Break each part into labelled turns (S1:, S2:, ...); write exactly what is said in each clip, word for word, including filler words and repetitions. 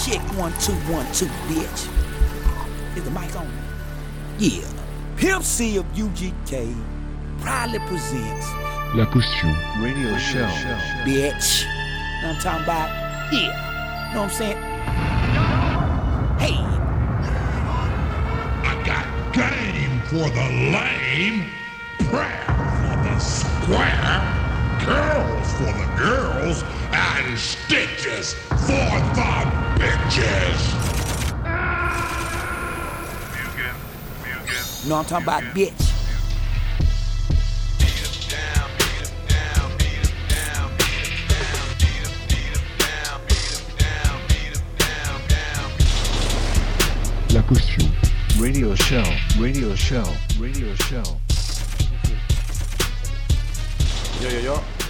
S1: Check one, two, one, two, bitch. Is the mic on? Yeah. Pimp C of U G K proudly presents
S2: La Potion
S3: Radio Show.
S1: Bitch. Know what I'm talking about? Yeah. Know what I'm saying? Hey.
S4: I got game for the lame, prayer for the square, girls for the girls, and stitches for the bitches.
S1: Know what I'm talking about, bitch?
S2: La Potion
S3: Radio Show. Radio Show. Radio Show.
S5: Yo yo yo.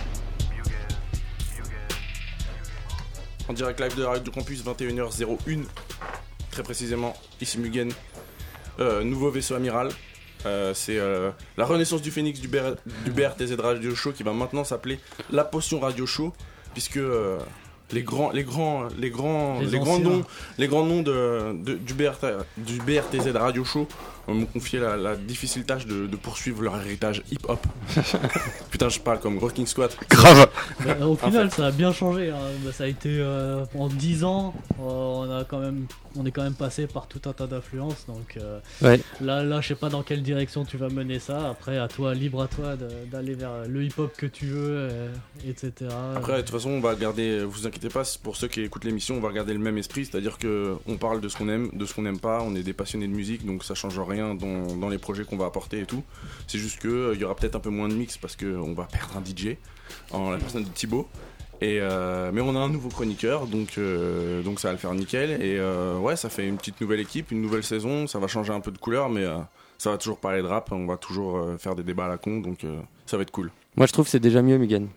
S5: En direct live de la Radio Campus, vingt et une heures un. Très précisément, ici Mugen. Euh, nouveau vaisseau amiral. Euh, c'est euh, la renaissance du phénix du, B R T Z Radio Show qui va maintenant s'appeler La Potion Radio Show, puisque euh, les grands, les grands, les grands, les, les grands noms, les grands noms de, de, du, B R T, du B R T Z Radio Show euh, m'ont confié la, la difficile tâche de, de poursuivre leur héritage hip-hop. Putain, je parle comme Rocking Squat.
S6: Grave.
S7: Bah, au final, ça a bien changé. Hein. Bah, ça a été euh, en dix ans, euh, on a quand même, on est quand même passé par tout un tas d'influences. Donc euh,
S6: Ouais.
S7: là, là, je sais pas dans quelle direction tu vas mener ça. Après, à toi, libre à toi de- d'aller vers le hip-hop que tu veux, euh, et cetera.
S5: Après, de toute façon, on va garder, vous inquiétez pas, pour ceux qui écoutent l'émission, on va garder le même esprit, c'est-à-dire que on parle de ce qu'on aime, de ce qu'on n'aime pas, on est des passionnés de musique, donc ça change rien dans, dans les projets qu'on va apporter et tout. C'est juste que euh, il y aura peut-être un peu moins de mix parce que on va perdre un D J en la personne de Thibaut. Et euh, mais on a un nouveau chroniqueur, donc euh, donc ça va le faire nickel. Et euh, ouais, ça fait une petite nouvelle équipe, une nouvelle saison, ça va changer un peu de couleur, mais euh, ça va toujours parler de rap, on va toujours euh, faire des débats à la con, donc euh, ça va être cool.
S6: Moi je trouve que c'est déjà mieux, Mugen.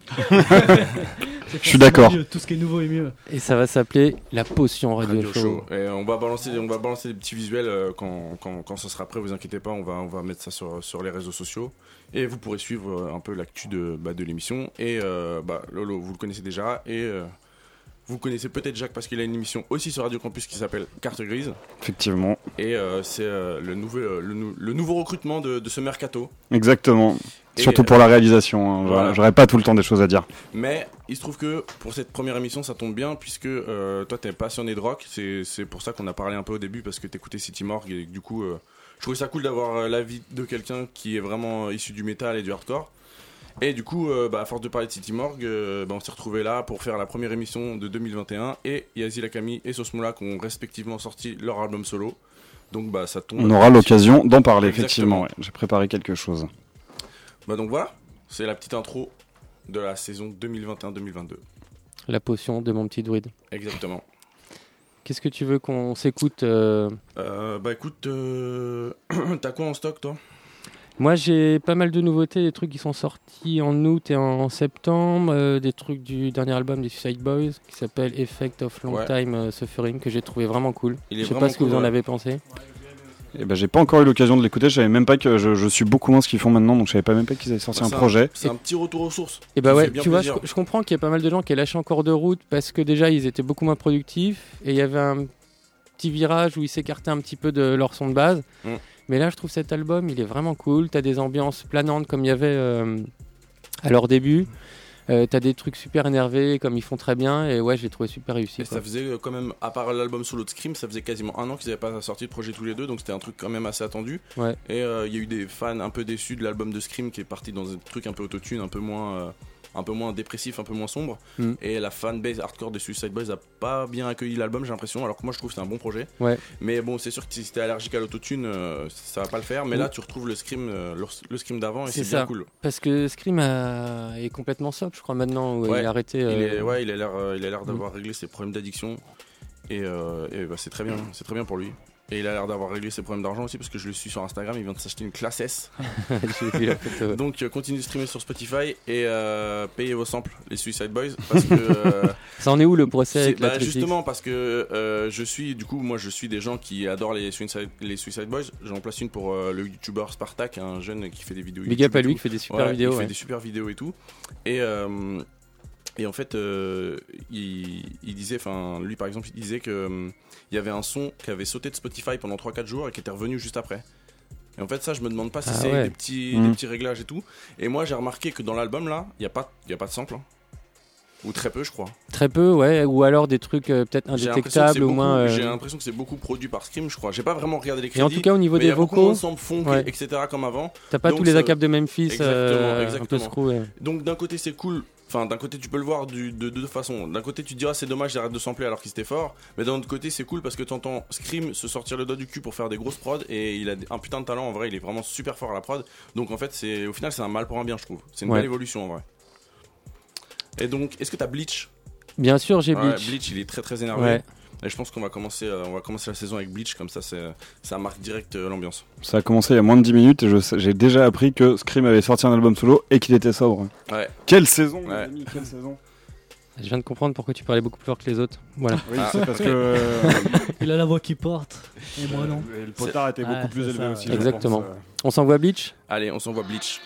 S7: Je
S6: suis d'accord.
S7: Tout ce qui est nouveau est mieux.
S6: Et ça va s'appeler La Potion Radio,
S5: Radio
S6: Show.
S5: Show. Et on va balancer, on va balancer des petits visuels euh, quand, quand, quand ça sera prêt. Vous inquiétez pas, on va, on va mettre ça sur, sur les réseaux sociaux et vous pourrez suivre euh, un peu l'actu de, bah, de l'émission. Et euh, bah, Lolo, vous le connaissez déjà et euh, vous connaissez peut-être Jacques parce qu'il a une émission aussi sur Radio Campus qui s'appelle Carte Grise.
S8: Effectivement,
S5: Et euh, c'est euh, le, nouveau, euh, le, nou- le nouveau recrutement de, de ce mercato.
S8: exactement.
S5: Et,
S8: Surtout
S5: euh,
S8: pour la réalisation. Hein.
S5: voilà.
S8: J'aurais pas tout le temps des choses à dire.
S5: Mais il se trouve que pour cette première émission, ça tombe bien puisque euh, toi, t'es passionné de rock. C'est, c'est pour ça qu'on a parlé un peu au début parce que t'écoutais City Morgue et que, du coup, euh, je trouvais ça cool d'avoir euh, l'avis de quelqu'un qui est vraiment euh, issu du métal et du hardcore. Et du coup, euh, bah, à force de parler de City Morgue, euh, bah, on s'est retrouvés là pour faire la première émission de deux mille vingt et un. Et Yazil Akami et Sos Molla qui ont respectivement sorti leur album solo. Donc bah, ça tombe.
S8: On aura l'occasion d'en parler,
S5: Exactement.
S8: effectivement. Ouais. J'ai préparé quelque chose.
S5: Bah, donc voilà, c'est la petite intro de la saison deux mille vingt et un deux mille vingt-deux.
S6: La Potion de mon petit druide.
S5: Exactement.
S6: Qu'est-ce que tu veux qu'on s'écoute euh...
S5: Euh, bah écoute, euh... t'as quoi en stock toi?
S6: Moi j'ai pas mal de nouveautés, des trucs qui sont sortis en août et en septembre, euh, des trucs du dernier album des Suicide Boys qui s'appelle Effect of Long
S5: Ouais.
S6: Time euh, Suffering que j'ai trouvé vraiment cool.
S5: Il est
S6: Je sais
S5: vraiment
S6: pas ce que
S5: cool,
S6: vous en
S5: ouais.
S6: avez pensé.
S8: Et ben, j'ai pas encore eu l'occasion de l'écouter. Je savais même pas que je, je suis beaucoup moins ce qu'ils font maintenant, donc je savais pas même pas qu'ils avaient sorti
S5: Bah,
S8: un
S5: c'est
S8: projet.
S5: C'est un petit retour aux sources.
S6: Et bah
S5: qui
S6: ouais,
S5: fait bien
S6: tu vois, je,
S5: plaisir.
S6: je comprends qu'il y a pas mal de gens qui lâché en cours de route parce que déjà ils étaient beaucoup moins productifs et il y avait un petit virage où ils s'écartaient un petit peu de leur son de base.
S5: Mm.
S6: Mais là, je trouve cet album, il est vraiment cool. T'as des ambiances planantes comme il y avait euh, à leur début. Euh, t'as des trucs super énervés comme ils font très bien et ouais, je l'ai trouvé super réussi.
S5: Et
S6: quoi.
S5: ça faisait euh, quand même, à part l'album solo de Scream, ça faisait quasiment un an qu'ils n'avaient pas sorti de projet tous les deux, donc c'était un truc quand même assez attendu.
S6: Ouais.
S5: Et euh, il y a eu des fans un peu déçus de l'album de Scream qui est parti dans un truc un peu autotune, un peu moins, euh, un peu moins dépressif, un peu moins sombre.
S6: Mm.
S5: Et la fanbase hardcore des Suicide Boys a pas bien accueilli l'album, j'ai l'impression, alors que moi je trouve que c'est un bon projet.
S6: Ouais.
S5: Mais bon, c'est sûr que si t'es allergique à l'autotune, euh, ça va pas le faire. Mais
S6: Mm.
S5: là, tu retrouves le Scream, euh, le, le Scream d'avant et
S6: C'est
S5: c'est bien
S6: ça.
S5: cool.
S6: Parce que Scream a- est complètement sobre, je crois, maintenant. Où
S5: Ouais.
S6: il a arrêté.
S5: Il
S6: euh,
S5: est, ouais, il a l'air, euh, il a l'air d'avoir réglé ses problèmes d'addiction et, euh, et bah, c'est très bien, c'est très bien pour lui. Et il a l'air d'avoir réglé ses problèmes d'argent aussi parce que je le suis sur Instagram, il vient de s'acheter une classe S.
S6: J'ai vu la photo.
S5: Donc euh, continuez de streamer sur Spotify et euh, payez vos samples, les Suicide Boys, parce que euh,
S6: Ça en est où le procès
S5: c'est-
S6: avec la
S5: bah,
S6: Triptych
S5: justement parce que euh, je suis, du coup, moi je suis des gens qui adorent les Suicide, les Suicide Boys. J'en place une pour euh, le YouTuber Spartak, un jeune qui fait des vidéos.
S6: Big
S5: YouTube
S6: up à
S5: et
S6: lui
S5: tout.
S6: qui fait des super
S5: Ouais,
S6: vidéos.
S5: il fait
S6: ouais.
S5: des super vidéos et tout. Et, euh, Et en fait, euh, il, il disait, enfin, lui par exemple, il disait que euh, il y avait un son qui avait sauté de Spotify pendant trois quatre jours et qui était revenu juste après. Et en fait, ça, je me demande pas si
S6: Ah
S5: c'est
S6: ouais.
S5: des petits,
S8: Mmh.
S5: des petits réglages et tout. Et moi, j'ai remarqué que dans l'album là, il y a pas, il y a pas de sample, hein. Ou très peu, je crois.
S6: Très peu, ouais, ou alors des trucs euh, peut-être
S5: J'ai l'impression que c'est
S6: indétectables au
S5: beaucoup-
S6: moins. euh,
S5: J'ai l'impression que c'est beaucoup produit par Scream, je crois. J'ai pas vraiment regardé les
S6: Et
S5: crédits.
S6: en tout cas, au niveau
S5: mais il y
S6: des
S5: a beaucoup moins
S6: vocaux,
S5: de samples funk,
S6: ouais.
S5: et cetera comme avant.
S6: t'as pas
S5: donc
S6: tous les
S5: ça-
S6: acapes de Memphis,
S5: Exactement,
S6: euh, un peu
S5: exactement.
S6: screw. Ouais.
S5: Donc d'un côté c'est cool, enfin d'un côté tu peux le voir du, de, de deux façons. D'un côté tu te diras c'est dommage j'arrête de sampler alors qu'il était fort, mais d'un autre côté c'est cool parce que t'entends Scream se sortir le doigt du cul pour faire des grosses prods et il a un putain de talent en vrai, il est vraiment super fort à la prod. Donc en fait c'est au final c'est un mal pour un bien je trouve. C'est une
S6: Ouais.
S5: belle évolution en vrai. Et donc est-ce que t'as Bleach?
S6: Bien sûr, j'ai
S5: Ouais,
S6: Bleach.
S5: Bleach il est très très énervé.
S6: Ouais.
S5: Et je pense qu'on va commencer, euh, on va commencer la saison avec Bleach comme ça c'est, ça marque direct euh, l'ambiance.
S8: Ça a commencé il y a moins de dix minutes et je sais- j'ai déjà appris que Scream avait sorti un album solo et qu'il était sobre.
S5: Ouais.
S8: Quelle saison, les
S5: Ouais.
S8: amis, quelle saison.
S6: Je viens de comprendre pourquoi tu parlais beaucoup plus fort que les autres. Voilà.
S8: Oui,
S5: Ah.
S8: c'est parce que euh,
S7: Il a la voix qui porte, et moi non.
S8: et le potard était
S7: Ouais,
S8: beaucoup plus
S7: c'est
S8: élevé
S7: ça,
S8: aussi.
S7: ouais.
S8: je
S6: Exactement.
S8: pense, euh.
S6: On s'envoie Bleach.
S5: Allez on s'envoie Bleach.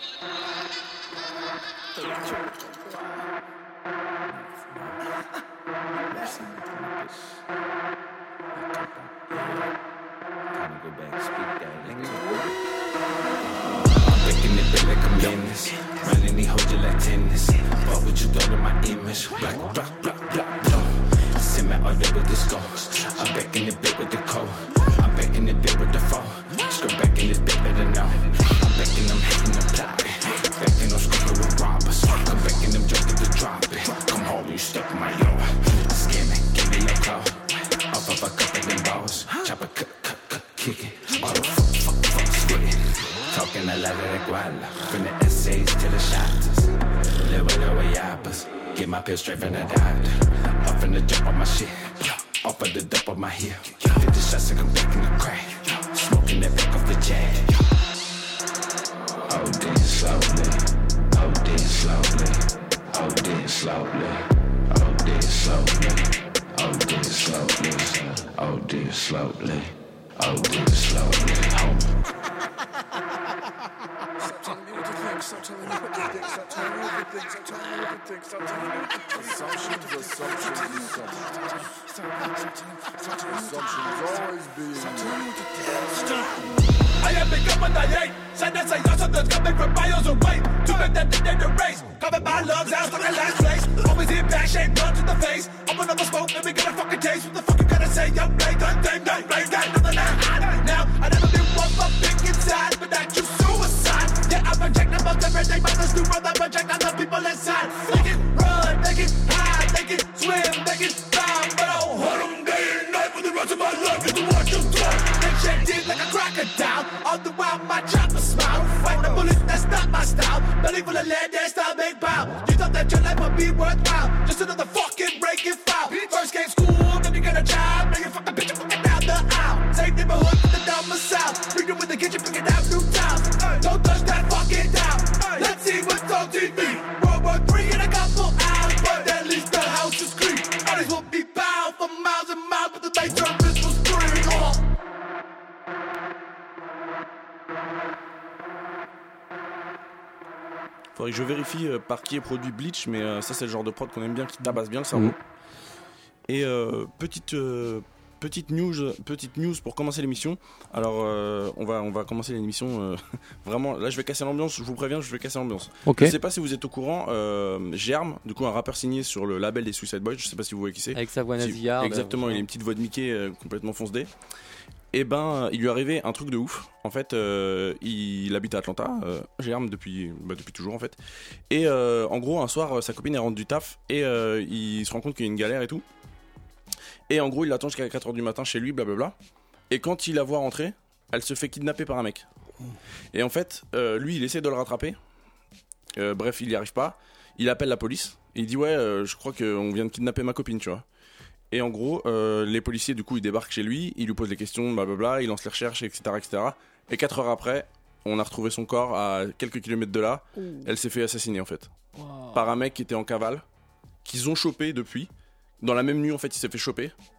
S9: Making it big like a menace. Running these hoes just like tennis. Fuck what you done to my image. Black, black, black, black, black. Send me all day with the scars. I'm back in the bed with the cold. I'm back in the bed with the fall. Skirt back in this bed better now. I'm back in them hitting the plot. Back in those screaming with robbers. Come back in them junkies to drop it. Come home, you step in my yard. Scam it, give me your call. Off of a couple of them balls. Chop a cut, cut, cut, kick it. All the fuck, fuck, fuck, spit it. Talking a lot of that guala. From the essays to the shots. Live with the yappers. Get my pills straight from the doctor. Up from the jump on my shit. Off of the dump on my heel. Hit the shots and come back in the crack. Smoking that back off the jet. Oh, then slowly. Oh, then slowly. Oh, then slowly. Oh, then slowly. Oh, then slowly. Oh, then slowly. Oh, then slowly. Home.
S10: I am big up on the eight. Send us a yacht something's coming from miles away. To make that thing in the race. Covered by lungs, out like a last place. Always in bad shape, blood to the face. I'm another smoke, let me get a fucking taste. What the fuck you gotta say? Yo, play that thing, that play that. Nothing that now. I never been one for big inside, but that you suicide. Yeah, I project numbers every day, but let's do run project on the people inside. Make it run, make it hide, make it swim, make it fly. But I'll hold them day and night for the rest of my life. Get to watch them fly. They check deep like a crocodile. All the while my chopper smile. Fight the bullet, that's not my style. Belly full of lead, that's not big pow. You thought that your life would be worthwhile. Just another fucking breaking foul. First came school, then you get a job. Now you fucking bitch, you fucking down the aisle. Same neighborhood with the domicile. Bring them with the kitchen, bring it out new times. Don't touch that fucking down. Let's see what's on T V. World War Three in a couple hours, but at least the house is clean. Bodies will be bound for miles and miles, but the bass drum is will scream. Oh.
S5: Faudrait que je vérifie euh, par qui est produit Bleach, mais euh, ça c'est le genre de prod qu'on aime bien, qui tabasse bien le cerveau.
S6: Mhm.
S5: Et euh, petite euh, petite news, petite news pour commencer l'émission. Alors euh, on va on va commencer l'émission euh, vraiment. Là je vais casser l'ambiance. Je vous préviens, je vais casser l'ambiance.
S6: Ok.
S5: Je sais pas si vous êtes au courant. Euh, Germ, du coup un rappeur signé sur le label des Suicide Boys. Je sais pas si vous voyez qui c'est.
S6: Avec sa voix
S5: Si-
S6: nasillarde.
S5: Exactement, il a une petite voix de Mickey euh, complètement fonce-dé. Et ben, il lui arrivait un truc de ouf. En fait, euh, il habite à Atlanta, euh, Germe depuis, bah, depuis toujours en fait. Et euh, en gros, un soir, euh, sa copine elle rentre du taf et euh, il se rend compte qu'il y a une galère et tout. Et en gros, il l'attend jusqu'à quatre heures du matin chez lui, blablabla. Et quand il la voit rentrer, elle se fait kidnapper par un mec. Et en fait, euh, lui, il essaie de le rattraper. Euh, bref, il n'y arrive pas. Il appelle la police. Et il dit ouais, euh, je crois qu'on vient de kidnapper ma copine, tu vois. Et en gros, euh, les policiers, du coup, ils débarquent chez lui, ils lui posent des questions, blablabla, ils lancent les recherches, et cetera, et cetera. Et quatre heures après, on a retrouvé son corps à quelques kilomètres de là. Elle s'est fait assassiner, en fait.
S7: Wow.
S5: Par un mec qui était en cavale, qu'ils ont chopé depuis. Dans la même nuit, en fait, il s'est fait choper.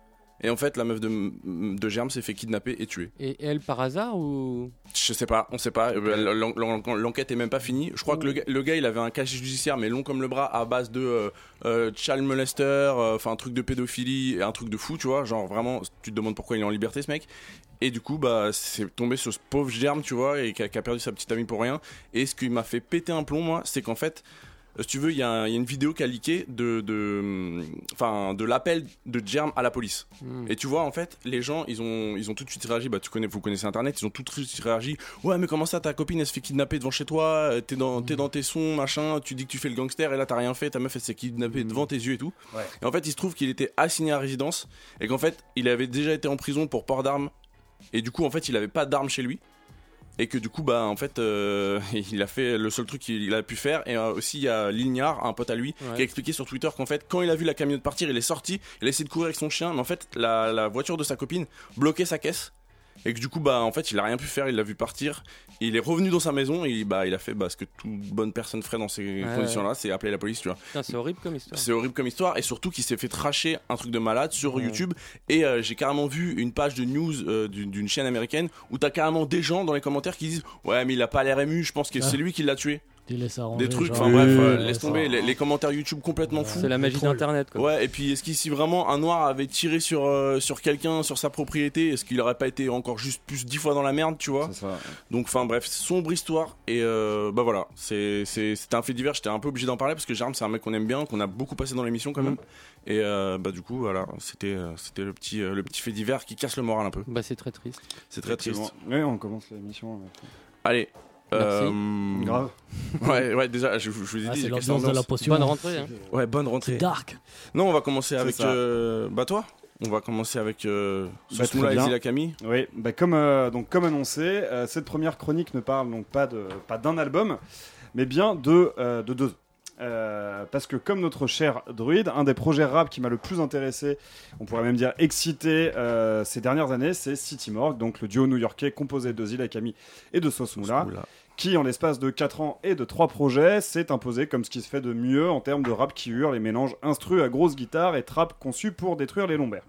S5: Et en fait, la meuf de, de Germe s'est fait kidnapper et tuer.
S6: Et elle par hasard ou
S5: Je sais pas, on sait pas. Euh, l'en- l'en- L'enquête est même pas finie. Je crois que le, gars- le gars, il avait un casier judiciaire, mais long comme le bras, à base de euh, euh, child molester, enfin un truc de pédophilie, et un truc de fou, tu vois. Genre vraiment, tu te demandes pourquoi il est en liberté, ce mec. Et du coup, bah, c'est tombé sur ce pauvre Germe, tu vois, et qui a, qui a perdu sa petite amie pour rien. Et ce qui m'a fait péter un plomb, moi, c'est qu'en fait, euh, si tu veux, il y, y a une vidéo qui a leaké de, de, enfin, de l'appel de Germe à la police.
S6: Mm.
S5: Et tu vois, en fait, les gens, ils ont, ils ont tout de suite réagi. Bah, tu connais, vous connaissez Internet, ils ont tout de suite réagi. Ouais, mais comment ça, ta copine, elle se fait kidnapper devant chez toi, euh, t'es dans, t'es dans tes sons, machin, tu dis que tu fais le gangster, et là, t'as rien fait, ta meuf, elle s'est kidnappée devant tes yeux et tout.
S8: Ouais.
S5: Et en fait, il se trouve qu'il était assigné à résidence, et qu'en fait, il avait déjà été en prison pour port d'armes. Et du coup, en fait, il avait pas d'armes chez lui. Et que du coup, bah, en fait, euh, il a fait le seul truc qu'il a pu faire. Et euh, aussi, il y a Lignard, un pote à lui,
S6: Ouais.
S5: qui a expliqué sur Twitter qu'en fait, quand il a vu la camionnette partir, il est sorti, il a essayé de courir avec son chien, mais en fait, la, la voiture de sa copine bloquait sa caisse. Et que du coup, bah, en fait, il a rien pu faire, il l'a vu partir. Il est revenu dans sa maison et bah, il a fait bah, ce que toute bonne personne ferait dans ces
S6: Ouais,
S5: conditions-là,
S6: ouais.
S5: c'est appeler la police, tu vois.
S6: Putain, c'est horrible comme histoire.
S5: C'est horrible comme histoire, et surtout qu'il s'est fait tracher un truc de malade sur
S6: Ouais.
S5: YouTube. Et euh, j'ai carrément vu une page de news euh, d'une, d'une chaîne américaine où t'as carrément des gens dans les commentaires qui disent ouais, mais il a pas l'air ému, je pense que
S7: Ah.
S5: c'est lui qui l'a tué.
S7: Tu laisses arranger,
S5: Des trucs,
S7: genre,
S5: enfin bref, euh,
S7: ouais,
S5: laisse
S7: ça-
S5: tomber les, les commentaires YouTube complètement fous.
S6: C'est la magie
S7: Troll.
S6: d'internet quoi.
S5: Ouais, et puis est-ce qu'ici vraiment un noir avait tiré sur, euh, sur quelqu'un, sur sa propriété, est-ce qu'il aurait pas été encore juste plus dix fois dans la merde, tu vois?
S8: C'est ça.
S5: Donc enfin bref, sombre histoire, et euh, bah voilà, c'est, c'est, c'était un fait divers, j'étais un peu obligé d'en parler parce que Germe c'est un mec qu'on aime bien, qu'on a beaucoup passé dans l'émission quand même, et euh, bah du coup voilà, c'était, euh, c'était le, petit, euh, le petit fait divers qui casse le moral un peu.
S6: Bah c'est très triste.
S5: C'est très triste.
S8: Ouais, on commence l'émission. ouais.
S5: Allez.
S6: Merci.
S5: euh,
S8: Grave.
S5: Ouais, ouais, déjà, je, je vous ai
S7: Ah,
S5: dit,
S7: c'est
S5: j'ai cassé
S7: l'ambiance de la
S5: l'ambiance.
S7: potion.
S6: Bonne rentrée. Hein.
S5: Ouais, bonne rentrée.
S7: Dark.
S5: Non, on va commencer avec.
S8: ça.
S5: Euh, bah, toi On va commencer avec. Euh,
S8: Bah,
S5: Sousmoula
S8: très
S5: et
S8: bien.
S5: Zila Camille.
S8: Oui, bah comme, euh, donc, comme annoncé, euh, cette première chronique ne parle donc pas, de, pas d'un album, mais bien de, euh, de deux. Euh, parce que comme notre cher Druide, un des projets rap qui m'a le plus intéressé, on pourrait même dire excité euh, ces dernières années, c'est City Morgue, donc le duo new-yorkais composé de Zila Camille et de Sousmoula,
S5: Sousmoula.
S8: qui en l'espace de quatre ans et de trois projets s'est imposé comme ce qui se fait de mieux en termes de rap qui hurle, les mélanges instru à grosse guitare et trap conçus pour détruire les lombaires.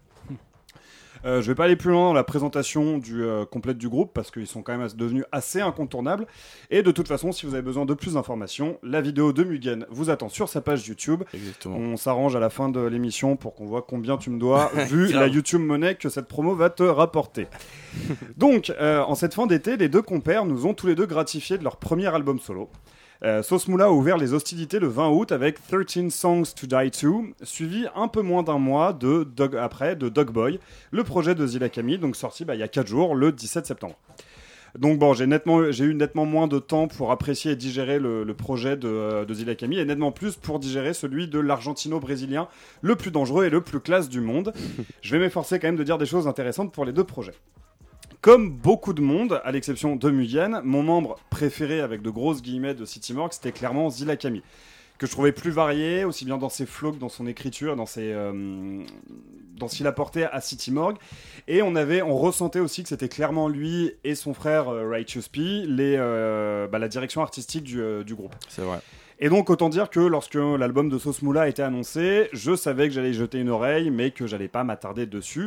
S8: Euh, je vais pas aller plus loin dans la présentation du, euh, complète du groupe parce qu'ils sont quand même devenus assez incontournables. Et de toute façon, si vous avez besoin de plus d'informations, la vidéo de Mugen vous attend sur sa page YouTube.
S5: Exactement.
S8: On s'arrange à la fin de l'émission pour qu'on voit combien tu me dois, vu
S5: Grave.
S8: la YouTube monnaie que cette promo va te rapporter. Donc, euh, en cette fin d'été, les deux compères nous ont tous les deux gratifié de leur premier album solo. Euh, Sousmoula a ouvert les hostilités le vingt août avec thirteen Songs to Die To, suivi un peu moins d'un mois de Dog, après de Dog Boy, le projet de Zila Camille, donc sorti bah, il y a quatre jours, le dix-sept septembre. Donc bon, j'ai, nettement, j'ai eu nettement moins de temps pour apprécier et digérer le, le projet de, euh, de Zila Camille, et nettement plus pour digérer celui de l'argentino-brésilien le plus dangereux et le plus classe du monde. Je vais m'efforcer quand même de dire des choses intéressantes pour les deux projets. Comme beaucoup de monde, à l'exception de Mugen, mon membre préféré avec de grosses guillemets de City Morgue, c'était clairement Zila Camille, que je trouvais plus varié, aussi bien dans ses flows que dans son écriture, dans, ses, euh, dans ce qu'il apportait à City Morgue. Et on, avait, on ressentait aussi que c'était clairement lui et son frère euh, Righteous P, les, euh, bah, la direction artistique du, euh, du groupe.
S5: C'est vrai.
S8: Et donc autant dire que lorsque l'album de Sousmoula a été annoncé, je savais que j'allais y jeter une oreille, mais que j'allais pas m'attarder dessus.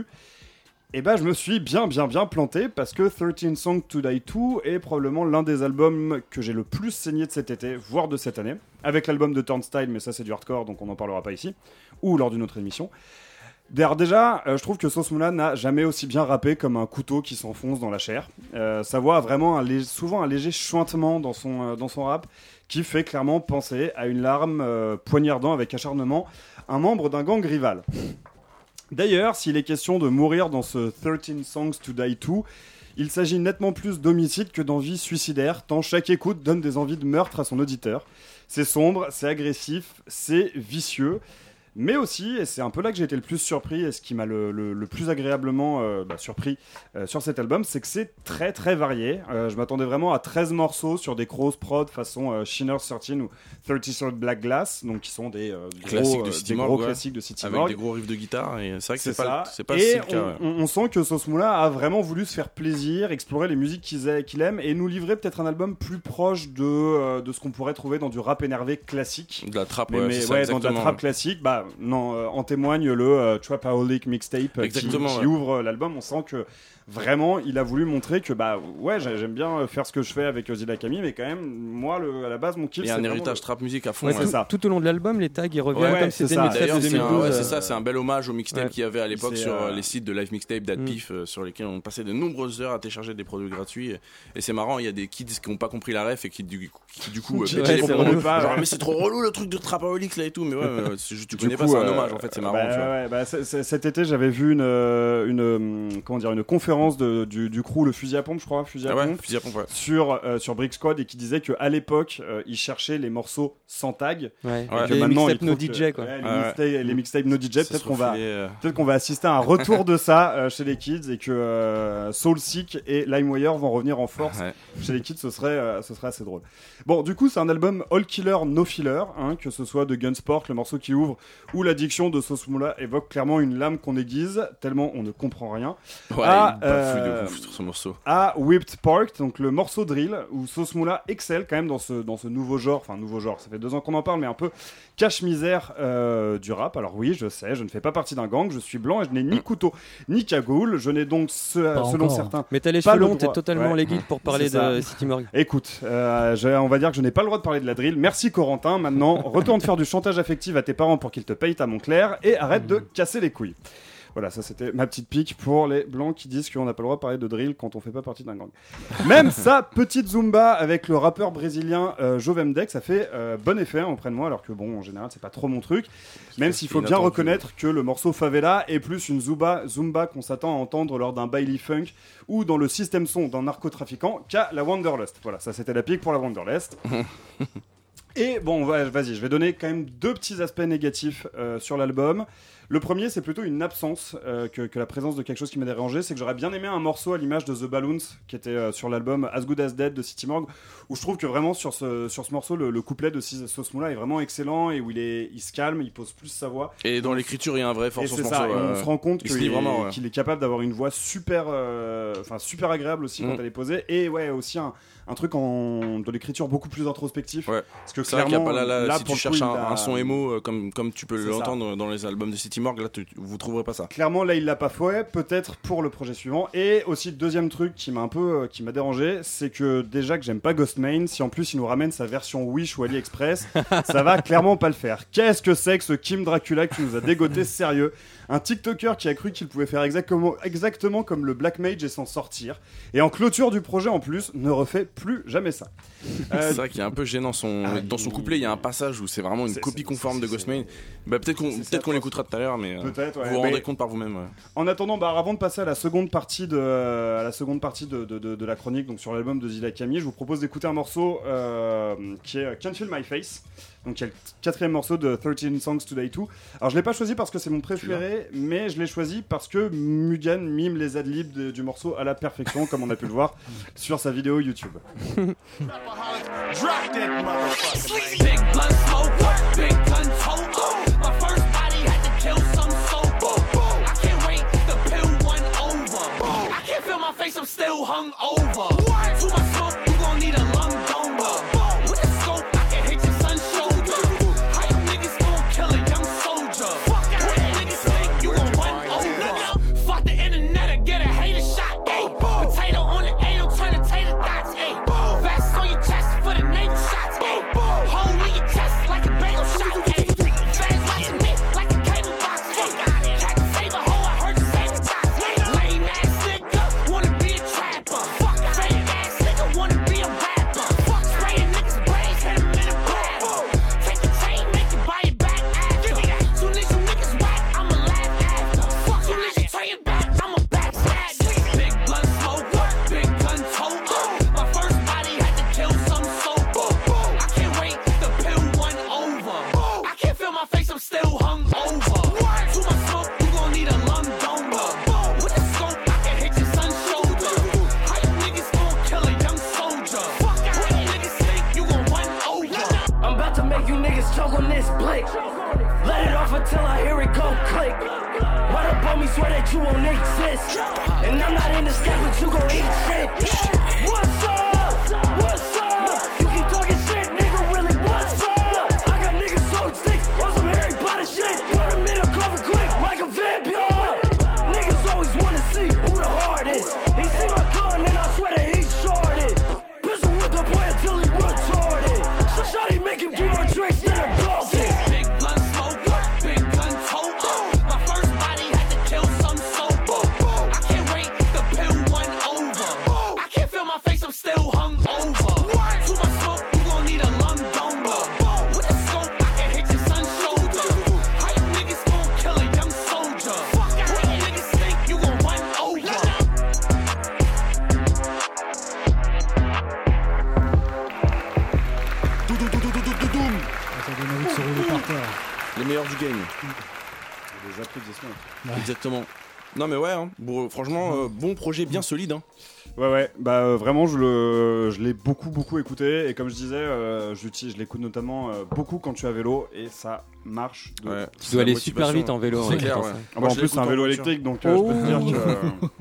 S8: Et bah je me suis bien bien bien planté parce que thirteen Songs to Die To est probablement l'un des albums que j'ai le plus saigné de cet été, voire de cette année, avec l'album de Turnstile, mais ça c'est du hardcore donc on n'en parlera pas ici, ou lors d'une autre émission. D'ailleurs déjà, euh, je trouve que Sousmoula n'a jamais aussi bien rappé comme un couteau qui s'enfonce dans la chair. Euh, sa voix a vraiment un lég- souvent un léger chuintement dans son, euh, dans son rap qui fait clairement penser à une larme euh, poignardant avec acharnement un membre d'un gang rival. D'ailleurs, s'il est question de mourir dans ce thirteen Songs to Die To, il s'agit nettement plus d'homicide que d'envie suicidaire, tant chaque écoute donne des envies de meurtre à son auditeur. C'est sombre, c'est agressif, c'est vicieux, mais aussi, et c'est un peu là que j'ai été le plus surpris, et ce qui m'a le, le, le plus agréablement euh, bah, surpris euh, sur cet album, c'est que c'est très très varié. Euh, je m'attendais vraiment à treize morceaux sur des grosses prods façon euh, Shinner thirteen ou thirty-third Black Glass, donc qui sont des, euh, gros,
S5: Classique de
S8: euh,
S5: City
S8: des
S5: Morgue,
S8: gros
S5: ouais.
S8: classiques de City
S5: Avec
S8: Morgue.
S5: des gros riffs de guitare, et c'est vrai que c'est,
S8: C'est
S5: pas,
S8: ça.
S5: c'est pas
S8: et
S5: si le
S8: on,
S5: cas. Ouais.
S8: on- on sent que Sousmoula a vraiment voulu se faire plaisir, explorer les musiques qu'il, a- qu'il aime et nous livrer peut-être un album plus proche de, euh, de ce qu'on pourrait trouver dans du rap énervé classique.
S5: De la trappe,
S8: Mais,
S5: ouais,
S8: mais
S5: c'est ça,
S8: ouais, dans de la
S5: exactement,
S8: trappe
S5: ouais.
S8: classique, bah, non, euh, en témoigne le euh, Trapaholic mixtape euh, qui, qui
S5: ouais.
S8: ouvre l'album. On sent que vraiment, il a voulu montrer que bah ouais, j'aime bien faire ce que je fais avec Zilla Kami, mais quand même, moi, le, à la base, mon kiff,
S5: il y a
S8: c'est
S5: un
S8: vraiment
S5: héritage
S8: le...
S5: trap musique à fond.
S6: Ouais,
S5: ouais.
S6: tout,
S8: c'est ça.
S6: tout au long de l'album, les tags ils reviennent
S8: Ouais,
S6: comme
S8: c'est
S6: c'était
S8: ça.
S6: le mixtape
S5: D'ailleurs,
S6: de
S5: c'est
S6: deux mille douze.
S5: un, ouais,
S6: euh,
S5: c'est ça, c'est un bel hommage au mixtape
S6: Ouais.
S5: qu'il y avait à l'époque
S8: C'est,
S5: sur
S8: euh,
S5: les sites de live mixtape d'Adpif,
S6: Mm.
S5: euh, sur lesquels on passait de nombreuses heures à télécharger des produits gratuits. Et, et c'est marrant, il y a des kids qui n'ont pas compris la ref et qui du, qui, du coup, euh,
S8: Qui-
S5: pétaient
S8: ouais,
S5: les
S8: c'est
S5: plombs.
S8: relou, pas,
S5: Genre,
S8: ouais.
S5: mais c'est trop relou le truc de Trapaholics là et tout. Mais ouais, euh, c'est juste, tu
S8: Du
S5: connais
S8: coup,
S5: pas, c'est un
S8: euh,
S5: hommage en fait, c'est marrant.
S8: bah,
S5: tu vois.
S8: ouais, bah, c'est- c'est- cet été, j'avais vu une, euh, une, euh, comment dire, une conférence de, du, du crew, le fusil à pompe, je crois, fusil à
S5: Ah ouais,
S8: pompe,
S5: fusil à pompe, ouais.
S8: sur, euh, sur Brick Squad et qui disait qu'à l'époque, euh, ils cherchaient les morceaux sans tag.
S6: Ouais.
S5: Ouais.
S8: Et que
S6: Les
S8: maintenant,
S6: mixtapes
S8: ils
S6: no
S8: trouvent que-
S6: D J quoi.
S8: ouais, les,
S5: Ouais.
S8: mixtapes, les mixtapes no D J,
S5: Ça
S8: peut-être
S5: se
S8: qu'on va,
S5: refilait, euh,
S8: peut-être qu'on va assister à un retour de ça euh, chez les kids et que euh, Soulseek et LimeWire vont revenir en force
S5: Ouais.
S8: chez les kids. Ce serait, euh, ce serait assez drôle. Bon, du coup, c'est un album all killer, no filler, hein, que ce soit de Gunsport, le morceau qui ouvre, ou l'addiction de Sauce Moula évoque clairement une lame qu'on aiguise, tellement on ne comprend rien.
S5: Ouais,
S8: Ah,
S5: il bafouille
S8: euh,
S5: de ouf sur ce morceau.
S8: À Whipped Park, donc le morceau drill, où Sauce Moula excelle quand même dans ce, dans ce nouveau genre, enfin nouveau genre, ça fait deux ans qu'on en parle, mais un peu cache-misère euh, du rap. Alors oui, je sais, je ne fais pas partie d'un gang, je suis blanc et je n'ai ni couteau ni cagoule, je n'ai donc, ce-
S7: Pas
S8: selon
S7: encore.
S8: certains...
S6: Mais t'as les
S8: Pas
S6: cheveux
S8: le
S6: longs, t'es
S8: droit.
S6: totalement
S8: Ouais.
S6: légitime pour parler
S8: C'est ça.
S6: de City Morgue.
S8: Écoute, euh, je- on va dire que je n'ai pas le droit de parler de la drill. Merci Corentin. Maintenant, retourne faire du chantage affectif à tes parents pour qu'ils te payent ta Montclair et arrête de casser les couilles. Voilà, ça c'était ma petite pique pour les blancs qui disent qu'on n'a pas le droit de parler de drill quand on fait pas partie d'un gang. Même sa petite Zumba avec le rappeur brésilien euh, Jovem-Deck, ça fait euh, bon effet hein, auprès de moi, alors que bon, en général, c'est pas trop mon truc. Même s'il faut bien
S5: inattendu.
S8: reconnaître que le morceau Favela est plus une Zumba, Zumba qu'on s'attend à entendre lors d'un Bailey Funk ou dans le système son d'un narcotrafiquant qu'à la Wanderlust. Voilà, ça c'était la pique pour la Wanderlust. Et bon, va- vas-y, je vais donner quand même deux petits aspects négatifs euh, sur l'album. Le premier, c'est plutôt une absence euh, que, que la présence de quelque chose qui m'a dérangé. C'est que j'aurais bien aimé un morceau à l'image de The Balloons, qui était euh, sur l'album As Good As Dead de City Morgue, où je trouve que vraiment sur ce, sur ce morceau, le, le couplet de Sauce Moula est vraiment excellent et où il, est, il se calme, il pose plus sa voix.
S5: Et dans l'écriture, il y a un vrai
S8: Et
S5: force sur
S8: c'est
S5: ce
S8: ça,
S5: morceau.
S8: et on
S5: ouais.
S8: se rend compte
S5: Il se
S8: qu'il
S5: lit
S8: est,
S5: vraiment, ouais.
S8: qu'il est capable d'avoir une voix super, euh, enfin super agréable aussi quand
S5: Mm.
S8: elle est posée, et ouais aussi un, un truc en, de l'écriture beaucoup plus introspectif.
S5: Ouais.
S8: Parce que
S5: C'est vrai qu'il y a
S8: clairement,
S5: pas là, là, si
S8: pour
S5: tu
S8: le coup,
S5: cherches un,
S8: il a-
S5: un son émo euh, comme, comme tu peux
S8: C'est
S5: l'entendre dans les albums de City Morgue, là tu, vous trouverez pas ça.
S8: Clairement, là, il l'a pas fait. Peut-être pour le projet suivant. Et aussi, deuxième truc qui m'a un peu, euh, qui m'a dérangé, c'est que déjà que j'aime pas Ghostman, si en plus il nous ramène sa version Wish ou AliExpress, ça va clairement pas le faire. Qu'est-ce que c'est que ce Kim Dracula qui nous a dégoté sérieux? Un TikToker qui a cru qu'il pouvait faire exactement, exactement comme le Black Mage et s'en sortir. Et en clôture du projet en plus, ne refait plus jamais ça. Euh,
S5: C'est vrai qu'il est un peu gênant son,
S8: Ah,
S5: dans son
S8: il-
S5: couplet, il y a un passage où c'est vraiment une
S8: C'est-
S5: copie
S8: c'est-
S5: conforme
S8: c'est-
S5: de
S8: c'est-
S5: Ghostman. Bah, peut-être qu'on
S8: c'est-
S5: peut-être
S8: c'est
S5: qu'on
S8: atroce.
S5: l'écoutera tout à l'heure, mais euh,
S8: Peut-être, ouais,
S5: vous vous
S8: mais-
S5: rendrez compte par vous-même. ouais.
S8: En attendant, bah, avant de passer à la seconde partie de, à la seconde partie de, de, de, de la chronique, donc sur l'album de Zilla Kami, je vous propose d'écouter un morceau euh, qui est Can't Feel My Face, donc qui est le quatrième morceau de thirteen Songs to Die To. Alors je l'ai pas choisi parce que c'est mon préféré, mais je l'ai choisi parce que Mugen mime les adlibs de- du morceau à la perfection, comme on a pu le voir sur sa vidéo YouTube.
S10: Big blunt smoke, big gun tote. My first body had to kill some sober. I can't wait the pill one over. I can't feel my face, I'm still hung over. To my smoke, you gon' need a lung donor. With a scope, I can hit your son's shoulder. How you niggas gon' kill a young soldier? What niggas think you gon' run over? Fuck the internet and get a hater shot. Ayy, potato on the anal, turn the tater dots. Ayy, vest on your chest for the naval shots. Ayy, hole in your chest like a bagel shot. Ayy, fans watching me like a cable box. Ayy, cat save a hoe, I heard you save a box. Lame ass nigga wanna be a trapper. Fuck fake ass nigga wanna be a rapper. Fuck spraying niggas brains, hit 'em in a bag. Take the chain, make you buy it back after. Soon as you niggas whack, I'ma laugh after. Fuck soon as you turn your back, I'ma backstab. Big blunt smoke, big gun tote. My first body had to kill some sober. I can't wait the pill one over. I can't feel my face, I'm still hung over. To my smoke, you gon' need a lung donor. With a scope, I can hit your son's shoulder. How you niggas gon' kill a young soldier? What niggas think you gon' run over?
S11: I'm about to make you niggas choke on this blick. Let it off until I hear it go click. Run up on me, swear that you won't exist. And I'm not in the sky, but you gon' eat shit. What's up? What's up? You keep talking shit, nigga, really, what's up? I got niggas so sticks on some Harry Potter shit.
S5: doum.
S7: Ça donne envie de se rouler par terre.
S5: Les meilleurs du game.
S8: Des applaudissements.
S7: Ouais.
S5: Exactement. Non mais ouais, hein. Bon, franchement, euh, bon projet bien solide. Hein.
S8: Ouais, ouais, bah euh, vraiment, je, le, je l'ai beaucoup, beaucoup écouté. Et comme je disais, euh, j'utilise, je l'écoute notamment euh, beaucoup quand tu es à vélo. Et ça marche de.
S5: Ouais.
S6: Tu dois aller super vite en vélo.
S5: C'est
S6: hein,
S5: clair,
S6: je
S5: ouais.
S6: pense, hein.
S8: Ah bah,
S5: Moi,
S8: en
S5: je
S8: plus, c'est un
S5: l'écoute en
S8: vélo
S5: voiture.
S8: électrique, donc euh, je peux te dire que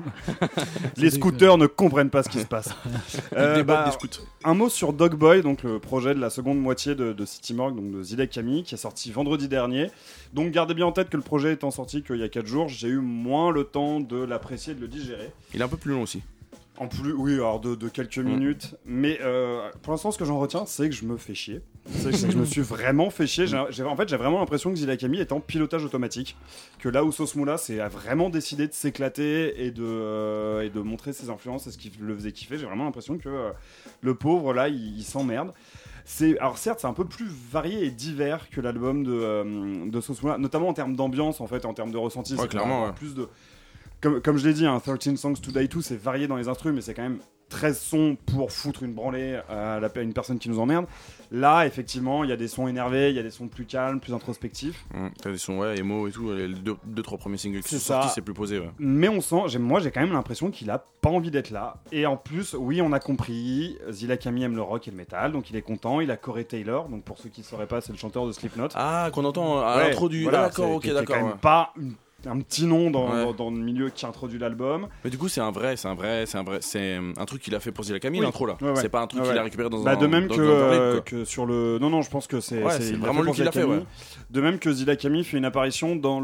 S8: euh, les scooters ne comprennent pas ce qui se passe. Euh,
S5: Des bottes,
S8: bah,
S5: des scouts.
S8: un mot sur Dogboy, donc le projet de la seconde moitié de, de City Morgue, donc de Zilek Kami, qui est sorti vendredi dernier. Donc gardez bien en tête que le projet étant sorti qu'il y a quatre jours, j'ai eu moins le temps de l'apprécier, de le digérer.
S5: Il est un peu plus long aussi.
S8: En plus, oui, alors de, de quelques minutes. Mais euh, pour l'instant, ce que j'en retiens, c'est que je me fais chier. C'est que je me suis vraiment fait chier. J'ai, j'ai- en fait, j'ai vraiment l'impression que Zilek Kami est en pilotage automatique. Que là où Sauce Moula c'est a vraiment décidé de s'éclater et de, euh, et de montrer ses influences et ce qui le faisait kiffer, j'ai vraiment l'impression que euh, le pauvre, là, il, il s'emmerde. C'est, alors certes, c'est un peu plus varié et divers que l'album de, euh, de Sauce Moula, notamment en termes d'ambiance, en fait, en termes de ressenti.
S5: Ouais,
S8: c'est
S5: clairement,
S8: vraiment
S5: ouais.
S8: plus de... Comme, comme je l'ai dit, hein, treize Songs to Die To, c'est varié dans les instruments, mais c'est quand même treize sons pour foutre une branlée à, la, à une personne qui nous emmerde. Là, effectivement, il y a des sons énervés, il y a des sons plus calmes, plus introspectifs.
S5: Mmh, t'as des sons, ouais, émo et tout. Les deux, deux trois premiers singles qui
S8: C'est
S5: sont sortis,
S8: ça.
S5: c'est plus posé. Ouais.
S8: Mais on sent, j'ai, moi j'ai quand même l'impression qu'il a pas envie d'être là. Et en plus, oui, on a compris, Zilek Kami aime le rock et le métal, donc il est content. Il a Corey Taylor, donc pour ceux qui ne sauraient pas, c'est le chanteur de Slipknot.
S5: Ah, qu'on entend à
S8: Ouais,
S5: l'intro du.
S8: voilà,
S5: ah, d'accord,
S8: c'est-
S5: ok,
S8: qui est- qui est
S5: d'accord.
S8: quand même
S5: ouais.
S8: pas une- un petit nom dans,
S5: Ouais.
S8: dans, dans le milieu qui introduit l'album.
S5: Mais du coup, c'est un vrai, c'est un vrai, c'est un vrai, c'est un truc qu'il a fait pour Zilek Kami,
S8: Oui.
S5: l'intro là.
S8: Ouais, ouais.
S5: C'est pas un truc
S8: Ouais,
S5: qu'il
S8: ouais.
S5: a récupéré dans
S8: Bah,
S5: un.
S8: de même
S5: dans,
S8: que,
S5: dans un
S8: euh,
S5: rave, quoi.
S8: que sur le. Non, non, je pense que c'est.
S5: Ouais,
S8: c'est-
S5: c'est
S8: il l'a
S5: vraiment
S8: fait
S5: lui
S8: pour
S5: qui l'a
S8: Zilek
S5: fait,
S8: Kami.
S5: ouais.
S8: De même que Zilek Kami fait une apparition dans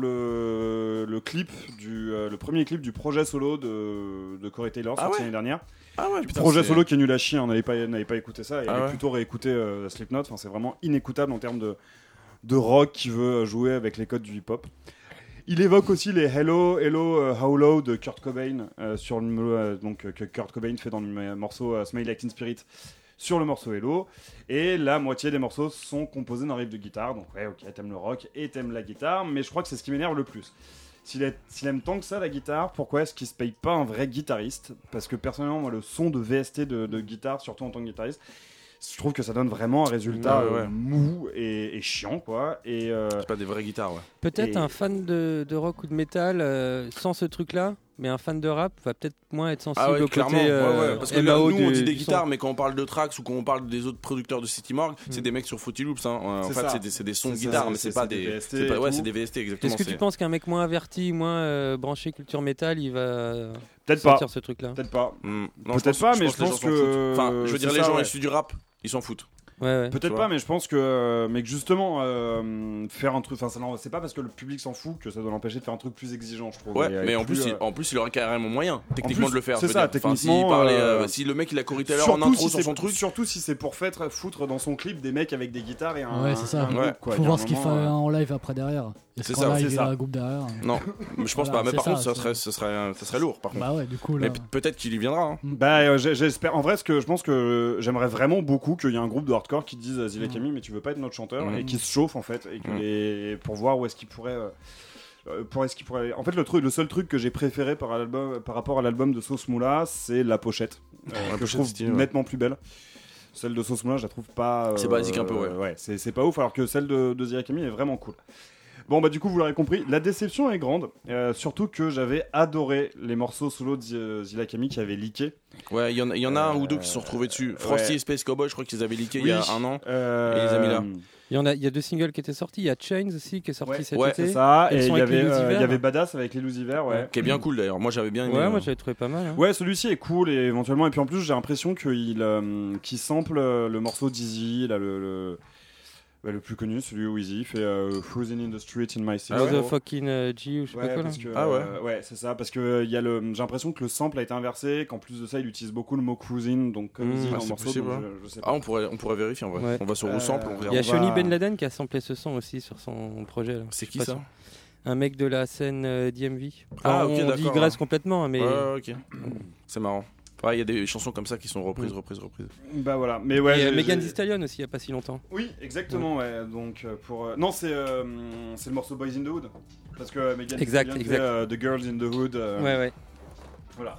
S8: le, le clip du. euh, le premier clip du projet solo de, de Corey Taylor,
S5: Ah
S8: sorti
S5: ouais.
S8: l'année dernière.
S5: Ah ouais, putain.
S8: Projet
S5: c'est-
S8: solo qui est nul à chier, on n'avait pas, n'avait pas écouté ça, et
S5: Ah
S8: avait
S5: ouais.
S8: plutôt réécouté euh, Slipknot. Enfin, c'est vraiment inécoutable en termes de, de rock qui veut jouer avec les codes du hip-hop. Il évoque aussi les Hello, Hello, euh, How Low de Kurt Cobain, euh, sur le, euh, donc, euh, que Kurt Cobain fait dans le morceau euh, Smile Like Teen Spirit, sur le morceau Hello. Et la moitié des morceaux sont composés d'un riff de guitare. Donc, ouais, ok, t'aimes le rock et t'aimes la guitare, mais je crois que c'est ce qui m'énerve le plus. S'il, est, s'il aime tant que ça la guitare, pourquoi est-ce qu'il se paye pas un vrai guitariste ? Parce que personnellement, moi, le son de V S T de, de guitare, surtout en tant que guitariste, je trouve que ça donne vraiment un résultat
S5: Ouais, ouais.
S8: euh, mou et, et chiant, quoi. Et, euh,
S5: C'est pas des vraies guitares, ouais.
S6: Peut-être
S8: Et-
S6: un fan de, de rock ou de métal euh, sans ce truc-là, mais un fan de rap va peut-être moins être sensible
S5: Ah ouais,
S6: au
S5: clairement.
S6: côté euh,
S5: ouais, ouais. Parce que
S6: M
S5: là,
S6: A O
S5: nous, on
S6: du-
S5: dit des
S6: du son.
S5: guitares, mais quand on parle de Trax ou quand on parle des autres producteurs de City Morgue, c'est des mecs sur Fruity Loops. Hein. En
S8: C'est
S5: fait,
S8: ça.
S5: c'est des, c'est des sons de
S8: C'est ça,
S5: guitare,
S8: c'est-
S5: mais c'est
S8: c'est
S5: pas
S8: des
S5: des.
S8: V S T
S5: c'est pas-
S8: et
S5: ouais,
S8: tout.
S5: c'est des V S T, exactement.
S6: Est-ce que tu
S5: c'est-
S6: penses qu'un mec moins averti, moins euh, branché culture métal, il va
S8: Peut-être pas.
S6: sentir ce truc-là ?
S8: Peut-être pas.
S5: Hmm. Non,
S8: Peut-être
S5: je pense-
S8: pas, mais
S5: pense
S8: je
S5: les gens
S8: pense
S5: s'en
S8: que-
S5: foutent. Enfin, je veux dire,
S8: c'est
S5: les
S8: ça,
S5: gens
S8: ouais.
S5: issus du rap, ils s'en foutent.
S6: Ouais, ouais.
S8: Peut-être
S5: Tu
S8: pas,
S5: vois.
S8: mais je pense que, euh, mais que justement, euh, faire un truc, enfin, ça n'en- c'est pas parce que le public s'en fout que ça doit l'empêcher de faire un truc plus exigeant, je trouve.
S5: Ouais,
S8: Et avec
S5: mais en plus,
S8: euh,
S5: il, en plus, il aurait carrément moyen, techniquement,
S8: plus,
S5: de le faire.
S8: c'est
S5: je veux
S8: ça,
S5: dire. Enfin, s'il
S8: techniquement,
S5: parlait,
S8: euh,
S5: euh, si le mec il a Corey Taylor en
S8: surtout
S5: intro
S8: si
S5: sur
S8: c'est-
S5: son truc.
S8: Surtout si c'est pour faire, foutre dans son clip des mecs avec des guitares et un.
S7: Ouais, c'est ça.
S8: un groupe,
S5: Ouais.
S8: quoi. Il y
S7: Faut
S8: a
S7: voir
S8: un
S7: ce qu'il fait
S8: moment, euh,
S7: en live après derrière. Est-ce
S5: C'est
S7: qu'en
S5: ça,
S7: live
S8: c'est
S7: il a
S8: ça.
S7: un groupe derrière?
S5: Non, mais je pense
S7: Voilà,
S5: pas. Mais
S7: c'est
S5: par
S7: ça,
S5: contre, ça
S7: c'est-
S5: serait, ça serait, ça serait lourd, par contre.
S7: Bah ouais, du coup là.
S5: Mais p- peut-être qu'il y viendra. Hein.
S8: Bah, euh, j'ai- j'espère. En vrai, ce que je pense que j'aimerais vraiment beaucoup qu'il y ait un groupe de hardcore qui dise à Zilek Kami, mais tu veux pas être notre chanteur,
S5: Mhm.
S8: et qui se chauffe en fait, et que
S5: Mhm.
S8: les- pour voir où est-ce qu'il pourrait. euh, euh, pour est-ce qu'il pourrait... En fait, le, truc, le seul truc que j'ai préféré par, l'album, par rapport à l'album de Sauce Moula, c'est la pochette, euh,
S5: La
S8: que je
S5: pochette
S8: trouve
S5: stylée, ouais.
S8: nettement plus belle. Celle de Sauce Moula, je la trouve pas. euh,
S5: C'est basique un peu, ouais.
S8: Ouais, c'est, c'est pas ouf, alors que celle de, de Zilek Kami est vraiment cool. Bon, bah, du coup, vous l'aurez compris, la déception est grande, euh, surtout que j'avais adoré les morceaux solo de Z- Zilek Kami qui avaient leaké.
S5: Ouais, il y en a, il y en a un ou deux qui se sont retrouvés dessus. Frosty
S8: ouais.
S5: et Space Cowboy, je crois qu'ils avaient leaké il
S8: Oui,
S5: y a un an.
S8: euh,
S5: Et ils les a mis là.
S6: Il y en a, il y a deux singles qui étaient sortis. Il y a Chains aussi qui est sorti
S8: Ouais,
S6: cet
S5: ouais,
S6: été.
S8: C'est ça,
S6: Elles
S8: et
S6: sont
S8: il y,
S6: avec les
S8: avait, euh,
S6: Lucifer.
S8: il y avait Badass avec les Lucifer, ouais.
S5: Qui est bien cool d'ailleurs. Moi j'avais bien aimé.
S6: Ouais,
S5: euh,
S6: moi j'avais trouvé pas mal. hein.
S8: Ouais, celui-ci est cool, et éventuellement, et puis en plus, j'ai l'impression qu'il euh, qu'il sample euh, le morceau d'Easy, là, le, le, bah, le plus connu, celui où Easy fait euh, Cruising in the Street in My City.
S5: Ah ouais.
S6: Motherfucking euh, G ou je sais
S8: Ouais,
S6: pas quoi là.
S8: parce que,
S5: Ah ouais.
S8: euh, ouais, c'est ça, parce que euh, il y a le, j'ai l'impression que le sample a été inversé, qu'en plus de ça, il utilise beaucoup le mot cruising, donc comme
S6: Mmh,
S8: Easy
S5: ah,
S8: dans le
S5: c'est
S8: morceau,
S5: possible,
S8: donc
S5: hein.
S8: je, je sais pas.
S5: Ah, on pourrait, on pourrait vérifier en vrai.
S6: Ouais.
S5: On va sur
S8: Euh,
S5: Roussample, on
S6: Il y a
S5: regarde.
S8: on
S6: Shawnee
S8: va-
S6: Ben Laden qui a samplé ce son aussi sur son projet. là.
S5: C'est
S6: Je
S5: qui
S6: sais pas
S5: ça
S6: sûr. Un mec de la scène euh, D M V.
S5: Ah,
S6: on
S5: ok, d'accord.
S6: digresse complètement, hein, mais
S5: Ouais, ouais, ok. C'est marrant. Ouais, il y a des chansons comme ça qui sont reprises,
S6: Mm.
S5: reprises, reprises.
S8: Bah voilà, mais ouais.
S6: Et, euh,
S8: j'ai-
S6: Megan
S8: j'ai-
S6: Thee Stallion aussi, il y a pas si longtemps.
S8: Oui, exactement, ouais. Donc euh, pour euh, non, c'est euh, c'est le morceau Boys in the Hood, parce que euh, Megan Thee
S6: Exact,
S8: Stallion
S6: exact.
S8: fait, euh, The Girls in the Hood. euh,
S6: Ouais, ouais.
S8: Voilà.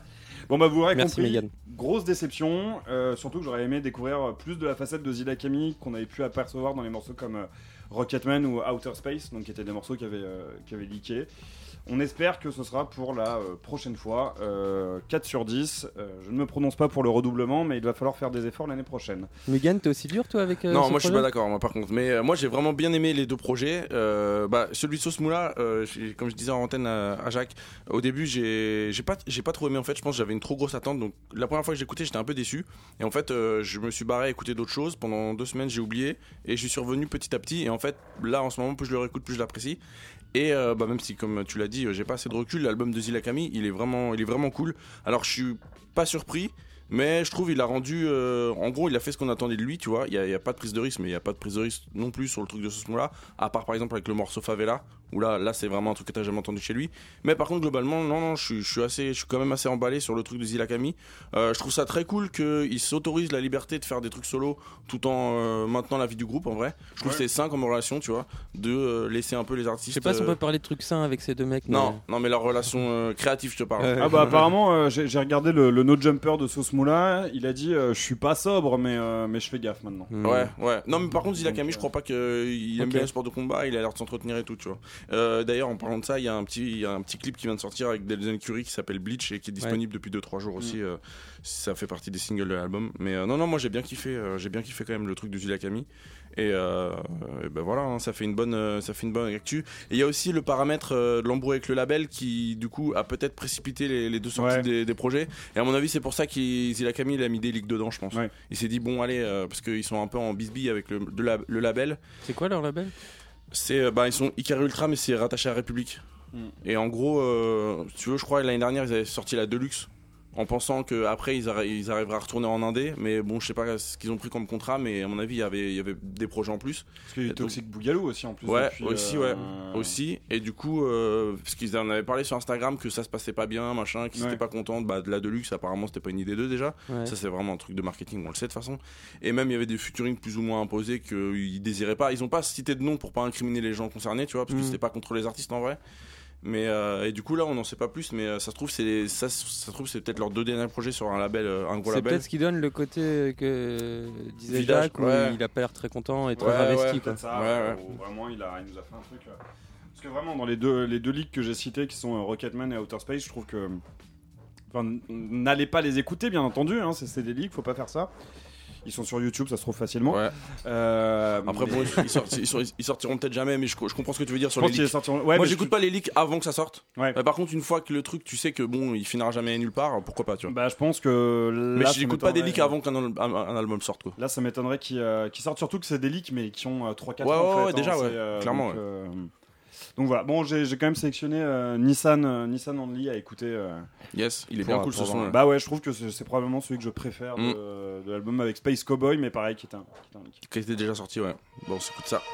S8: Bon bah vous l'aurez
S6: Merci,
S8: compris,
S6: Megan.
S8: grosse déception, euh, surtout que j'aurais aimé découvrir plus de la facette de Zilla Kami qu'on avait pu apercevoir dans les morceaux comme euh, Rocketman ou Outer Space, donc qui étaient des morceaux qui avaient, euh, qui avaient leaké. On espère que ce sera pour la euh, prochaine fois, euh, quatre sur dix, euh, je ne me prononce pas pour le redoublement, mais il va falloir faire des efforts l'année prochaine.
S6: Mugen, t'es aussi dur toi avec euh,
S5: Non,
S6: ce
S5: moi je suis
S6: projet
S5: pas d'accord, moi par contre. Mais euh, moi j'ai vraiment bien aimé les deux projets. Euh, bah, celui de Sauce Moula, euh, j'ai- comme je disais en antenne à, à Jacques, au début j'ai j'ai pas j'ai pas trop aimé en fait. Je pense que j'avais une trop grosse attente. Donc la première fois que j'ai écouté, j'étais un peu déçu. Et en fait, euh, je me suis barré à écouter d'autres choses. Pendant deux semaines, j'ai oublié et je suis revenu petit à petit. Et en fait, là en ce moment, plus je le réécoute, plus je l'apprécie. Et euh, bah, même si, comme tu l'as dit, euh, j'ai pas assez de recul, l'album de Zilla Kami, il est vraiment, il est vraiment cool. Alors je suis pas surpris. Mais je trouve il a rendu euh, en gros il a fait ce qu'on attendait de lui, tu vois. Il y a, il y a pas de prise de risque, mais il y a pas de prise de risque non plus sur le truc de ce moment là, à part par exemple avec le morceau Favela où là là c'est vraiment un truc que t'as jamais entendu chez lui. Mais par contre globalement non non je suis je suis assez je suis quand même assez emballé sur le truc de Zilla Kami. Euh, je trouve ça très cool qu'il s'autorise la liberté de faire des trucs solo tout en euh, maintenant la vie du groupe en vrai. Je trouve
S8: Ouais.
S5: que c'est sain comme relation, tu vois, de euh, laisser un peu les artistes.
S6: Je sais pas si on
S5: euh,
S6: peut parler de trucs sains avec ces deux mecs.
S5: Non non mais leur relation euh, créative je te parle.
S6: Ouais.
S8: Ah bah apparemment, euh, j'ai j'ai regardé le, le No Jumper de Sauce Moula, il a dit euh, je suis pas sobre mais, euh, mais je fais gaffe maintenant.
S6: Hmm.
S5: Ouais, ouais. Non, mais par contre, Zilla
S8: Donc,
S5: Kami,
S8: euh,
S5: je crois pas qu'il aime
S6: ok.
S5: bien le sport de combat. Il a l'air de s'entretenir et tout, tu vois. Euh, D'ailleurs, en parlant de ça, il y a un petit, il y a un petit clip qui vient de sortir avec Delzen Curry qui s'appelle Bleach et qui est disponible depuis deux trois jours aussi. Euh, ça fait partie des singles de l'album. Mais euh, non, non, moi j'ai bien kiffé. euh, j'ai bien kiffé quand même le truc de Zilla Kami. Et, euh, et ben voilà, hein, ça fait une bonne, euh, ça fait une bonne actu. Et il y a aussi le paramètre euh, de l'embrouille avec le label qui, du coup, a peut-être précipité les, les deux sorties
S8: Ouais.
S5: des, des projets. Et à mon avis, c'est pour ça qu'il Zilla Kami il a mis des leaks dedans, je pense.
S8: Ouais.
S5: Il s'est dit bon, allez, euh, parce qu'ils sont un peu en bisbille avec le, de la- le label.
S6: C'est quoi leur label?
S5: C'est, euh, bah, ils sont Ikari Ultra, mais c'est rattaché à République.
S8: Mm.
S5: Et en gros, euh, si tu veux, je crois l'année dernière, ils avaient sorti la Deluxe. En pensant qu'après ils, arri- ils arriveraient à retourner en indé, mais bon, je sais pas ce qu'ils ont pris comme contrat, mais à mon avis, il y avait, il y avait des projets en plus.
S8: Parce qu'il y a eu Toxic Boogaloo aussi en plus.
S5: Ouais,
S8: depuis,
S5: aussi,
S8: euh,
S5: ouais, aussi. Et du coup, euh, parce qu'ils en avaient parlé sur Instagram que ça se passait pas bien, machin, qu'ils
S8: Ouais.
S5: étaient pas contents bah, de la Deluxe. Apparemment, c'était pas une idée d'eux déjà.
S6: Ouais.
S5: Ça, c'est vraiment un truc de marketing, on le sait de toute façon. Et même, il y avait des featuring plus ou moins imposés qu'ils désiraient pas. Ils ont pas cité de nom pour pas incriminer les gens concernés, tu vois, parce que
S6: Mm.
S5: c'était pas contre les artistes en vrai. Mais euh, et du coup là on n'en sait pas plus, mais euh, ça se trouve c'est ça, ça se trouve c'est peut-être leurs deux derniers projets sur un label, euh, un gros
S6: C'est
S5: label.
S6: peut-être ce qui donne le côté que disait
S5: Village,
S6: Jacques où
S5: ouais.
S6: il a pas l'air très content et très
S5: Ouais,
S6: investi
S5: ouais,
S6: quoi.
S8: Peut-être ça,
S5: Ouais,
S8: euh,
S5: ouais.
S8: où vraiment il, a, il nous a fait un truc. euh, Parce que vraiment dans les deux, les deux leaks que j'ai cités qui sont euh, Rocketman et Outer Space, je trouve que. Enfin, n- n'allez pas les écouter bien entendu, hein, c'est c'est des leaks, faut pas faire ça. Ils sont sur YouTube, ça se trouve facilement.
S5: Ouais.
S8: Euh,
S5: Après
S8: mais-
S5: bon ils, sortent- ils, sortent- ils sortiront peut-être jamais, mais je, je comprends ce que tu veux dire
S8: je
S5: sur
S8: pense
S5: les
S8: qu'il est
S5: leaks.
S8: sorti. en- Ouais,
S5: Moi
S8: mais
S5: j'écoute
S8: je-
S5: pas les leaks avant que ça sorte.
S8: Ouais.
S5: Mais par contre une fois que le truc tu sais que bon il finira jamais nulle part, pourquoi pas tu vois.
S8: Bah, je pense que. Là,
S5: mais
S8: ça
S5: j'écoute pas des
S8: m'étonnerait-
S5: leaks avant qu'un al- un, un album sorte quoi.
S8: Là, ça m'étonnerait qu'ils euh, qu'ils sortent, surtout que c'est des leaks, mais qui ont trois quatre
S5: Ouais,
S8: ans. en
S5: ouais,
S8: fait,
S5: ouais, déjà,
S8: c'est,
S5: ouais,
S8: euh,
S5: clairement,
S8: Donc,
S5: ouais.
S8: euh, donc voilà, bon, j'ai j'ai quand même sélectionné euh, Nissan, euh, Nissan Only à écouter. euh,
S5: Yes, il est
S8: pour-
S5: bien cool
S8: pour
S5: ce
S8: voir.
S5: son. là.
S8: Bah ouais, je trouve que c'est c'est probablement celui que je préfère
S5: Mm.
S8: de, de l'album avec Space Cowboy, mais pareil, qui est un, qui est un leak.
S5: Qui était déjà sorti, ouais. Bon, on s'écoute ça.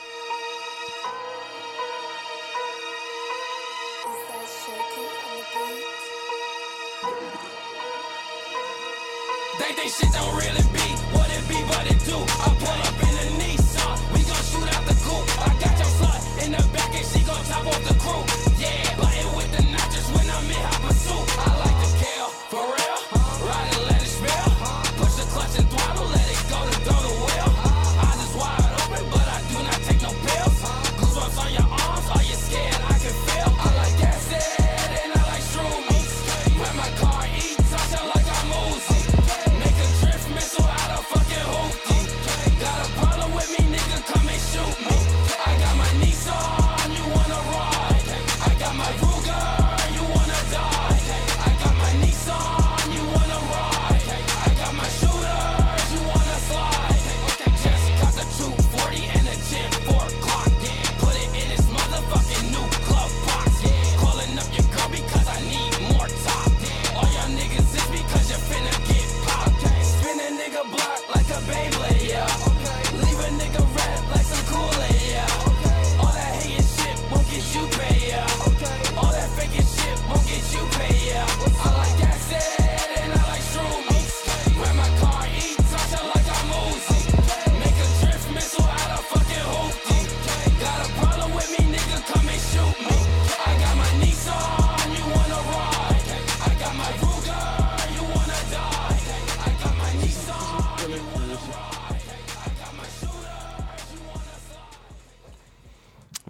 S11: They think shit don't really be what it be, but it do. I pull up in a Nissan, we gon' shoot out the coupe. I got your slut in the back and she gon' top off the crew. Yeah, button with the notches when I'm in hot pursuit. I like to kill, for real. Ride and let it spill. Push the clutch and throttle, let it go to throw the wheel. Eyes is wide open, but I do not take no pills. Goosebumps on your arms, are you scared? I can feel. I like acid and I like shroomies. When my car eats, I sound like I'm Uzi. Make a drift missile out of fucking hoopty. Got a problem with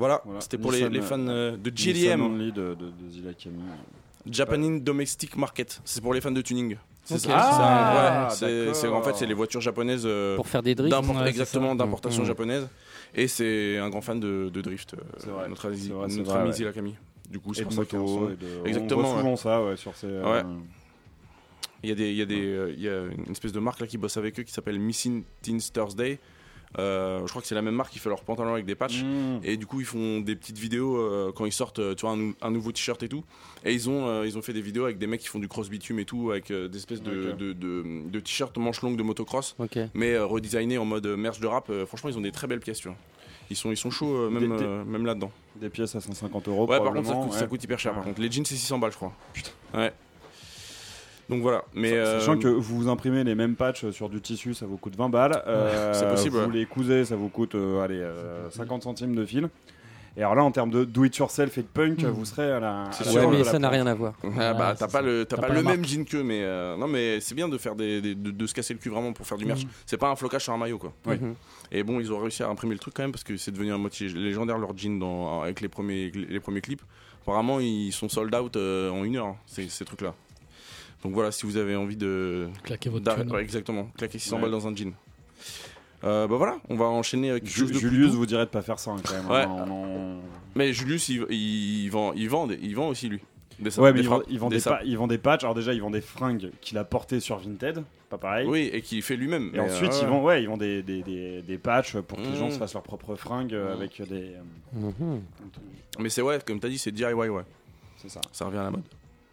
S5: Voilà,
S8: Voilà.
S5: c'était pour les,
S8: Nissan,
S5: les fans euh, de
S8: Nissan
S5: J D M,
S8: Only de, de, de Zilla Camille.
S5: Japanese Domestic Market. C'est pour les fans de tuning. C'est
S6: Ok.
S5: ça.
S8: Ah,
S5: c'est, ouais, c'est, c'est en fait c'est les voitures japonaises euh,
S6: Pour faire des drifts.
S5: d'import-
S7: Ouais, c'est
S5: exactement
S7: ça.
S5: d'importation
S6: Mmh.
S5: japonaise. Et c'est un grand fan de, de drift. euh,
S8: C'est vrai.
S5: Notre, ami-
S8: C'est vrai, c'est
S5: notre
S8: vrai,
S5: ami
S8: ouais.
S5: Zilla Camille. Du coup, c'est
S8: Et
S5: pour
S8: de
S5: ça qu'il y a
S8: moto.
S5: un-
S8: et de-
S5: Exactement,
S8: On voit souvent ça, ouais, sur ces. euh,
S5: Il y a des, il y a des, euh, il y a une espèce de marque là qui bosse avec eux qui s'appelle Missing Teens Thursday. Euh, je crois que c'est la même marque qui fait leurs pantalons avec des patchs.
S8: Mm.
S5: Et du coup, ils font des petites vidéos euh, quand ils sortent, euh, tu vois, un, nou- un nouveau t-shirt et tout. Et ils ont, euh, ils ont fait des vidéos avec des mecs qui font du cross bitume et tout, avec euh, des espèces de,
S8: Ok.
S5: de, de, de t-shirts manches longues de motocross,
S6: Ok.
S5: mais euh, redesignés en mode merch de rap. Euh, franchement, ils ont des très belles pièces, tu vois. Ils sont, ils sont chauds euh, même,
S8: Des- des-
S5: euh, même là-dedans.
S8: Des pièces à cent cinquante euros.
S5: Ouais, par contre, ça
S8: probablement,
S5: coûte, ça
S8: ouais.
S5: coûte hyper cher. Par
S8: Ouais.
S5: contre, les jeans, c'est six cents balles, je crois. Putain. Ouais. Donc voilà. Mais euh,
S8: Sachant que vous vous imprimez les mêmes patchs sur du tissu, ça vous coûte vingt balles. Euh,
S5: c'est possible,
S8: Vous
S5: ouais.
S8: les cousez, ça vous coûte euh, allez, euh, cinquante centimes de fil. Et alors là, en termes de do it yourself et de punk,
S7: Mm.
S8: vous serez à la.
S5: C'est
S8: à la
S5: sûr,
S6: Ouais,
S8: pointe
S6: mais
S8: de la
S6: ça n'a
S8: pointe.
S6: rien à voir.
S5: Ah bah,
S7: Ouais,
S5: t'as
S7: c'est
S5: pas
S7: ça.
S5: le, t'as
S7: T'as
S5: pas
S7: pas
S5: le
S7: la
S5: même
S7: marque.
S5: jean qu'eux, mais euh, non, mais c'est bien de faire des, des- de, de se casser le cul vraiment pour faire du merch.
S7: Mhm.
S5: C'est pas un flocage sur un maillot, quoi.
S8: Oui.
S6: Mhm.
S5: Et bon, ils ont réussi à imprimer le truc quand même parce que c'est devenu un motif légendaire leur jean dans, avec les premiers, les premiers clips. Apparemment, ils sont sold out euh, en une heure, hein, ces, ces trucs-là. Donc voilà, si vous avez envie de.
S7: Claquer votre
S5: d'arrêter-
S7: thune.
S5: ouais, exactement, claquer six cents
S8: Ouais.
S5: balles dans un jean. Euh, bah voilà, on va enchaîner avec quelque
S8: Ju-
S5: chose de plus
S8: Julius
S5: doux.
S8: vous dirait de pas faire ça hein, quand même.
S5: Ouais.
S8: hein, on-
S5: Mais Julius, il, il, il vend, il, vend, il vend aussi lui. Des sapes,
S8: Ouais, mais
S5: des
S8: ils vendent,
S5: frappes,
S8: ils, vendent
S5: des
S8: des
S5: sapes.
S8: pa- ils vendent des patchs. Alors déjà, ils vendent des fringues qu'il a portées sur Vinted, pas pareil.
S5: Oui, et qu'il fait lui-même.
S8: Et
S5: mais,
S8: ensuite,
S5: euh,
S8: ils
S5: ouais.
S8: vendent, ouais, ils vendent des, des, des, des patchs pour que les gens
S5: Mmh.
S8: se fassent leurs propres fringues euh,
S5: Mmh.
S8: avec des. euh,
S6: Mhm.
S5: Mais c'est ouais, comme t'as dit, c'est D I Y, ouais.
S8: C'est ça.
S5: Ça revient à la mode.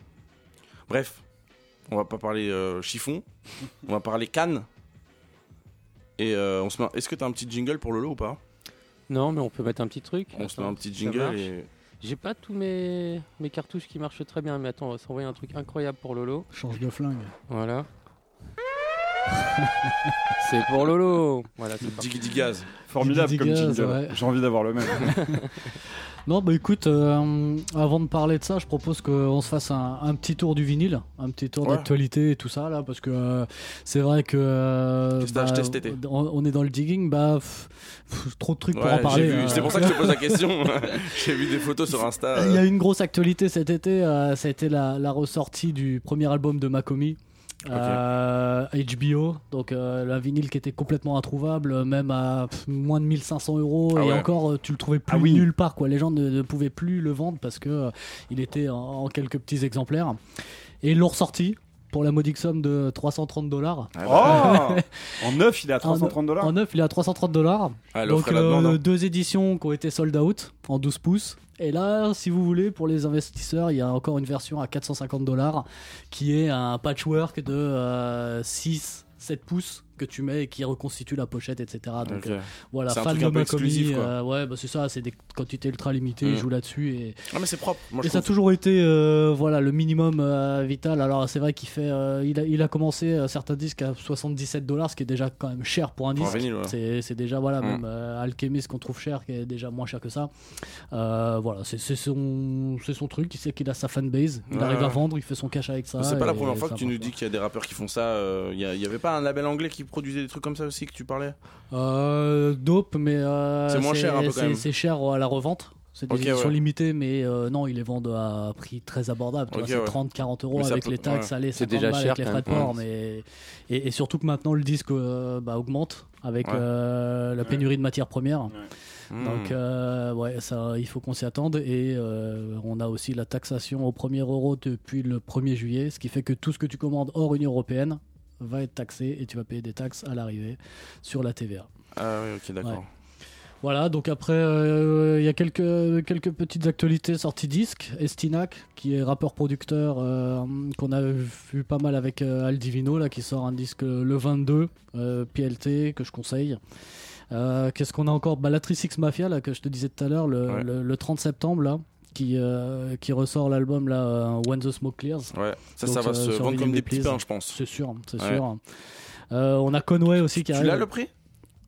S5: Bref, on va pas parler euh, chiffon, on va parler canne. Et euh, on se met... Est-ce que t'as un petit jingle pour Lolo ou pas?
S6: Non, mais on peut mettre un petit truc.
S5: On se met
S6: Attends,
S5: un petit
S6: ça
S5: jingle
S6: marche.
S5: et...
S6: J'ai pas tous mes, mes cartouches qui marchent très bien, mais attends, on va s'envoyer un truc incroyable pour Lolo.
S7: Change de flingue.
S6: Voilà. C'est pour Lolo. Voilà, c'est parti.
S5: Diggy Gaz.
S8: Formidable
S7: Didi
S8: comme
S7: Gaz,
S8: jingle.
S7: ouais.
S8: J'ai envie d'avoir le même.
S7: Non, bah écoute, euh, avant de parler de ça, je propose qu'on se fasse un, un petit tour du vinyle, un petit tour
S5: Ouais.
S7: d'actualité et tout ça, là, parce que euh, c'est vrai que. euh,
S5: Qu'est-ce que t'as acheté cet été
S7: on, on est dans le digging, bah. pff, pff, trop de trucs pour
S5: Ouais,
S7: en
S5: j'ai
S7: parler.
S5: vu.
S7: euh.
S5: C'est pour ça que je te pose la question. J'ai vu des photos sur Insta.
S7: Il y
S5: euh,
S7: a une grosse actualité cet été, euh, ça a été la, la ressortie du premier album de Makomi. Euh, H B O, donc euh, la vinyle qui était complètement introuvable, même à pff, moins de mille cinq cents euros,
S5: Ah
S7: et
S5: ouais.
S7: encore euh, tu le trouvais plus
S8: Ah oui.
S7: nulle part, quoi. Les gens ne, ne pouvaient plus le vendre parce que euh, il était en, en quelques petits exemplaires. Et ils l'ont ressorti pour la modique somme de trois cent trente dollars.
S5: ah bah,
S8: Oh En neuf, il est à trois cent trente dollars.
S7: En neuf, il est à trois cent trente dollars.
S5: ah, l'offre
S7: Donc
S5: et la demande,
S7: euh,
S5: hein.
S7: deux éditions qui ont été sold out en douze pouces. Et là, si vous voulez, pour les investisseurs, il y a encore une version à quatre cent cinquante dollars qui est un patchwork de euh, six sept pouces que tu mets et qui reconstitue la pochette, et cetera. Donc
S5: Ok.
S7: euh, voilà,
S5: C'est un
S7: fan
S5: truc
S7: de
S5: un peu
S7: Makomi,
S5: exclusif, quoi.
S7: euh, ouais, bah c'est ça, c'est des quantités ultra limitées,
S5: Mm.
S7: ils jouent là-dessus et,
S5: Ah, mais c'est propre. Moi,
S7: et
S5: je
S7: ça a
S5: trouve.
S7: toujours été euh, voilà le minimum euh, vital. Alors c'est vrai qu'il fait, euh, il a, il a commencé euh, certains disques à soixante-dix-sept dollars, ce qui est déjà quand même cher pour un
S5: Pour un
S7: disque.
S5: vinyle, ouais.
S7: C'est, c'est déjà voilà,
S5: Mm.
S7: même euh, Alchemist qu'on trouve cher, qui est déjà moins cher que ça. Euh, voilà, c'est, c'est son, c'est son truc. Il sait qu'il a sa fanbase, il
S5: Ouais,
S7: arrive à
S5: ouais.
S7: vendre, il fait son cash avec ça.
S5: Mais c'est pas la
S7: et
S5: première fois
S7: ça
S5: que tu nous
S7: marche,
S5: dis qu'il y a des rappeurs qui font ça. Il y, y avait pas un label anglais qui produisait des trucs comme ça aussi que tu parlais?
S7: quoi. Euh, dope, mais euh,
S5: C'est moins cher un peu, quand
S7: c'est,
S5: même.
S7: c'est cher à la revente. C'est des
S5: Ok,
S7: éditions
S5: ouais.
S7: limitées, mais euh, non, ils les vendent à prix très abordable. Tu
S5: Ok,
S7: vois, c'est
S5: ouais.
S7: trente quarante euros
S5: Mais ça
S7: avec
S5: peut-
S7: les taxes,
S5: ouais.
S7: allez,
S6: C'est
S7: cinquante
S6: déjà
S7: balles
S6: cher,
S7: avec les
S6: quand
S7: frais de
S6: même.
S7: port. Mais... Et, et surtout que maintenant, le disque euh, bah, augmente avec
S5: Ouais.
S7: euh, la pénurie de matières premières.
S5: Hmm.
S7: Donc, euh, ouais, ça, il faut qu'on s'y attende. Et euh, on a aussi la taxation au premier euro depuis le premier juillet, ce qui fait que tout ce que tu commandes hors Union Européenne va être taxé et tu vas payer des taxes à l'arrivée sur la T V A.
S5: Ah oui, ok, d'accord.
S7: Ouais. Voilà, donc après, euh, il y a quelques, quelques petites actualités sorties disques. Estinac, qui est rappeur-producteur, euh, qu'on a vu pas mal avec euh, Al Divino, là, qui sort un disque le vingt-deux, euh, P L T, que je conseille. Euh, qu'est-ce qu'on a encore bah, la Three Six Mafia, là, que je te disais tout à l'heure, le,
S5: Ouais.
S7: le, le trente septembre, là, qui, euh, qui ressort l'album, là, euh, When the Smoke Clears.
S5: Ouais, ça,
S7: Donc,
S5: ça va
S7: euh,
S5: se
S7: sur
S5: vendre comme
S7: Vinyl
S5: des petits
S7: Please.
S5: pains, je pense.
S7: C'est sûr, c'est
S5: Ouais.
S7: sûr. Euh, on a Conway aussi qui
S5: Tu
S7: arrive.
S5: l'as le prix?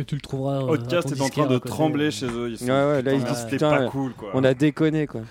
S7: que tu le trouveras. euh, à
S8: Outcast
S7: ton
S8: est en train
S7: disquaire
S8: de
S7: à côté.
S8: trembler chez eux. Ils sont-
S6: Ouais, ouais, là, ils
S8: putain,
S6: disent,
S8: c'était
S6: putain,
S8: pas cool quoi.
S6: On a déconné quoi.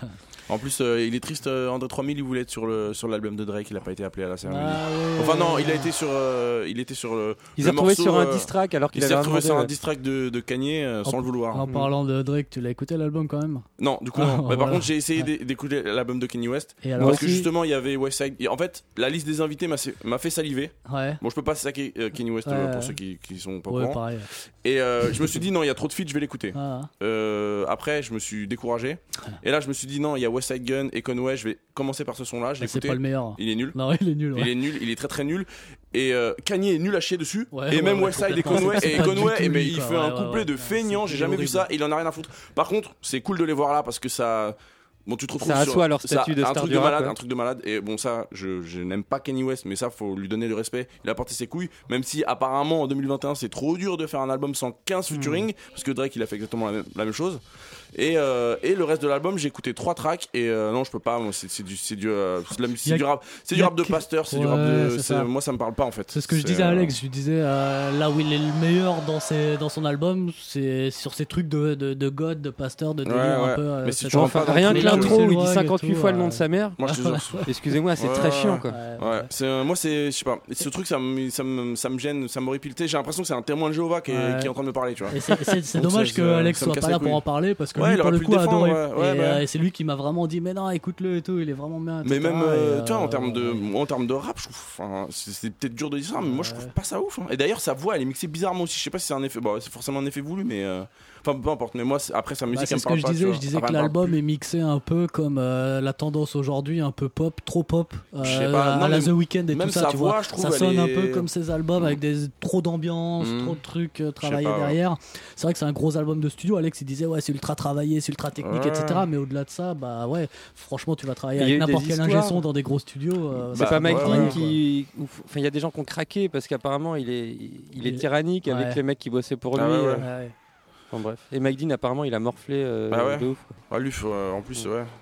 S5: En plus, euh, il est triste. Euh, André trois mille, il voulait être sur le sur l'album de Drake. Il a pas été appelé à la cérémonie.
S7: Ah, ouais,
S5: enfin non,
S7: ouais.
S5: il a été sur. Euh, il était sur le.
S6: Ils
S5: le
S6: ont retrouvé
S5: morceau,
S6: sur un
S5: euh,
S6: diss track alors qu'il
S5: il
S6: avait
S5: s'est retrouvé
S6: demandé,
S5: sur un
S6: ouais.
S5: diss track de, de Kanye euh, sans
S7: En-
S5: le vouloir.
S7: En parlant de Drake, tu l'as écouté l'album quand même?
S5: Non, du coup non. Mais par
S7: Voilà.
S5: contre, j'ai essayé d'é- d'écouter l'album de Kanye West
S7: Et alors
S5: parce que
S7: aussi-
S5: justement, il y avait Westside. En fait, la liste des invités m'a m'a fait saliver.
S7: Ouais.
S5: Bon, je peux pas saquer euh, Kanye West
S7: Ouais,
S5: euh,
S7: ouais.
S5: pour ceux qui, qui sont pas au
S7: Ouais,
S5: courant.
S7: pareil.
S5: Et euh, je me suis dit non, il y a trop de feats, je vais l'écouter.
S7: Ah.
S5: Euh, après, je me suis découragé. Et là, je me suis dit non, il y a West Side Gun et Conway. Je vais commencer par ce son-là. Je l'ai
S7: Bah, c'est
S5: écouté.
S7: pas le meilleur.
S5: Il est nul.
S7: Non, il est nul. Ouais.
S5: Il est nul. Il est très très nul. Et euh, Kanye est nul à chier dessus.
S7: Ouais,
S5: et
S7: ouais,
S5: même
S7: ouais,
S5: West Side et
S7: complètement.
S5: Conway.
S7: C'est
S5: Et
S7: pas du
S5: Conway,
S7: tout
S5: eh ben,
S7: lui,
S5: il
S7: quoi.
S5: fait
S7: Ouais,
S5: un
S7: ouais,
S5: couplet
S7: ouais.
S5: de feignant. J'ai jamais vu
S7: horrible.
S5: ça. Il en a rien à foutre. Par contre, c'est cool de les voir là parce que ça. Bon, tu te retrouves
S6: Ça
S5: sur
S6: assoit leur
S5: ça-
S6: statut de
S5: un
S6: star
S5: truc
S6: du
S5: de
S6: rap,
S5: malade,
S6: ouais.
S5: un truc de malade. Et bon, ça, je, je n'aime pas Kanye West, mais ça, faut lui donner le respect. Il a porté ses couilles, même si apparemment en deux mille vingt et un, c'est trop dur de faire un album sans quinze featuring, parce que Drake, il a fait exactement la même, la même chose. Et, euh, et le reste de l'album, j'ai écouté trois tracks et euh, non, je peux pas. Moi, c'est c'est du, c'est du, euh, c'est de la musique-
S7: Y a-
S5: c'est du rap, c'est
S7: y
S5: du
S7: a
S5: rap de
S7: que-
S5: pasteur, c'est du
S7: Ouais,
S5: rap de.
S7: c'est
S5: c'est-
S7: ça.
S5: Moi, ça me parle pas en fait.
S7: C'est ce que je disais
S5: euh,
S7: à Alex, je lui disais euh, là où il est le meilleur dans, ses, dans son album, c'est sur ces trucs de, de, de God, de pasteur, de délire
S5: Ouais,
S7: un
S5: ouais.
S7: peu. euh,
S5: Mais si
S7: cette-
S5: tu rentres
S6: Enfin,
S5: pas dans
S6: rien
S5: tous
S6: que
S5: les
S6: l'intro
S5: trucs,
S6: où il dit
S7: Lindsay Lohan et
S6: cinquante-huit
S7: tout,
S6: fois le nom
S7: ouais.
S6: de sa mère.
S5: Moi, je te jure.
S6: Excusez-moi, c'est
S5: Ouais,
S6: très
S5: ouais,
S6: chiant
S5: ouais.
S6: quoi.
S7: Ouais,
S5: Ouais, c'est, euh, moi c'est, je sais pas, ce truc ça me, ça me, ça me gêne, ça m'horripile. Tu sais, j'ai l'impression que c'est un témoin de Jéhovah qui est,
S7: Ouais.
S5: qui est en train de me parler, tu vois.
S7: Et c'est- c'est c'est
S5: Donc
S7: dommage
S5: ça,
S7: que
S5: ça-
S7: Alex
S5: ça me
S7: soit
S5: casse
S7: pas
S5: les
S7: là pour
S5: couilles.
S7: en parler parce que
S5: Ouais,
S7: lui,
S5: il
S7: pour
S5: aurait
S7: le
S5: pu
S7: coup,
S5: le
S7: a
S5: défendre,
S7: adoré.
S5: ouais, ouais,
S7: et
S5: bah.
S7: euh, et c'est lui qui m'a vraiment dit, mais non, écoute-le et tout, il est vraiment bien.
S5: Mais
S7: et cetera.
S5: même, euh,
S7: Et,
S5: tu vois, en
S7: euh,
S5: termes de, moi, en termes de rap, je trouve, enfin, c'est, c'est peut-être dur de dire ça, mais moi je trouve pas ça ouf. Hein. Et d'ailleurs, sa voix, elle est mixée bizarrement aussi. Je sais pas si c'est un effet, bon, c'est forcément un effet voulu, mais euh, enfin, peu importe. Mais moi, c'est- après sa musique,
S7: Bah, c'est
S5: elle me
S7: ce que
S5: parle
S7: je
S5: pas. tu
S7: disais,
S5: vois.
S7: je disais
S5: Enfin,
S7: que
S5: elle me parle
S7: l'album
S5: plus.
S7: est mixé un peu comme euh, la tendance aujourd'hui, un peu pop, trop pop, euh,
S5: Je sais pas, non,
S7: à la
S5: mais
S7: The Weeknd et
S5: même
S7: tout ça,
S5: sa
S7: tu
S5: voix,
S7: vois.
S5: je trouve,
S7: Ça
S5: elle
S7: sonne un
S5: est-
S7: peu comme ces albums avec des trop d'ambiance,
S5: Mm.
S7: trop de trucs euh, travaillés
S5: pas, ouais.
S7: derrière. C'est vrai que c'est un gros album de studio. Alex il disait ouais c'est ultra travaillé, c'est ultra technique,
S5: Ouais.
S7: et cetera. Mais au-delà de ça, bah ouais, franchement tu vas travailler
S6: Il y a
S7: avec
S6: eu des
S7: n'importe quel ingé
S6: histoires.
S7: son dans des gros studios. euh,
S6: C'est
S5: Bah,
S6: pas Mike
S5: ouais,
S6: Dean
S5: ouais,
S6: qui. ou- Enfin, il y a des gens qui ont craqué parce qu'apparemment il est, il est
S7: Il-
S6: tyrannique
S7: Ouais.
S6: avec les mecs qui bossaient pour lui.
S5: Ah ouais, ouais.
S6: euh.
S7: ouais.
S6: Enfin, bref. Et Mike Dean apparemment il a morflé euh,
S5: Ah ouais.
S6: de ouf.
S5: Ah, lui, faut, euh, en plus, ouais.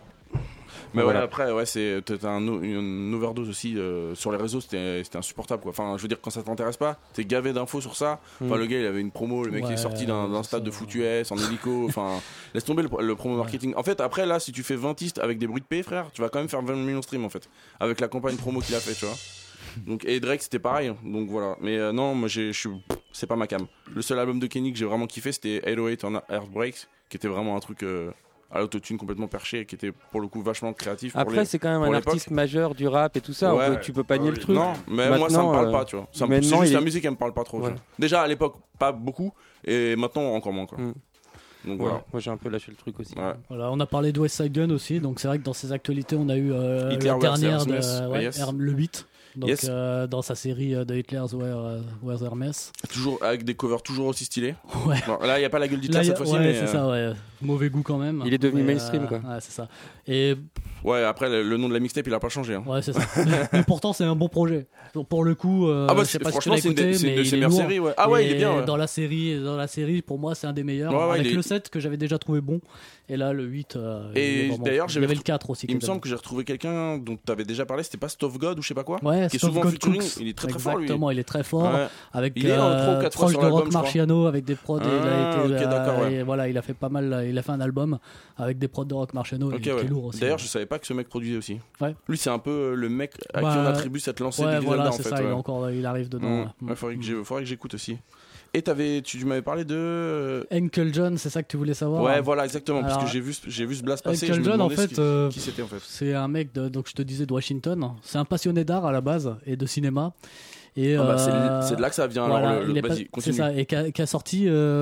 S5: Mais
S6: Voilà.
S5: ouais, après, ouais, c'est t'as un, o- une overdose aussi euh, sur les réseaux, c'était c'était insupportable quoi. Enfin, je veux dire, quand ça t'intéresse pas, t'es gavé d'infos sur ça. Enfin,
S6: Mm.
S5: le gars, il avait une promo, le mec il
S7: Ouais,
S5: est sorti d'un d'un
S7: c'est
S5: stade
S7: ça,
S5: de foutu S en hélico. Enfin, laisse tomber le, le promo marketing. En fait, après là, si tu fais vingt istes avec des bruits de paix, frère, tu vas quand même faire vingt millions de streams en fait, avec la campagne promo qu'il a fait, tu vois. Donc, et Drake c'était pareil, donc voilà. Mais euh, non, moi j'ai, je suis, c'est pas ma cam. Le seul album de Kenny que j'ai vraiment kiffé, c'était eight oh eight on Heartbreaks, qui était vraiment un truc euh, à l'autotune complètement perché, et qui était pour le coup vachement créatif. pour
S6: Après
S5: les-
S6: c'est quand même
S5: pour
S6: un
S5: l'époque.
S6: artiste majeur du rap et tout ça. on
S5: Ouais.
S6: peut- tu peux pas nier le truc.
S5: Non, mais moi ça me
S6: Maintenant,
S5: parle
S6: euh,
S5: pas, tu vois. Ça me-
S6: maintenant,
S5: c'est juste
S6: il
S5: la
S6: est-
S5: musique, elle me parle pas trop. tu
S6: Ouais.
S5: vois. Déjà à l'époque, pas beaucoup, et maintenant encore moins quoi.
S6: Mm.
S5: Donc
S6: Ouais,
S5: voilà.
S6: moi j'ai un peu lâché le truc aussi.
S5: Ouais.
S7: Voilà, on a parlé de West Side Gun aussi, donc c'est vrai que dans ces actualités, on a eu euh,
S5: Hitler
S7: la
S5: versus
S7: dernière de,
S5: Hermès,
S7: ouais,
S5: yes.
S7: Herm- le huit, donc
S5: Yes.
S7: euh, dans sa série euh, de Hitler's Were, euh, Were Hermès.
S5: Toujours avec des covers toujours aussi stylés.
S7: Ouais.
S5: Bon, là, il y a pas la gueule d'Hitler
S7: Là, y a-
S5: cette fois-ci,
S7: ouais,
S5: mais
S7: c'est
S5: euh,
S7: ça, ouais. Mauvais goût quand même.
S6: Il est devenu
S7: Mais,
S6: mainstream,
S7: euh,
S6: quoi.
S7: Ouais, c'est ça. Et
S5: ouais, après le, le nom de la mixtape, il a pas changé. Hein.
S7: ouais, c'est ça. mais pourtant, c'est un bon projet. Donc, pour le coup, euh,
S5: Ah bah,
S7: je sais
S5: c'est-
S7: pas si tu
S5: franchement,
S7: l'as
S5: c'est une des-
S7: écouté,
S5: c'est une
S7: mais
S5: de
S7: il
S5: ses
S7: est
S5: meilleures
S7: lourd.
S5: séries, ouais. Ah ouais,
S7: Et
S5: il est bien, ouais.
S7: Dans la série, dans la série, pour moi, c'est un des meilleurs.
S5: Ouais, ouais,
S7: avec
S5: il est-
S7: le sept que j'avais déjà trouvé bon. Et là, le huit. euh, il est
S5: Et
S7: vraiment-
S5: d'ailleurs,
S7: il y
S5: j'avais
S7: avait le
S5: retrouvé-
S7: quatre aussi.
S5: Il
S7: qui
S5: me
S7: était
S5: semble
S7: bon.
S5: que j'ai retrouvé quelqu'un dont tu avais déjà parlé, c'était pas Stuff God ou je sais pas quoi,
S7: Ouais,
S5: qui est
S7: Stuff
S5: souvent en
S7: God
S5: featuring.
S7: Cooks.
S5: Il est très très fort lui.
S7: Exactement, il est très fort.
S5: Ouais.
S7: Avec
S5: Il est en
S7: euh,
S5: trois ou quatre fois
S7: proche
S5: sur
S7: de
S5: l'album,
S7: Rock
S5: je crois.
S7: Marciano, avec des prods. il a
S5: Ah,
S7: été,
S5: ok,
S7: euh,
S5: d'accord, ouais.
S7: et voilà, il a fait pas mal. Il a fait un album avec des prods de Rock Marciano,
S5: Ok,
S7: qui
S5: ouais.
S7: est lourd aussi.
S5: D'ailleurs, je savais pas que ce mec produisait aussi.
S7: Ouais.
S5: Lui, c'est un peu euh, le mec à
S7: Bah,
S5: qui on attribue cette lancée
S7: ouais,
S5: de Griselda
S7: voilà,
S5: en
S7: c'est
S5: fait.
S7: ça.
S5: ouais.
S7: Il est encore, il arrive dedans.
S5: Mm.
S7: ouais.
S5: Ouais, faudrait que j'ai- faudrait que j'écoute aussi. Et t'avais, tu m'avais parlé de. euh,
S7: Uncle John, c'est ça que tu voulais savoir.
S5: Ouais, voilà, exactement. parce
S7: Alors,
S5: que j'ai vu, j'ai vu ce blast passer. et
S7: Uncle
S5: je me
S7: John, en
S5: demandais ce
S7: fait,
S5: qui,
S7: euh,
S5: qui c'était en fait.
S7: c'est un mec, de, donc je te disais, de Washington. C'est un passionné d'art à la base et de cinéma. Et,
S5: Ah bah, c'est-
S7: euh,
S5: c'est de là que ça vient.
S7: voilà,
S5: alors, le-
S7: il
S5: le-
S7: est pas-
S5: vas-y,
S7: c'est
S5: continue.
S7: ça, et qui a, qui a sorti,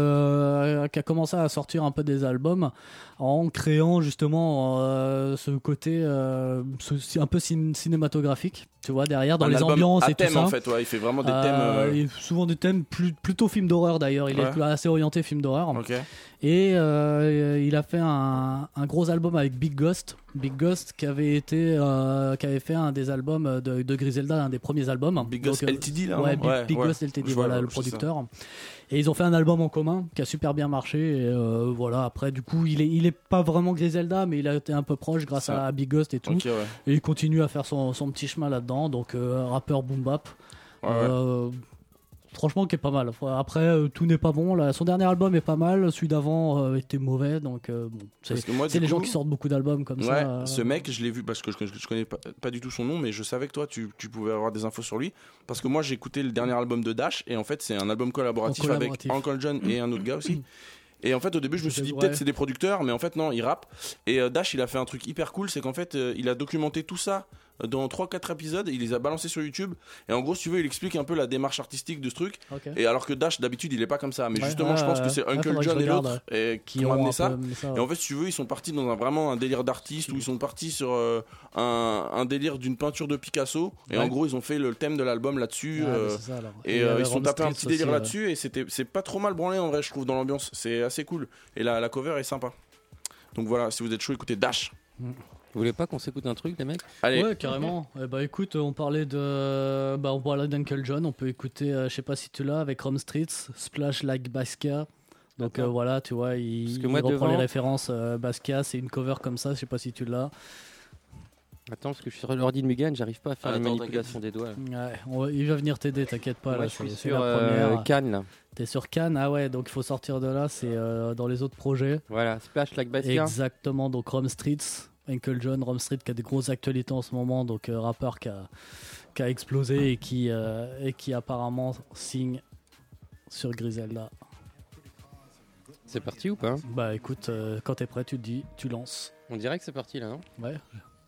S7: euh, qui a commencé à sortir un peu des albums en créant justement euh, ce côté euh, ce- un peu cin- cinématographique, tu vois, derrière dans
S5: Un
S7: les
S5: album
S7: ambiances
S5: à
S7: et
S5: thème,
S7: tout ça.
S5: en fait, ouais, il fait vraiment des
S7: Euh,
S5: thèmes. euh,
S7: et souvent des thèmes plus, plutôt film d'horreur d'ailleurs. Il
S5: Ouais.
S7: est assez orienté film d'horreur.
S5: Ok.
S7: Et euh, il a fait un, un gros album avec Big Ghost. Big Ghost qui avait été, euh, qui avait fait un des albums de, de Griselda, un des premiers albums.
S5: Big Ghost
S7: Donc, euh,
S5: L T D là.
S7: Ouais,
S5: non
S7: Big,
S5: ouais,
S7: Big
S5: ouais.
S7: Ghost L T D,
S5: Je vois,
S7: voilà
S5: ouais,
S7: le
S5: je sais ça.
S7: producteur. Et ils ont fait un album en commun qui a super bien marché. Et euh, voilà, après, du coup, il est, il est pas vraiment Griselda, mais il a été un peu proche grâce
S5: Ça.
S7: à Big Ghost et tout.
S5: Ok, ouais.
S7: Et il continue à faire son, son petit chemin là-dedans. Donc, euh, rappeur boom bap.
S5: Ouais, ouais.
S7: Euh, franchement, qui est pas mal. Après, euh, tout n'est pas bon. Là, son dernier album est pas mal. Celui d'avant euh, était mauvais. Donc, euh, bon, c'est,
S5: Parce que moi,
S7: c'est
S5: du
S7: les
S5: coup-
S7: gens qui sortent beaucoup d'albums comme
S5: Ouais,
S7: ça. euh,
S5: ce mec, je l'ai vu parce que je, je connais pas, pas du tout son nom, mais je savais que toi, tu, tu pouvais avoir des infos sur lui. Parce que moi, j'ai écouté le dernier album de Dash, et en fait, c'est un album collaboratif,
S7: En collaboratif.
S5: avec Uncle John et un autre gars aussi. Et en fait, au début, je me suis dit
S7: Ouais.
S5: peut-être c'est des producteurs, mais en fait, non, ils rappent. Et euh, Dash, il a fait un truc hyper cool, c'est qu'en fait, euh, il a documenté tout ça dans trois quatre épisodes, il les a balancés sur YouTube. Et en gros, si tu veux, il explique un peu la démarche artistique de ce truc.
S7: Ok.
S5: Et alors que Dash, d'habitude, il est pas comme ça. Mais
S7: Ouais,
S5: justement,
S7: ouais,
S5: je pense
S7: ouais.
S5: que c'est
S7: Ouais,
S5: Uncle
S7: faudrait que
S5: John
S7: je
S5: et
S7: regarde,
S5: l'autre euh, qui,
S7: Qui
S5: ont
S7: ont
S5: amené
S7: un
S5: ça.
S7: peu amené ça, ouais.
S5: Et en fait, si tu veux, ils sont partis dans un, vraiment un délire d'artiste où ils sont partis sur euh, un, un délire d'une peinture de Picasso. Et
S7: Ouais.
S5: en gros, ils ont fait le thème de l'album là-dessus.
S7: Ah,
S5: euh,
S7: mais c'est ça, alors.
S5: et
S7: il y
S5: euh,
S7: avait
S5: ils sont
S7: Ron
S5: tapés un
S7: Streets
S5: petit délire
S7: aussi,
S5: là-dessus. Et c'était, c'est pas trop mal branlé en vrai, je trouve, dans l'ambiance. C'est assez cool. Et la, la cover est sympa. Donc voilà, si vous êtes chaud, écoutez Dash.
S6: Vous voulez pas qu'on s'écoute un truc, les mecs?
S5: Allez.
S7: Ouais, carrément. Eh bah écoute, on parlait de, bah on parlait d'Uncle John. On peut écouter, euh, je sais pas si tu l'as, avec Rom Streets, Splash Like Basquiat. Donc euh, voilà, tu vois, il,
S6: Parce que
S7: il
S6: moi,
S7: reprend
S6: devant-
S7: les références. euh, Basquiat, c'est une cover comme ça. Je sais pas si tu l'as.
S6: Attends, parce que je suis sur l'ordi de Mugan, j'arrive pas à faire
S12: Ah,
S6: les
S12: attends,
S6: manipulations des doigts. là.
S7: Ouais, on va- il va venir t'aider, t'inquiète pas.
S6: Moi,
S7: là,
S6: je suis
S7: c'est- c'est
S6: sur
S7: la
S6: euh,
S7: première.
S6: Cannes, là.
S7: T'es sur Cannes, ah ouais, donc il faut sortir de là. C'est euh, dans les autres projets.
S6: Voilà, Splash Like Basquiat.
S7: Exactement, donc Rom Streets, Uncle John, Rom Street qui a des grosses actualités en ce moment, donc euh, rappeur qui a, qui a explosé et qui, euh, et qui apparemment signe sur Griselda.
S6: C'est parti ou pas?
S7: Bah écoute, euh, quand t'es prêt, tu te dis, tu lances.
S6: On dirait que c'est parti là, non?
S7: Ouais.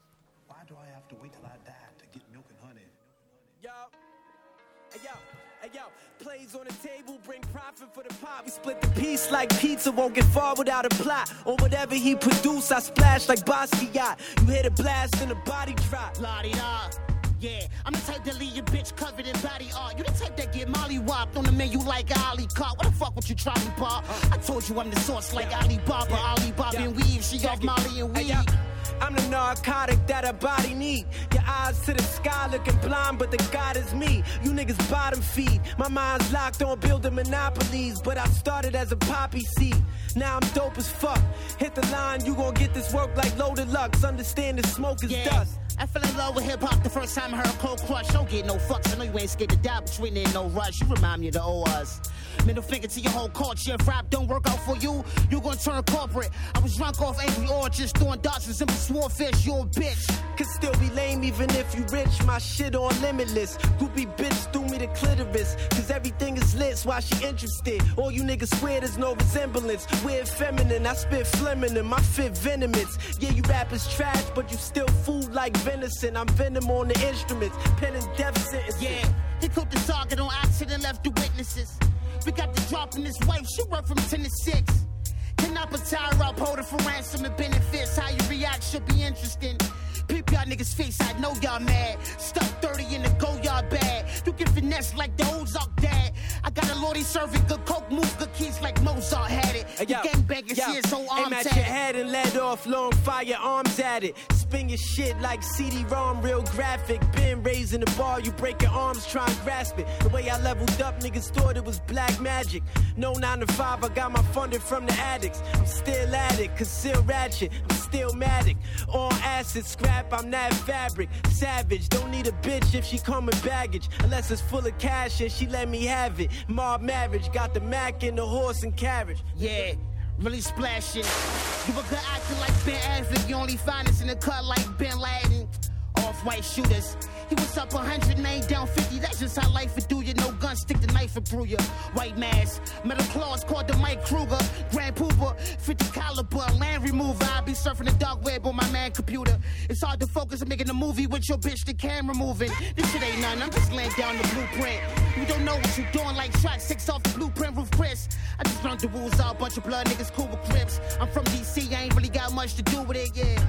S13: Hey yo, hey yo, plays on the table, bring profit for the pot. We split the piece like pizza, won't get far without a plot. On whatever he produce, I splash like Basquiat. You hear the blast and the body drop.
S14: La-di-da. Yeah, I'm the type that leave your bitch covered in body art. You the type that get molly-whopped on the menu like Ali Cart. What the fuck would you try me, Bob? I told you I'm the source like Alibaba. Alibaba and weave, she off Molly and weed.
S13: I'm the narcotic that a body need. Your eyes to the sky looking blind, but the God is me. You niggas bottom feed. My mind's locked on building monopolies, but I started as a poppy seed. Now I'm dope as fuck. Hit the line, you gon' get this work like Loaded Lux. Understand the smoke is
S14: Yeah.
S13: dust.
S14: I fell in love with hip hop the first time I heard Cold Crush. Don't get no fucks. I know you ain't scared to die, but you ain't in no rush. You remind me of the old us. Middle finger to your whole culture. If rap don't work out for you, you gon' turn corporate. I was drunk off angry oranges, throwing darts and simple swordfish. You a bitch.
S13: Could still be lame even if you rich. My shit on limitless. Groupie bitch threw me the clitoris. Cause everything is lit, so why she interested? All you niggas swear there's no resemblance. Weird feminine, I spit feminine. My fit venomous. Yeah, you rappers trash, but you still food like venison. I'm venom on the instruments. Pen and death sentences.
S14: Yeah, he cooked the target on accident, left the witnesses. We got the drop in his wife, she worked from ten to six. Can I put tire up, hold it for ransom and benefits? How you react should be interesting. Peep y'all niggas face, I know y'all mad. Stuck thirty in the go yard bag. You can finesse like the Ozark dad. I got a lordy serving good coke, move good keys like Mozart had it.
S13: Hey,
S14: The
S13: yo,
S14: gangbangers
S13: yo,
S14: here, so
S13: aim
S14: arms
S13: at
S14: at
S13: your
S14: it.
S13: head and let off long fire arms at it. Spin your shit like C D-ROM, real graphic. Been raising the bar, you break your arms, try and grasp it. The way I leveled up, niggas thought it was black magic. No nine to five, I got my funding from the addicts. I'm still at it, conceal ratchet, I'm still matic. On acid scrap, I'm that fabric. Savage, don't need a bitch if she come with baggage. Unless it's full of cash and she let me have it. Mob marriage, got the Mac and the horse and carriage.
S14: Yeah, really splashing. You a good actor like Ben Affleck. You only find us in the cut like Ben Laden. Off-white shooters. He was up one hundred, ain't down fifty. That's just how life would do you. No gun, stick the knife through you. White mask, metal claws called the Mike Kruger. Grand Pooper, fifty caliber, land remover. I be surfing the dark web on my man computer. It's hard to focus on making a movie with your bitch, the camera moving. This shit ain't nothing, I'm just laying down the blueprint. You don't know what you doing like shot six off the blueprint roof Chris. I just learned the rules out, bunch of blood niggas cool with Crips. I'm from D C, I ain't really got much to do with it, yeah.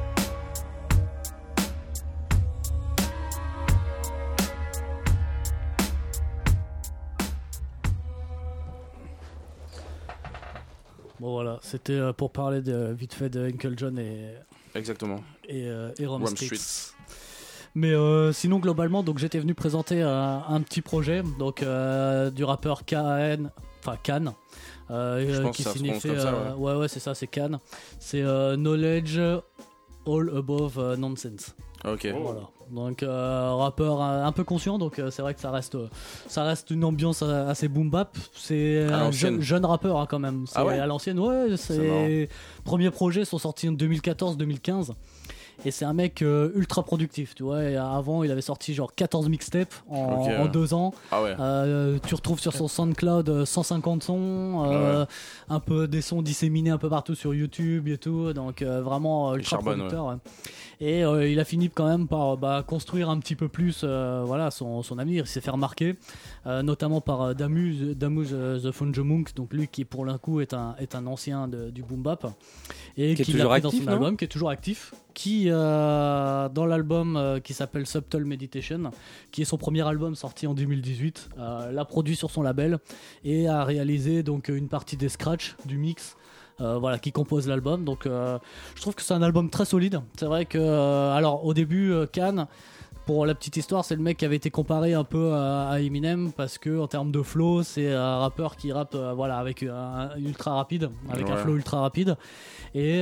S7: Bon voilà, c'était euh, pour parler de, vite fait de Uncle John et
S5: Exactement.
S7: et, euh, et Rom
S5: Rom
S7: Streets.
S5: Streets.
S7: Mais euh, sinon globalement, donc j'étais venu présenter un, un petit projet donc euh, du rappeur K N, enfin Can, euh,
S5: Je
S7: euh,
S5: pense
S7: qui
S5: que ça se
S7: signifie
S5: prononce comme ça,
S7: euh, ouais ouais c'est ça, c'est Can. C'est euh, Knowledge All Above euh, Nonsense.
S5: Ok.
S7: Voilà. Donc euh, rappeur un, un peu conscient, donc euh, c'est vrai que ça reste, euh, ça reste une ambiance assez boom bap. C'est
S5: À
S7: un
S5: l'ancienne.
S7: jeune, jeune rappeur hein, quand même. C'est
S5: Ah ouais
S7: à l'ancienne, ouais. C'est premiers projets sont sortis en deux mille quatorze deux mille quinze. Et c'est un mec euh, ultra productif, tu vois. Et avant, il avait sorti genre quatorze mixtapes en,
S5: Ok,
S7: en
S5: ouais.
S7: deux ans.
S5: Ah ouais.
S7: Euh, tu retrouves sur son SoundCloud euh, cent cinquante sons, euh,
S5: Ouais.
S7: un peu des sons disséminés un peu partout sur YouTube et tout. Donc euh, vraiment euh,
S5: Il
S7: ultra
S5: charbonne,
S7: producteur. Ouais. Et euh, il a fini quand même par bah, construire un petit peu plus euh, voilà, son, son avenir. Il s'est fait remarquer, euh, notamment par euh, Damus, Damus euh, The Funjo Monk, donc lui qui pour l'un coup est un, est un ancien de- du boom bap. Et
S6: Qui est
S7: qui l'a
S6: toujours
S7: pris dans
S6: actif,
S7: son
S6: non
S7: album, qui est toujours actif. Qui, euh, dans l'album euh, qui s'appelle Subtle Meditation, qui est son premier album sorti en deux mille dix-huit, euh, l'a produit sur son label et a réalisé donc une partie des scratchs du mix. Euh, voilà, qui compose l'album. Donc, euh, je trouve que c'est un album très solide. C'est vrai que, euh, alors, au début, euh, Khan, pour la petite histoire, c'est le mec qui avait été comparé un peu à, à Eminem parce que, en termes de flow, c'est un rappeur qui rappe, euh, voilà, avec un, un ultra rapide, avec
S5: Ouais.
S7: un flow ultra rapide. Et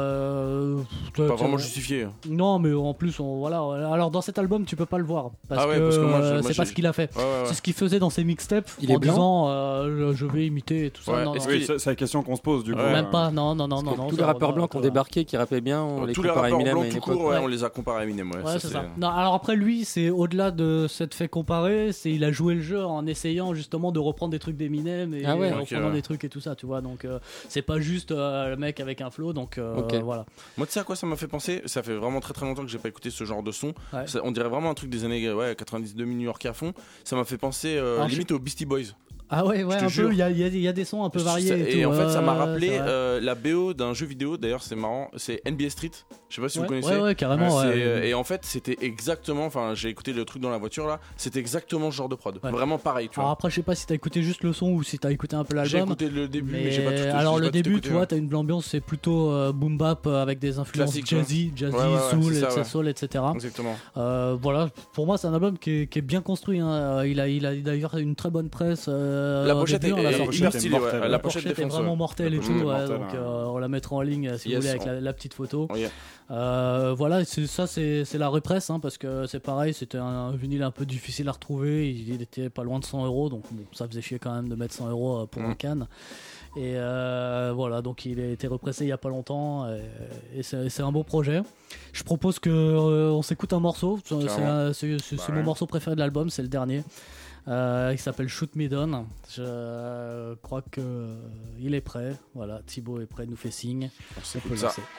S7: euh,
S5: Pas
S7: t'as-
S5: vraiment
S7: t'as-
S5: justifié.
S7: Non, mais en plus, on, voilà. Alors, dans cet album, tu peux pas le voir parce
S5: Ah ouais,
S7: que,
S5: parce que moi, je-
S7: euh,
S5: moi,
S7: c'est
S5: j'ai-
S7: pas ce qu'il a fait.
S5: Ouais, ouais, ouais.
S7: C'est ce qu'il faisait dans ses mixtapes
S6: Il est
S7: en
S6: blanc
S7: disant euh, je vais imiter et tout ça.
S5: Ouais.
S7: Non,
S5: Est-ce
S7: non,
S8: Oui, c'est c'est la question qu'on se pose du coup.
S5: Ouais.
S7: même pas. Non, non, non, non, non.
S6: Tous
S7: ça,
S6: les rappeurs
S7: on-
S6: blancs qui ont
S7: voilà.
S6: débarqué, qui rappaient bien, on les
S5: Tous les
S6: compare à
S5: rappeurs
S6: Eminem à
S5: blancs
S6: une
S5: tout
S6: époque.
S5: court, ouais,
S7: Ouais.
S5: on les a comparés à Eminem. Ouais,
S7: Ouais,
S5: ça,
S7: c'est
S5: c'est-
S7: ça. Non, alors après, lui, c'est au-delà de cette fait comparer, c'est il a joué le jeu en essayant justement de reprendre des trucs d'Eminem et
S6: Ah ouais.
S7: en
S5: Ok,
S7: reprenant
S5: ouais.
S7: des trucs et tout ça, tu vois. Donc, euh, c'est pas juste euh, le mec avec un flow, donc euh,
S6: Ok.
S7: voilà.
S5: Moi, tu sais à quoi ça m'a fait penser? Ça fait vraiment très très longtemps que j'ai pas écouté ce genre de son.
S7: Ouais.
S5: Ça- on dirait vraiment un truc des années ouais, quatre-vingt-dix-deux new-yorkais à fond. Ça m'a fait penser euh,
S7: Alors,
S5: limite aux Beastie Boys.
S7: Ah ouais, ouais,
S5: Je te
S7: un
S5: jure.
S7: peu. Il y a, il y a- il y a des sons un peu variés.
S5: Ça-
S7: Et,
S5: Et,
S7: tout,
S5: en fait, ça m'a
S7: ouais,
S5: rappelé
S7: c'est vrai.
S5: euh, la B O d'un jeu vidéo. D'ailleurs, c'est marrant. C'est N B A Street. Je sais pas si
S7: Ouais,
S5: vous connaissez.
S7: ouais, ouais, carrément,
S5: C'est,
S7: ouais.
S5: euh, Et en fait, c'était exactement. Enfin, j'ai écouté le truc dans la voiture là. C'était exactement ce genre de prod.
S7: Ouais.
S5: Vraiment pareil, tu
S7: Alors
S5: vois.
S7: après, je sais pas si t'as écouté juste le son ou si t'as écouté un peu
S5: J'ai
S7: l'album.
S5: écouté le début, mais,
S7: Mais
S5: j'ai pas tout. j'ai
S7: alors
S5: pas
S7: le
S5: tout
S7: début,
S5: écouté,
S7: tu vois,
S5: ouais.
S7: t'as une ambiance, c'est plutôt euh, boom bap euh, avec des influences
S5: Classique,
S7: jazzy, jazzy,
S5: Ouais, ouais, ouais,
S7: soul,
S5: c'est ça,
S7: et
S5: ouais.
S7: soul, et cetera.
S5: Exactement.
S7: Euh, voilà, pour moi, c'est un album qui est, qui est bien construit. Hein. Euh, Il a, il a d'ailleurs une très bonne presse. euh,
S5: La
S7: au
S5: pochette
S7: début,
S5: est,
S7: on l'a
S5: est
S7: sorti.
S5: hyper
S8: est
S5: stylée.
S8: mortelle.
S5: Ouais.
S8: La
S5: La
S7: La
S5: pochette
S7: pochette est
S5: défonce.
S7: vraiment
S5: ouais.
S7: mortelle et
S8: La
S7: tout,
S8: pochette est
S7: ouais,
S8: mortelle,
S7: donc
S8: hein.
S7: euh, on la mettra en ligne si
S5: Yes,
S7: vous voulez avec
S5: on-
S7: la, la petite photo.
S5: Oh, yeah.
S7: Euh, voilà, c'est, ça c'est, c'est la represse hein, parce que c'est pareil, c'était un vinyle un peu difficile à retrouver. Il, il était pas loin de cent euros, donc bon, ça faisait chier quand même de mettre cent euros euh, pour
S5: Mm.
S7: un can. Et euh, voilà, donc il a été repressé il y a pas longtemps et, et c'est, c'est un beau projet. Je propose que euh, on s'écoute un morceau. C'est, c'est, un- c'est- c'est-
S5: Bah
S7: c'est
S5: ouais.
S7: mon morceau préféré de l'album, c'est le dernier. Euh, il s'appelle Shoot Me Down. Je euh, crois que euh, il est prêt. Voilà, Thibaut est prêt, il nous fait signe. On peut
S5: ça.
S7: lancer.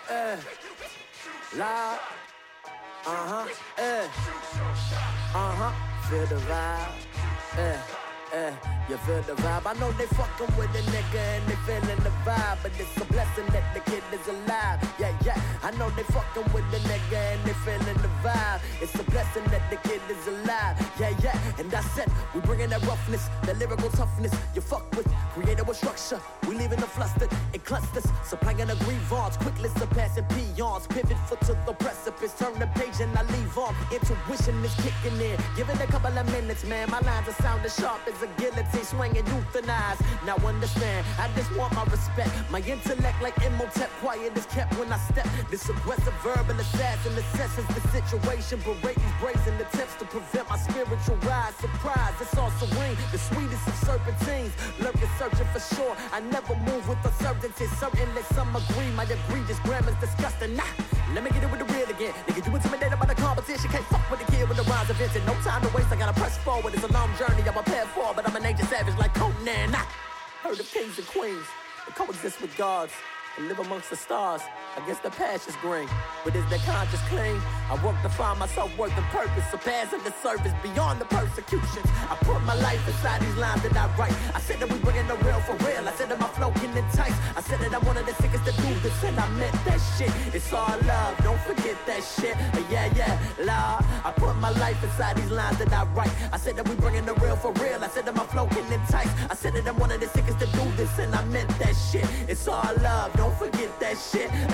S11: Eh, la, uh-huh, eh, uh-huh, feel the vibe, eh, eh, you feel the vibe. I know they fucking with a nigga and they feeling the vibe, but it's a blessing that the kid is alive. Yeah, yeah, I know they fucking with the nigga and they feeling the vibe. It's a blessing that the kid is alive. Yeah, yeah, and that's it. We bringing that roughness, that lyrical toughness. You fuck with, created with structure. We leaving the flustered in clusters, supplying a grievance. Quick list of passing peons, pivot foot to the precipice. Turn the page and I leave on. Intuition is kicking in. Give it a couple of minutes, man. My lines are sounding sharp as a guillotine, swinging euthanized. Now understand, I just want my respect. My intellect like Imhotep, quiet is kept when I step. This aggressive verbal assassin assesses the situation, berating brazen attempts to prevent my spiritual rise. Surprise, it's all serene, the sweetest of serpentines. Lurking, searching for sure. I never move with uncertainty. Certain that some agree, my egregious grammar's disgusting. Nah, let me get it with the real again. Nigga, you intimidated by the competition. Can't fuck with the kid with the rhymes invented. No time to waste, I gotta press forward. It's a long journey, I'm prepared for, but I'm an ancient savage like Conan. Nah, heard of kings and queens, they coexist with gods and live amongst the stars. I guess the past is green, but is their conscience clean? I work to find myself worth and purpose, surpassing the service beyond the persecutions. I put my life inside these lines that I write. I said that we bringing the real for real. I said that my flow can entice. I said that I'm one of the sickest to do this, and I meant that shit. It's all love, don't forget that shit. Yeah, yeah, love. I put my life inside these lines that I write. I said that we bringing the real for real. I said that my flow can entice. I said that I'm one of the sickest to do this, and I meant that shit. It's all love, don't forget that shit.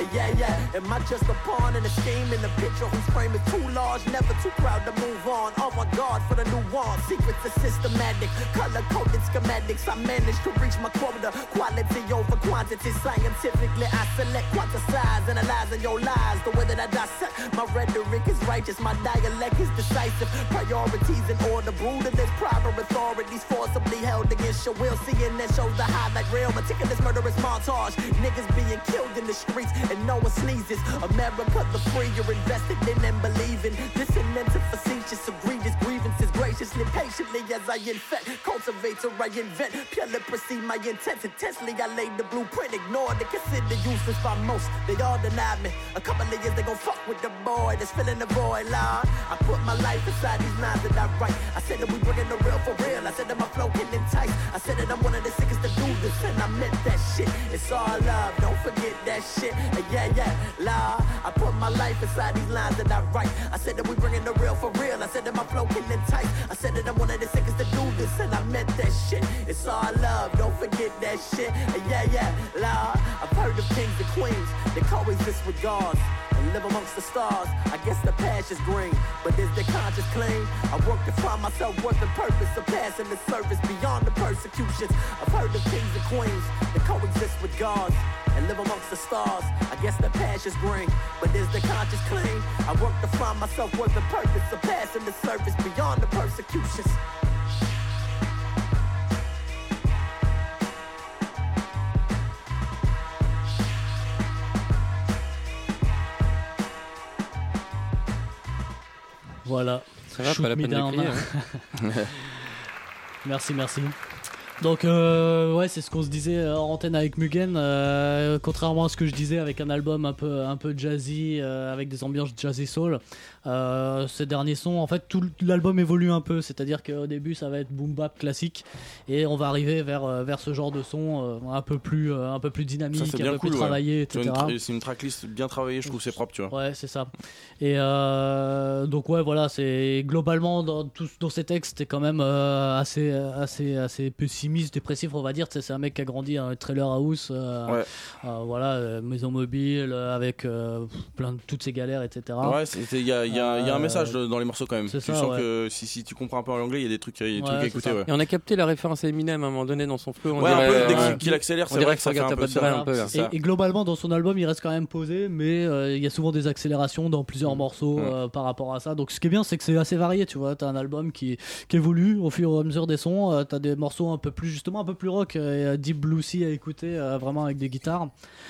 S13: Yeah, yeah. Am I just a pawn in a scheme in a picture whose frame is too large? Never too proud to move on. Avant garde for the new one. Secrets are systematic, color coded schematics. I managed to reach my quota. Quality over quantity. Scientifically, I select, quanticize, analyzing your lies. The way that I dissect my rhetoric is righteous. My dialect is decisive. Priorities in order. Brutalist, proper authorities forcibly held against your will. Seeing that shows the highlight reel. Meticulous murderous montage. Niggas being killed in the streets and no one sneezes. America the free, you're invested in and believing. Listening to facetious, egregious grievances. Graciously, patiently as I infect. Cultivate or I invent. Purely perceive my intent. Intensely I laid the blueprint. Ignored and considered useless by most. They all deny me. A couple of years they gon' fuck with the boy that's filling the void, Lord. I put my life inside these lines that I write. I said that we bringing the real for real. I said that my flow can entice. I said that I'm one of the sickest to do this, and I meant that shit. It's all love, don't forget that shit. Uh, yeah, yeah, Lord. I put my life inside these lines that I write. I said that we bringing the real for real. I said that my flow can entice. I said that I'm one of the sickest to do this, and I meant that shit. It's all love, don't forget that shit. Uh, yeah, yeah, Lord. I've heard of kings and queens that coexist with gods and live amongst the stars. I guess the past is green, but is their conscience clean? I work to find myself worth and purpose of passing the service beyond the persecutions. I've heard of kings and queens that coexist with gods and live amongst the stars. I guess the past is green, but is their conscience clean? I work to find myself worth and purpose of passing the service beyond the persecutions.
S7: Voilà.
S6: Ça va,
S7: Shoot
S6: pas la
S7: me
S6: peine de
S7: down.
S6: crier, hein.
S7: Merci, merci. Donc euh, ouais, c'est ce qu'on se disait en antenne avec Mugen. Euh, contrairement à ce que je disais avec un album un peu un peu jazzy, euh, avec des ambiances jazzy soul. Euh, ces derniers sons, en fait, tout l'album évolue un peu. C'est-à-dire qu'au début, ça va être boom bap classique, et on va arriver vers vers ce genre de son euh, un peu plus euh, un peu plus dynamique,
S5: Ça, c'est
S7: un
S5: bien
S7: peu
S5: cool,
S7: plus
S5: ouais.
S7: travaillé,
S5: C'est
S7: et cetera.
S5: une, tra- c'est une tracklist bien travaillée, je trouve, c'est propre, tu vois.
S7: Ouais, c'est ça. Et euh, donc ouais, voilà, c'est globalement dans tous dans ces textes, c'est quand même euh, assez assez assez pessimiste, dépressif, on va dire. Tu sais, c'est un mec qui a grandi à un trailer house, euh,
S5: Ouais.
S7: euh, voilà, euh, maison mobile, euh, avec euh, plein de toutes ces galères, et cetera.
S5: Ouais, il y a, y a- y a un
S7: Euh,
S5: message dans les morceaux quand même.
S7: c'est
S5: Tu
S7: ça,
S5: sens
S7: ouais.
S5: que si, si tu comprends un peu l'anglais, il y a des trucs, il y a des trucs
S7: Ouais,
S5: à
S7: c'est
S5: écouter.
S7: ça.
S5: Ouais.
S6: Et on a capté la référence à Eminem à un moment donné dans son flow. On
S5: Ouais, un
S6: dirait,
S5: peu, dès
S6: euh,
S5: qu'il- qu'il accélère,
S6: on
S5: c'est
S6: dirait
S5: vrai
S6: que
S5: que ça fait
S6: regarde
S5: un
S6: ta
S5: peu
S6: patte de
S5: ça.
S6: rein un peu.
S5: C'est
S7: Et,
S5: ça.
S7: et globalement, dans son album, il reste quand même posé, mais euh, il y a souvent des accélérations dans plusieurs morceaux euh, par rapport à ça. Donc, ce qui est bien, c'est que c'est assez varié. Tu vois, t'as un album qui, qui évolue au fur et à mesure des sons. Euh, t'as des morceaux un peu plus, justement, un peu plus rock, euh, et deep bluesy à écouter, euh, vraiment avec des guitares.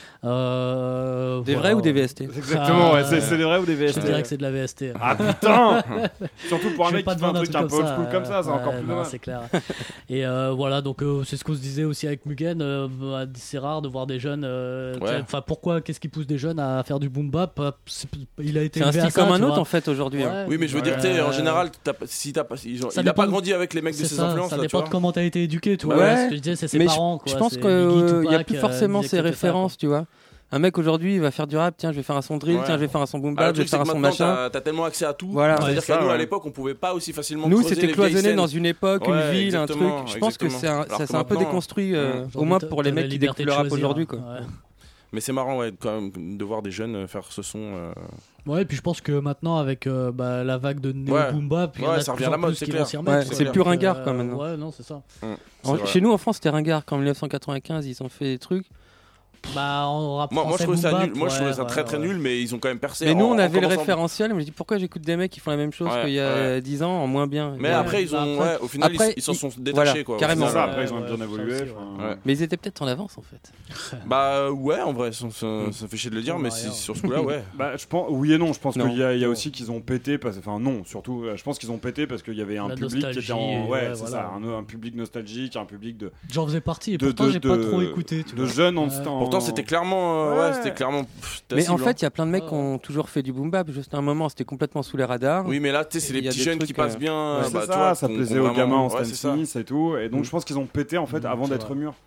S7: Euh,
S6: Des
S7: voilà.
S6: vrais ou des V S T?
S8: Exactement, ouais, c'est-
S7: euh,
S8: c'est des vrais ou des V S T?
S7: Je dirais que c'est de la V S T.
S8: Ah putain Surtout pour un
S7: Je vais
S8: mec
S7: pas
S8: qui
S7: te
S8: fait un
S7: vendre
S8: truc un peu old school
S7: euh,
S8: comme ça, c'est encore
S7: ouais,
S8: plus
S7: non,
S8: dommage.
S7: c'est clair. Et euh, voilà, donc euh, c'est ce qu'on se disait aussi avec Mugen. euh, bah, c'est rare de voir des jeunes. euh,
S5: Ouais.
S7: tu sais, Enfin, pourquoi Qu'est-ce qui pousse des jeunes à faire du boom bap? C'est- Il a été
S6: C'est un
S7: élevé
S6: style
S7: à ça,
S6: comme un
S7: tu
S6: autre
S7: vois.
S6: en fait aujourd'hui. hein.
S7: Ouais.
S5: Oui, mais je veux dire, tu sais,
S7: Euh,
S5: en général, t'as pas- si t'as pas, ils ont-
S7: ça
S5: il a
S7: dépend-
S5: pas grandi avec les mecs de
S7: c'est
S5: ses
S7: ça,
S5: influences,
S7: ça
S5: là, tu
S7: dépend
S5: vois.
S7: de comment t'as été éduqué, tu vois.
S6: Ouais.
S7: Ce que je disais, c'est ses
S6: Mais
S7: parents.
S6: je,
S7: quoi.
S6: je pense
S7: C'est
S6: qu'il
S7: Biggie,
S6: n'y a
S7: Tupac,
S6: plus
S7: euh,
S6: forcément
S7: ils
S6: ces
S7: écoutaient ça,
S6: références, tu vois. Un mec aujourd'hui, il va faire du rap, tiens, je vais faire un son drill,
S5: Ouais.
S6: tiens, je vais faire un son boom
S5: Ah, le
S6: bap, je vais
S5: truc, c'est
S6: faire
S5: que
S6: un son
S5: maintenant,
S6: machin.
S5: t'as t'as tellement accès à tout.
S6: Voilà.
S5: C'est-à-dire
S8: Ouais,
S5: qu'à
S8: ça,
S5: nous, à
S8: ouais.
S5: l'époque, on pouvait pas aussi facilement
S6: Nous,
S5: creuser
S6: c'était
S5: les vieilles
S6: cloisonné
S5: scènes.
S6: dans une époque,
S5: Ouais,
S6: une ville, un truc.
S5: exactement,
S6: Je pense que c'est un-
S5: exactement.
S6: ça s'est un peu
S5: Alors que
S6: déconstruit, euh,
S5: maintenant,
S6: au moins
S7: Aujourd'hui,
S6: pour les
S7: t'as
S6: mecs
S7: la
S6: qui
S7: liberté
S6: découvrent le
S7: de
S6: rap
S7: choisir,
S6: aujourd'hui, quoi.
S7: ouais.
S5: Mais c'est marrant, ouais, quand même, de voir des jeunes faire ce son. euh,
S7: Ouais, et puis je pense que maintenant, avec euh, bah, la vague de néo
S5: Ouais.
S7: boom bap, il y en
S5: Ouais,
S7: a
S5: ça
S7: de
S5: revient
S7: plus
S5: à la
S7: en
S5: mode,
S7: plus
S5: c'est
S7: qui
S5: clair.
S7: vont s'y remettre.
S6: Ouais,
S7: quoi.
S6: c'est
S7: Donc,
S6: plus ringard,
S7: euh,
S6: quoi, maintenant.
S7: Ouais, non, c'est ça.
S5: hum,
S6: En-
S5: c'est vrai.
S6: Chez nous, en France, c'était ringard. Quand en dix-neuf cent quatre-vingt-quinze, ils ont fait des trucs.
S7: Bah, en rap
S5: Moi, moi, je
S7: français,
S5: trouvais ça
S7: boom
S5: nul.
S7: bap,
S5: Moi, je trouvais
S7: ouais,
S5: ça très
S7: ouais,
S5: très
S7: ouais.
S5: nul, mais ils ont quand même percé.
S6: Mais nous,
S5: en-
S6: on
S5: en
S6: avait le
S5: commençant-
S6: référentiel. Je me dis pourquoi j'écoute des mecs qui font la même chose
S5: Ouais,
S6: qu'il y a
S5: ouais.
S6: dix ans en moins bien.
S5: Mais
S6: Ouais.
S5: après, ils ont,
S7: Après-
S5: ouais, au final, ils-
S6: après,
S5: ils s'en sont
S6: ils-
S5: détachés,
S6: voilà,
S5: quoi. au
S6: carrément.
S8: C'est
S5: final.
S8: ça, après
S7: Ouais,
S8: ils ont
S7: ouais,
S8: bien
S7: ça
S8: évolué.
S7: aussi,
S8: enfin,
S5: ouais.
S6: Mais ils étaient peut-être en avance en fait.
S5: Bah ouais, en vrai, ça, ça, ça fait chier de le dire, mais si- sur ce coup-là, ouais.
S8: Bah, je pense, oui et non, je pense
S6: Non.
S8: qu'il y a, il y a
S7: Non.
S8: aussi qu'ils ont pété, parce, enfin non, surtout, euh, je pense qu'ils ont pété parce qu'il y avait un
S7: La
S8: public qui était
S7: nostalgie,
S8: en. Ouais,
S7: ouais,
S8: c'est
S7: voilà.
S8: ça, un, un public nostalgique, un public de.
S7: J'en faisais partie, et
S8: de,
S7: pourtant,
S8: de-
S7: j'ai pas
S8: de-
S7: trop écouté. Tu
S8: de
S7: vois.
S8: jeunes en,
S7: Ouais.
S8: en-
S5: Pourtant, c'était clairement. euh, ouais,
S8: Ouais.
S5: c'était clairement. pff, ta
S6: Mais en
S5: cible,
S6: fait, il y a plein de mecs qui
S7: Ouais.
S6: ont toujours fait du boom bap. Juste à un moment, c'était complètement sous les radars.
S5: hein. Oui, mais là, tu sais, c'est
S6: Il
S5: les
S6: y a
S5: petits
S6: des
S5: jeunes qui
S6: trucs,
S5: passent
S6: euh,
S5: bien.
S8: Ouais,
S5: bah,
S8: c'est
S5: tu
S8: ça,
S5: vois,
S8: ça
S5: qu'on-
S8: plaisait
S5: qu'on
S8: aux
S5: vraiment-
S8: gamins en
S5: ouais,
S8: Stan
S5: c'est ça.
S8: Smith et tout, et donc
S7: Mm.
S8: je pense qu'ils ont pété en fait
S7: Mm,
S8: avant
S7: c'est
S8: d'être
S7: vrai.
S8: mûrs.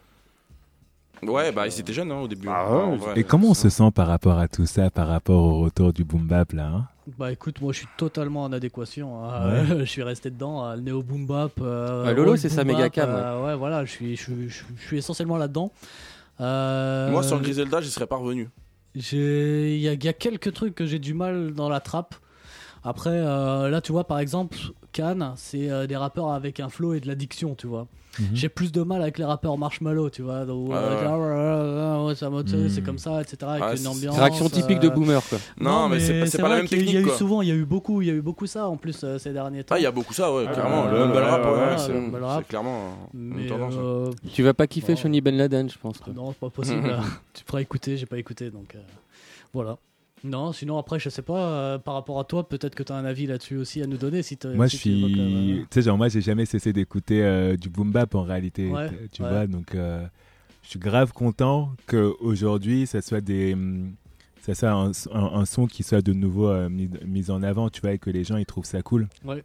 S5: Ouais, bah, ils étaient jeunes hein, au début.
S8: Ah
S5: hein,
S8: ouais,
S5: en
S8: ils
S5: vrai.
S12: Et comment on se sent par rapport à tout ça, par rapport au retour du boom bap là hein
S7: Bah écoute, moi je suis totalement en adéquation. hein.
S12: Ouais.
S7: Euh, je suis resté dedans, euh, le néo boom bap. euh,
S6: Ouais, Lolo,
S7: old
S6: c'est sa
S7: boom
S6: méga
S7: bap,
S6: cam,
S7: euh, ouais, voilà, je suis, je, suis- je suis- je suis essentiellement là-dedans. Euh,
S5: Moi, sans Griselda, j'y serais pas revenu.
S7: j'ai- il y, a- il y a quelques trucs que j'ai du mal dans la trappe. Après, euh, là, tu vois, par exemple, Cannes, c'est euh, des rappeurs avec un flow et de la diction, tu vois.
S12: Mhm.
S7: J'ai plus de mal avec les rappeurs Marshmallow, tu vois. Donc,
S5: Ouais,
S7: euh,
S5: ouais.
S7: genre, euh, ouais, ça m'a tué,
S12: Mhm.
S7: c'est comme ça, et cetera. Avec
S5: Ouais,
S7: une
S5: c'est-
S7: ambiance.
S6: Réaction typique de
S7: euh,
S6: boomer, quoi.
S5: Non, mais c'est pas- c'est pas la
S7: vrai
S5: même
S7: qu'il y a-
S5: technique,
S7: Il y a eu
S5: quoi.
S7: souvent, il y a eu beaucoup, il y a eu beaucoup ça en plus euh, ces derniers temps.
S5: Ah, il y a beaucoup ça, ouais,
S8: Ah,
S5: clairement.
S8: ouais,
S5: le mumble
S8: ouais,
S5: rap,
S8: ouais,
S5: ouais,
S8: ouais,
S5: c'est
S7: le mumble rap.
S5: c'est clairement une
S7: Mais
S5: tendance. ouais.
S7: euh,
S6: Tu vas pas kiffer
S7: bon.
S6: Shawnee Ben Laden, je pense. quoi.
S7: Non, c'est pas possible. Tu pourrais écouter, j'ai pas écouté, donc euh, voilà. Non, sinon après, je sais pas, euh, par rapport à toi, peut-être que tu as un avis là-dessus aussi à nous donner. Si t'as-
S12: Moi,
S7: si
S12: je
S7: tu évoques,
S12: suis.
S7: euh,
S12: Tu sais, genre, moi, j'ai jamais cessé d'écouter euh, du boom bap en réalité.
S7: Ouais,
S12: t- Tu
S7: ouais.
S12: vois, donc euh, je suis grave content qu'aujourd'hui, ça soit des. hum, Ça soit un, un- un son qui soit de nouveau euh, mis, mis en avant, tu vois, et que les gens ils trouvent ça cool.
S7: Ouais.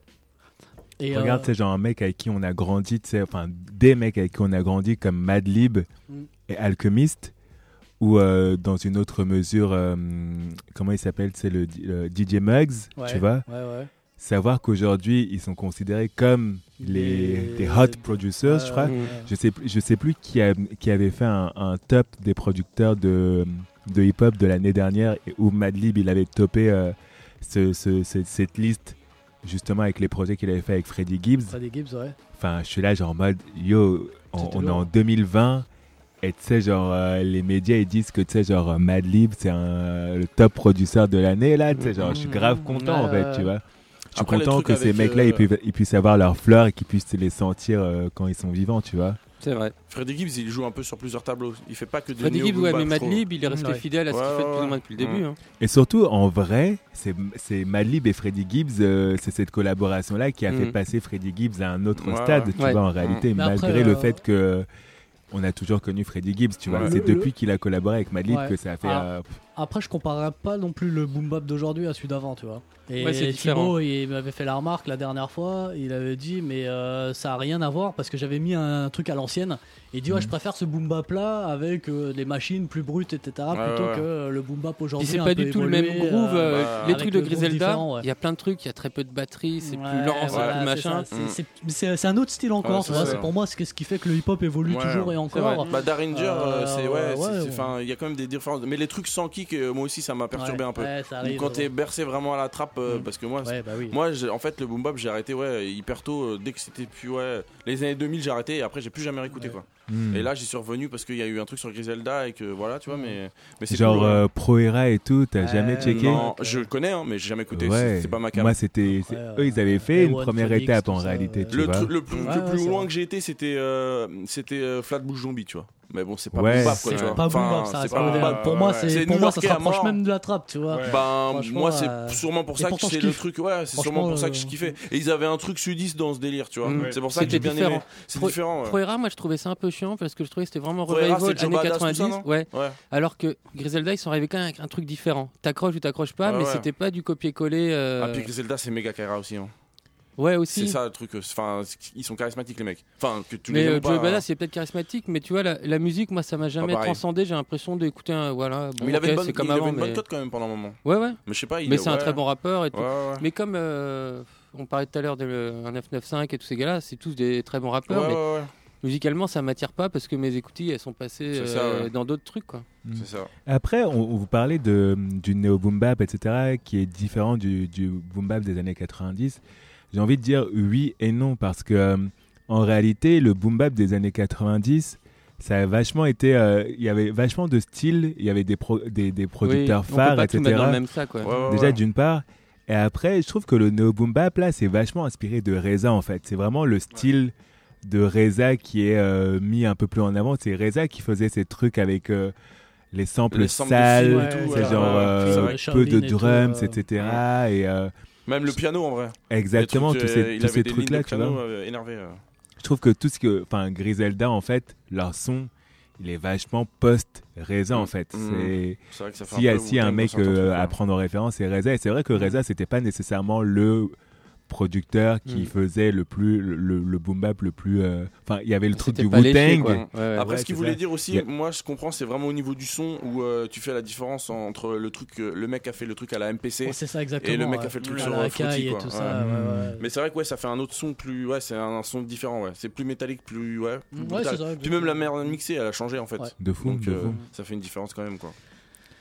S7: Et,
S12: Regarde,
S7: euh,
S12: tu sais, genre un mec avec qui on a grandi, tu sais, enfin, des mecs avec qui on a grandi comme Madlib
S7: Mm.
S12: et Alchemist, ou euh, dans une autre mesure, euh, comment il s'appelle, c'est le, le D J Muggs,
S7: ouais,
S12: tu vois.
S7: Ouais, ouais.
S12: Savoir qu'aujourd'hui, ils sont considérés comme les,
S7: Les-
S12: des hot producers, je
S7: Ouais,
S12: crois.
S7: ouais, ouais.
S12: Je sais, plus- je sais plus qui, a- qui avait fait un, un top des producteurs de, de hip-hop de l'année dernière, et où Madlib, il avait topé euh, ce, ce- ce- cette liste, justement, avec les projets qu'il avait fait avec Freddie Gibbs.
S7: Freddie Gibbs, ouais.
S12: Enfin, je suis là, genre en mode, yo, on,
S7: C'était
S12: on est
S7: lourd.
S12: en deux mille vingt, et tu sais, genre, euh, les médias, ils disent que, tu sais, genre, Madlib, c'est un- le top producteur de l'année, là, tu sais, genre, je suis grave content, en fait, tu vois. Je suis
S5: Après, le
S12: content
S5: truc
S12: que ces
S5: avec,
S12: mecs-là,
S5: euh,
S12: ils, puissent, ils puissent avoir leurs fleurs et qu'ils puissent les sentir euh, quand ils sont vivants, tu vois.
S6: C'est vrai.
S5: Freddie Gibbs, il joue un peu sur plusieurs tableaux. Il fait pas que de
S6: Freddie
S5: néo
S6: Gibbs, ouais,
S5: boom
S6: mais
S5: bap, je
S6: Madlib,
S5: trouve.
S6: il est resté
S7: Ouais.
S6: fidèle à ce qu'il
S5: Ouais,
S6: fait plus
S5: ouais,
S6: ou moins depuis le
S5: ouais.
S6: début. hein.
S12: Et surtout, en vrai, c'est, c'est Madlib et Freddie Gibbs, euh, c'est cette collaboration-là qui a fait
S6: Mm.
S12: passer Freddie Gibbs à un autre
S5: Ouais,
S12: stade,
S5: ouais.
S12: tu
S6: Ouais.
S12: vois, en réalité,
S7: Mais
S12: malgré
S7: après,
S12: le
S7: euh,
S12: fait que on a toujours connu Freddie Gibbs, tu vois.
S5: Ouais.
S12: C'est
S7: Le-
S12: depuis qu'il a collaboré avec Madlib
S7: Ouais.
S12: que ça a fait...
S7: Ah.
S12: euh,
S7: Après, je comparerais pas non plus le boom bap d'aujourd'hui à celui d'avant, tu vois. Et
S6: Ouais, c'est différent.
S7: Thibaut, il m'avait fait la remarque la dernière fois. Il avait dit, mais euh, ça a rien à voir parce que j'avais mis un truc à l'ancienne. Il dit, ouais,
S12: Mhm.
S7: je préfère ce boom bap là avec euh, des machines plus brutes, et cetera,
S5: Ouais,
S7: plutôt
S5: ouais.
S7: que euh, le boom bap
S6: Puis
S7: aujourd'hui.
S6: c'est
S7: un
S6: pas
S7: peu
S6: du tout le
S7: évolué,
S6: même groove.
S7: euh,
S6: euh,
S5: bah,
S6: les
S7: avec
S6: trucs de
S7: le groove
S6: Griselda,
S7: différent, ouais.
S6: il y a plein de trucs, il y a très peu de batterie, c'est
S7: Ouais,
S6: plus lent, c'est
S7: voilà,
S6: plus
S7: c'est
S6: machin.
S7: ça,
S5: Mm.
S7: c'est- c'est- C'est c'est un autre style encore,
S5: Ouais,
S7: tu
S5: c'est
S7: vois.
S5: ça.
S7: C'est pour moi, c'est ce qui fait que le hip-hop évolue
S5: Ouais,
S7: toujours et
S5: c'est
S7: encore.
S5: vrai. Bah, Daringer, euh,
S7: Euh,
S5: c'est ouais,
S7: ouais,
S5: c'est-
S7: ouais.
S5: c'est- enfin, il y a quand même des différences. Mais les trucs sans kick, euh, moi aussi, ça m'a perturbé
S7: Ouais,
S5: un peu.
S7: ouais, ça
S5: Ou
S7: arrive,
S5: quand
S7: ouais.
S5: t'es bercé vraiment à la trappe, euh,
S7: Mm.
S5: parce que moi,
S7: Ouais, bah oui.
S5: moi, j'ai- en fait, le boom bap, j'ai arrêté ouais hyper tôt. euh, dès que c'était plus ouais, les années deux mille, j'ai arrêté et après, j'ai plus jamais réécouté
S7: Ouais.
S5: quoi.
S12: hmm.
S5: Et là, j'y suis revenu parce qu'il y a eu un truc sur Griselda et que voilà, tu vois, mais mais c'est
S12: Genre
S5: cool, ouais.
S12: euh, Proera et tout, t'as
S7: Ouais,
S12: jamais checké?
S5: Non, je le connais, hein, mais j'ai jamais écouté.
S12: Ouais.
S5: c'est- C'est pas ma cam.
S12: Moi, c'était... c'est-
S7: Après,
S12: eux, ils avaient
S7: euh,
S12: fait une
S7: One
S12: première
S7: Phoenix,
S12: étape
S7: tout
S12: en
S7: ça,
S12: réalité,
S7: ouais.
S12: tu
S5: Le,
S12: vois.
S5: tru- le plus,
S7: Ouais,
S5: le
S7: ouais,
S5: plus
S7: c'est
S5: loin
S7: vrai.
S5: que j'ai été, c'était euh, c'était euh, Flatbush Zombie, tu vois. Mais bon, c'est pas
S12: Ouais.
S5: boom bap, quoi,
S7: C'est
S5: tu vois.
S7: pas boom
S5: Enfin,
S7: bap, ça
S5: c'est
S7: reste
S5: pas
S7: pas
S5: boom
S7: moderne.
S5: bap.
S7: Pour moi,
S5: Ouais.
S7: c'est pour moi, ça se
S5: new-yorkais à
S7: rapproche
S5: mort.
S7: même de la trappe, tu vois.
S8: Ouais.
S5: Ben,
S7: Franchement,
S5: moi, c'est
S7: euh,
S5: sûrement pour
S7: et
S5: ça que
S7: pourtant,
S5: c'est
S7: je
S5: le
S7: kiffe.
S5: truc, ouais, c'est sûrement
S7: Franchement,
S5: pour ça que je
S7: euh,
S5: kiffais. Et ils avaient un truc sudiste dans ce délire, tu vois.
S6: Mm.
S5: C'est pour ça que
S6: C'était
S5: j'ai bien
S6: différent.
S5: aimé. C'est
S6: Pro-
S5: différent, ouais.
S6: Proera, moi je trouvais ça un peu chiant parce que je trouvais que c'était vraiment
S5: Proera,
S6: revival
S5: c'est Joe
S6: années
S5: Badass, tout ça,
S6: quatre-vingt-dix.
S5: non
S6: Ouais.
S5: Ouais.
S6: Alors que Griselda, ils sont arrivés quand même avec un truc différent. T'accroches ou t'accroches pas,
S5: Ouais,
S6: mais
S5: ouais.
S6: c'était pas du copier-coller. euh,
S5: Ah, puis Griselda, c'est méga Kaira aussi. hein.
S6: Ouais,
S5: C'est
S6: aussi.
S5: ça le truc. euh, Enfin, ils sont charismatiques, les mecs. Enfin, que tu
S6: Mais
S5: les
S6: euh,
S5: aimes pas.
S6: Joey
S5: hein.
S6: Badass, c'est peut-être charismatique, mais tu vois, la, la musique, moi, ça m'a jamais
S5: pareil.
S6: transcendé. J'ai l'impression d'écouter un. Voilà. Bon,
S5: Mais il avait
S6: ok,
S5: une bonne,
S6: c'est comme
S5: il avait
S6: avant,
S5: une bonne
S6: mais-
S5: cote quand même pendant un moment.
S6: Ouais, ouais.
S5: Mais je sais pas. il
S6: Mais
S5: est-
S6: c'est un
S5: ouais.
S6: très bon rappeur et tout.
S5: Ouais, ouais.
S6: Mais comme euh, on parlait tout à l'heure de le- un neuf neuf cinq et tous ces gars-là, c'est tous des très bons rappeurs.
S5: Ouais,
S6: mais
S5: ouais, ouais.
S6: musicalement, ça m'attire pas parce que mes écoutilles, elles sont passées
S5: C'est ça,
S6: euh,
S5: ouais.
S6: dans d'autres trucs, quoi.
S5: C'est ça.
S12: Après, on, on vous parlait de, du néo boom bap, et cetera, qui est différent du, du boom bap des années quatre-vingt-dix. J'ai envie de dire oui et non, parce que euh, en réalité, le boom bap des années quatre-vingt-dix, ça a vachement été. euh, Il y avait vachement de styles, il y avait des, pro- des, des producteurs
S6: Oui, on
S12: phares,
S6: peut pas tout
S12: et
S6: mettre dans
S12: cetera.
S6: le même sac, quoi.
S5: Ouais, ouais,
S12: Déjà
S5: ouais.
S12: d'une part. Et après, je trouve que le néo boom bap, là, c'est vachement inspiré de Reza, en fait. C'est vraiment le style de Reza qui est euh, mis un peu plus en avant. C'est Reza qui faisait ces trucs avec euh, les samples
S5: Les samples de
S12: sales,
S5: films
S7: et
S12: c'est
S7: tout,
S5: ouais,
S12: genre
S5: ouais,
S12: euh,
S5: c'est vrai.
S12: peu de
S7: Shaolin et tout,
S12: drums,
S7: euh,
S12: et cetera. Et euh,
S5: Même le piano en vrai.
S12: exactement,
S5: Les
S12: tous
S5: trucs, euh,
S12: ces,
S5: il
S12: tous
S5: avait
S12: ces
S5: des lignes
S12: trucs-là,
S5: de
S12: tu
S5: piano,
S12: vois.
S5: euh, énervées, euh.
S12: Je trouve que tout ce que. Enfin, Griselda, en fait, leur son, il est vachement post-Reza, en fait.
S5: Mm.
S12: C'est.
S5: C'est vrai que ça fait
S12: S'il y
S5: un
S12: a,
S5: peu
S12: s'il y a un
S5: Wu-Tang
S12: mec
S5: dans certains
S12: euh,
S5: trucs,
S12: à
S5: ouais.
S12: prendre en référence, c'est Reza. Et c'est vrai que Reza, c'était pas nécessairement le producteur qui
S6: Mm.
S12: faisait le plus le, le, le boom bap le plus. euh, Enfin, il y avait le truc
S6: C'était
S12: du
S6: pas léché,
S12: Wu-Tang.
S6: quoi. Ouais, ouais.
S5: Après,
S12: Ouais,
S5: ce qu'il
S12: c'est
S5: voulait
S12: ça.
S5: dire aussi,
S12: Yeah.
S5: moi je comprends, c'est vraiment au niveau du son où euh, tu fais la différence entre le truc, euh, le mec a fait le truc à la M P C
S7: Ouais, c'est ça exactement.
S5: et le mec
S7: ouais.
S5: a fait le truc
S7: À
S5: sur
S7: la
S5: euh,
S7: Akai
S5: Fruity,
S7: et
S5: quoi.
S7: tout
S5: Ouais.
S7: ça. ouais, ouais.
S5: Mais c'est vrai que ouais, ça fait un autre son plus, ouais, c'est un son différent, ouais. C'est plus métallique, plus, ouais, plus
S7: Ouais,
S5: brutal.
S7: c'est ça,
S5: Puis même la merde mixée, elle a changé en fait.
S7: Ouais.
S12: De fou,
S5: Donc
S12: de
S5: euh,
S12: fou.
S5: ça fait une différence quand même, quoi.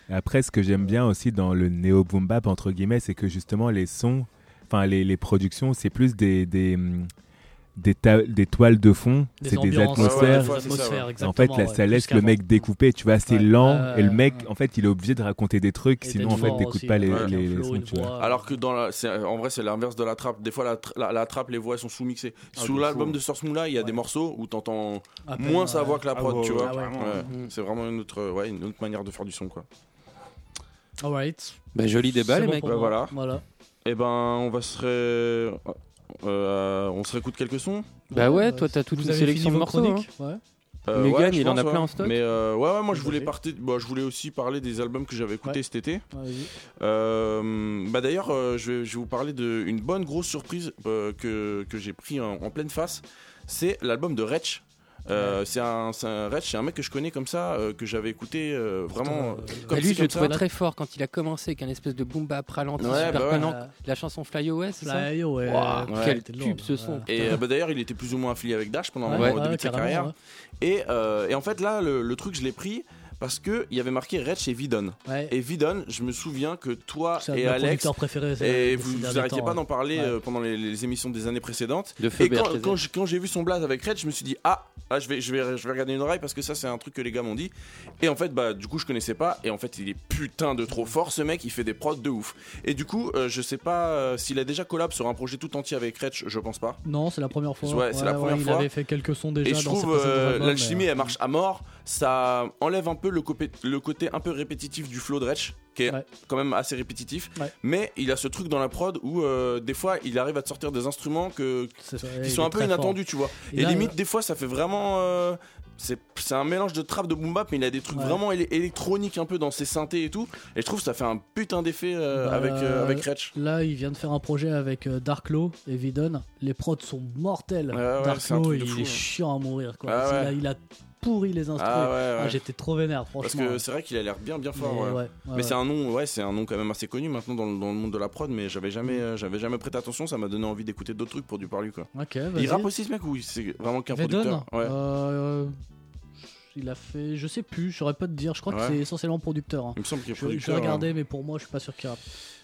S12: Après, ce que j'aime bien aussi dans le néo boom bap entre guillemets, c'est que justement les sons, enfin les, les productions, c'est plus des des des, ta- des toiles de fond,
S7: Des
S12: c'est des
S7: ambiances,
S12: atmosphères.
S7: ouais, ouais, des atmosphères,
S12: en fait,
S7: exactement,
S12: là, ça
S7: ouais,
S12: laisse
S7: plus
S12: le
S7: qu'avant.
S12: mec découper. Tu vois, c'est
S7: Ouais.
S12: lent
S7: Ouais,
S12: et le
S7: ouais,
S12: mec,
S7: ouais.
S12: en fait, il est obligé de raconter des trucs,
S7: Et
S12: sinon
S7: d'être
S12: en fait,
S7: fort
S12: t'écoutes
S7: aussi,
S12: pas les,
S7: avec un
S12: les, les
S7: flow,
S12: sons.
S7: une
S12: Tu vois.
S7: voix.
S5: Alors que dans la, c'est, en vrai, c'est l'inverse de la trappe. Des fois, la, tra- la, la trappe, les voix elles sont sous-mixées.
S8: Ah,
S5: Sous
S8: de
S5: l'album
S8: fou.
S5: de Source Moula, il y a
S7: Ouais.
S5: des morceaux où t'entends
S7: À peine,
S5: moins sa
S7: ouais.
S5: voix que la
S8: Ah,
S5: prod,
S8: ouais,
S5: tu
S8: ouais,
S5: vois.
S7: ah ouais.
S5: Ouais.
S7: Mhm.
S5: C'est vraiment une autre, ouais, une autre manière de faire du son, quoi.
S7: Alright.
S6: Bah, joli débat,
S7: C'est
S6: les
S7: bon
S6: mecs.
S7: pour
S5: Bah,
S7: moi.
S5: voilà.
S7: Voilà.
S5: Et ben, on va se ré... euh, on se réécoute quelques sons.
S6: Bah ouais,
S7: bah,
S6: toi, t'as toute
S7: vous
S6: une
S7: avez
S6: sélection
S7: fini
S6: de
S7: vos
S6: morceaux.
S7: chroniques
S6: hein.
S7: Ouais.
S5: Euh,
S6: Megan,
S5: je
S6: il en
S5: pense,
S6: a plein
S5: ouais.
S6: en stock.
S5: Mais euh, ouais, ouais, moi je voulais
S7: Vas-y.
S5: partir. Bah, je voulais aussi parler des albums que j'avais écoutés
S7: Ouais.
S5: cet été.
S7: Vas-y.
S5: Euh, bah d'ailleurs, euh, je, vais, je vais vous parler d'une bonne grosse surprise euh, que, que j'ai pris en, en pleine face. C'est l'album de Wretch. Euh,
S7: Ouais.
S5: c'est un, c'est un Wretch, c'est un mec que je connais comme ça, euh, que j'avais écouté euh, vraiment.
S7: Putain,
S5: comme
S6: Bah, lui,
S5: ci,
S6: je le
S5: comme ça.
S6: trouvais très fort quand il a commencé avec un espèce de boom bap ralenti
S5: Ouais,
S6: super
S5: bah ouais.
S6: prenant.
S7: Euh,
S6: La chanson Fly Away, c'est ça
S7: Fly Away.
S6: Waouh,
S5: Ouais.
S6: quel
S7: C'était
S6: tube
S7: lourd,
S6: ce son.
S7: ouais.
S5: Et euh, bah, d'ailleurs, il était plus ou moins affilié avec Dash pendant un
S7: Ouais,
S5: moment au
S7: ouais,
S5: début de sa
S7: carrément,
S5: carrière.
S7: ouais.
S5: Et, euh, et en fait, là, le, le truc, je l'ai pris parce qu'il y avait marqué Wretch et Vidon.
S7: Ouais.
S5: Et Vidon, je me souviens que toi
S7: C'est un de
S5: et
S7: mes
S5: Alex.
S7: producteurs préférés. ces-
S5: Et
S7: ces
S5: vous, vous
S7: derniers
S5: arrêtiez
S7: temps,
S5: pas
S7: ouais.
S5: d'en parler
S7: Ouais.
S5: euh, pendant les, les émissions des années précédentes.
S6: De feu
S5: Et quand,
S6: B R T Z.
S5: quand j'ai- quand j'ai vu son blaze avec Red, je me suis dit ah, ah je vais je vais je vais regarder une oreille parce que ça c'est un truc que les gars m'ont dit. Et en fait bah du coup je connaissais pas et en fait il est putain de trop fort ce mec, il fait des prods de ouf. Et du coup euh, je sais pas euh, s'il a déjà collab sur un projet tout entier avec Red, je pense pas.
S7: Non, c'est la première fois.
S5: Ouais, c'est la première
S7: il
S5: fois.
S7: avait fait quelques sons déjà
S5: Et je
S7: dans ses
S5: trouve
S7: précédents
S5: euh,
S7: albums,
S5: l'alchimie
S7: mais,
S5: elle marche à mort, ça enlève un peu le, copé- le côté un peu répétitif du flow de Wretch qui est
S7: Ouais.
S5: quand même assez répétitif,
S7: Ouais.
S5: mais il a ce truc dans la prod où euh, des fois il arrive à te sortir des instruments que,
S7: c'est ça,
S5: qui
S7: il
S5: sont
S7: est
S5: un peu
S7: très fort.
S5: inattendus, tu vois.
S7: Et
S5: Et
S7: là,
S5: limite,
S7: euh,
S5: des fois, ça fait vraiment. euh, c'est c'est un mélange de trap de boom bap, mais il a des trucs
S7: Ouais.
S5: vraiment éle- électroniques un peu dans ses synthés et tout. Et je trouve que ça fait un putain d'effet euh,
S7: Bah,
S5: avec, euh, avec Wretch.
S7: Là, il vient de faire un projet avec euh, Dark Law et Vidon. Les prods sont mortels.
S5: Ouais, ouais,
S7: Dark
S5: c'est un
S7: Law,
S5: truc de
S7: il
S5: fou,
S7: est
S5: hein.
S7: chiant à mourir. Quoi.
S5: Ah
S7: Il,
S5: ouais.
S7: a, il a pourri les instruments.
S5: Ah ouais, ouais.
S7: Ah, j'étais trop vénère,
S5: Parce
S7: franchement.
S5: que c'est vrai qu'il a l'air bien, bien fort.
S7: Mais
S5: ouais.
S7: ouais, ouais,
S5: mais
S7: ouais.
S5: c'est un nom, ouais, c'est un nom quand même assez connu maintenant dans, le- dans le monde de la prod, mais j'avais jamais, euh, j'avais jamais prêté attention. Ça m'a donné envie d'écouter d'autres trucs produits par lui, quoi.
S7: Ok, vas-y.
S5: Il rappe aussi ce mec ou c'est vraiment qu'un
S7: Vidon,
S5: producteur? Ouais.
S7: euh, il a fait, je sais plus, je saurais pas te dire. Je crois
S5: Ouais.
S7: que c'est essentiellement producteur. hein.
S5: Il me semble qu'il est
S7: Je, je vais
S5: producteur.
S7: regarder, mais pour moi, je suis pas sûr qu'il rappe.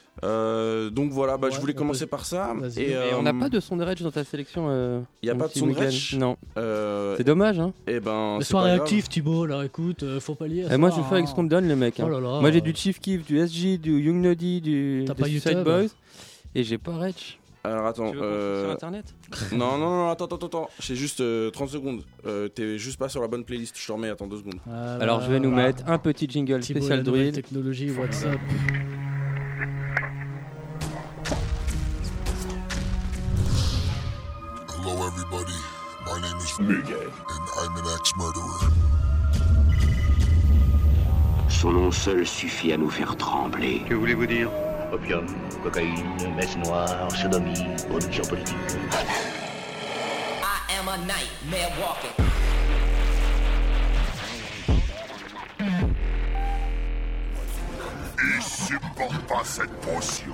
S5: Euh, donc voilà, bah, je
S7: Ouais,
S5: voulais
S7: on
S5: commencer
S7: peut-
S5: par ça.
S7: Vas-y.
S5: Et,
S6: Et on
S5: euh,
S6: n'a pas de son de Rage dans ta sélection. euh,
S5: Y a
S6: mon
S5: pas de
S6: petit
S5: son de
S6: Miguel.
S5: Rage
S6: Non.
S5: euh,
S6: C'est dommage, hein.
S5: Et ben,
S7: Mais
S5: c'est
S7: sois
S5: pas grave.
S7: réactif, Thibaut. Là, écoute, euh, faut pas lier.
S6: Et moi, je fais avec ce qu'on me donne, les mecs. hein.
S7: Oh là là.
S6: Moi, j'ai du Chief Keef, du S G, du Young Nuddy, du
S7: T'as
S6: des
S7: pas
S6: Suicide
S7: YouTube
S6: Boys. Et j'ai pas Rage.
S5: Alors attends,
S6: Tu veux qu'on trouve
S5: euh...
S6: sur internet
S5: non, non, non, attends, attends, attends, j'ai juste euh, trente secondes. Euh, T'es juste pas sur la bonne playlist, je te remets, attends deux secondes.
S7: Voilà.
S6: Alors, je vais nous mettre un petit jingle
S7: Thibaut,
S6: spécial
S7: la nouvelle
S6: drill.
S7: technologie, WhatsApp.
S4: Hello, everybody. My name is Miguel, and I'm an ex-murderer.
S15: Son nom seul suffit à nous faire trembler.
S16: Que voulez-vous dire? Opium, cocaïne, messe noire, sodomie, production politique.
S17: I am a nightmare walking.
S4: Il supporte pas cette potion.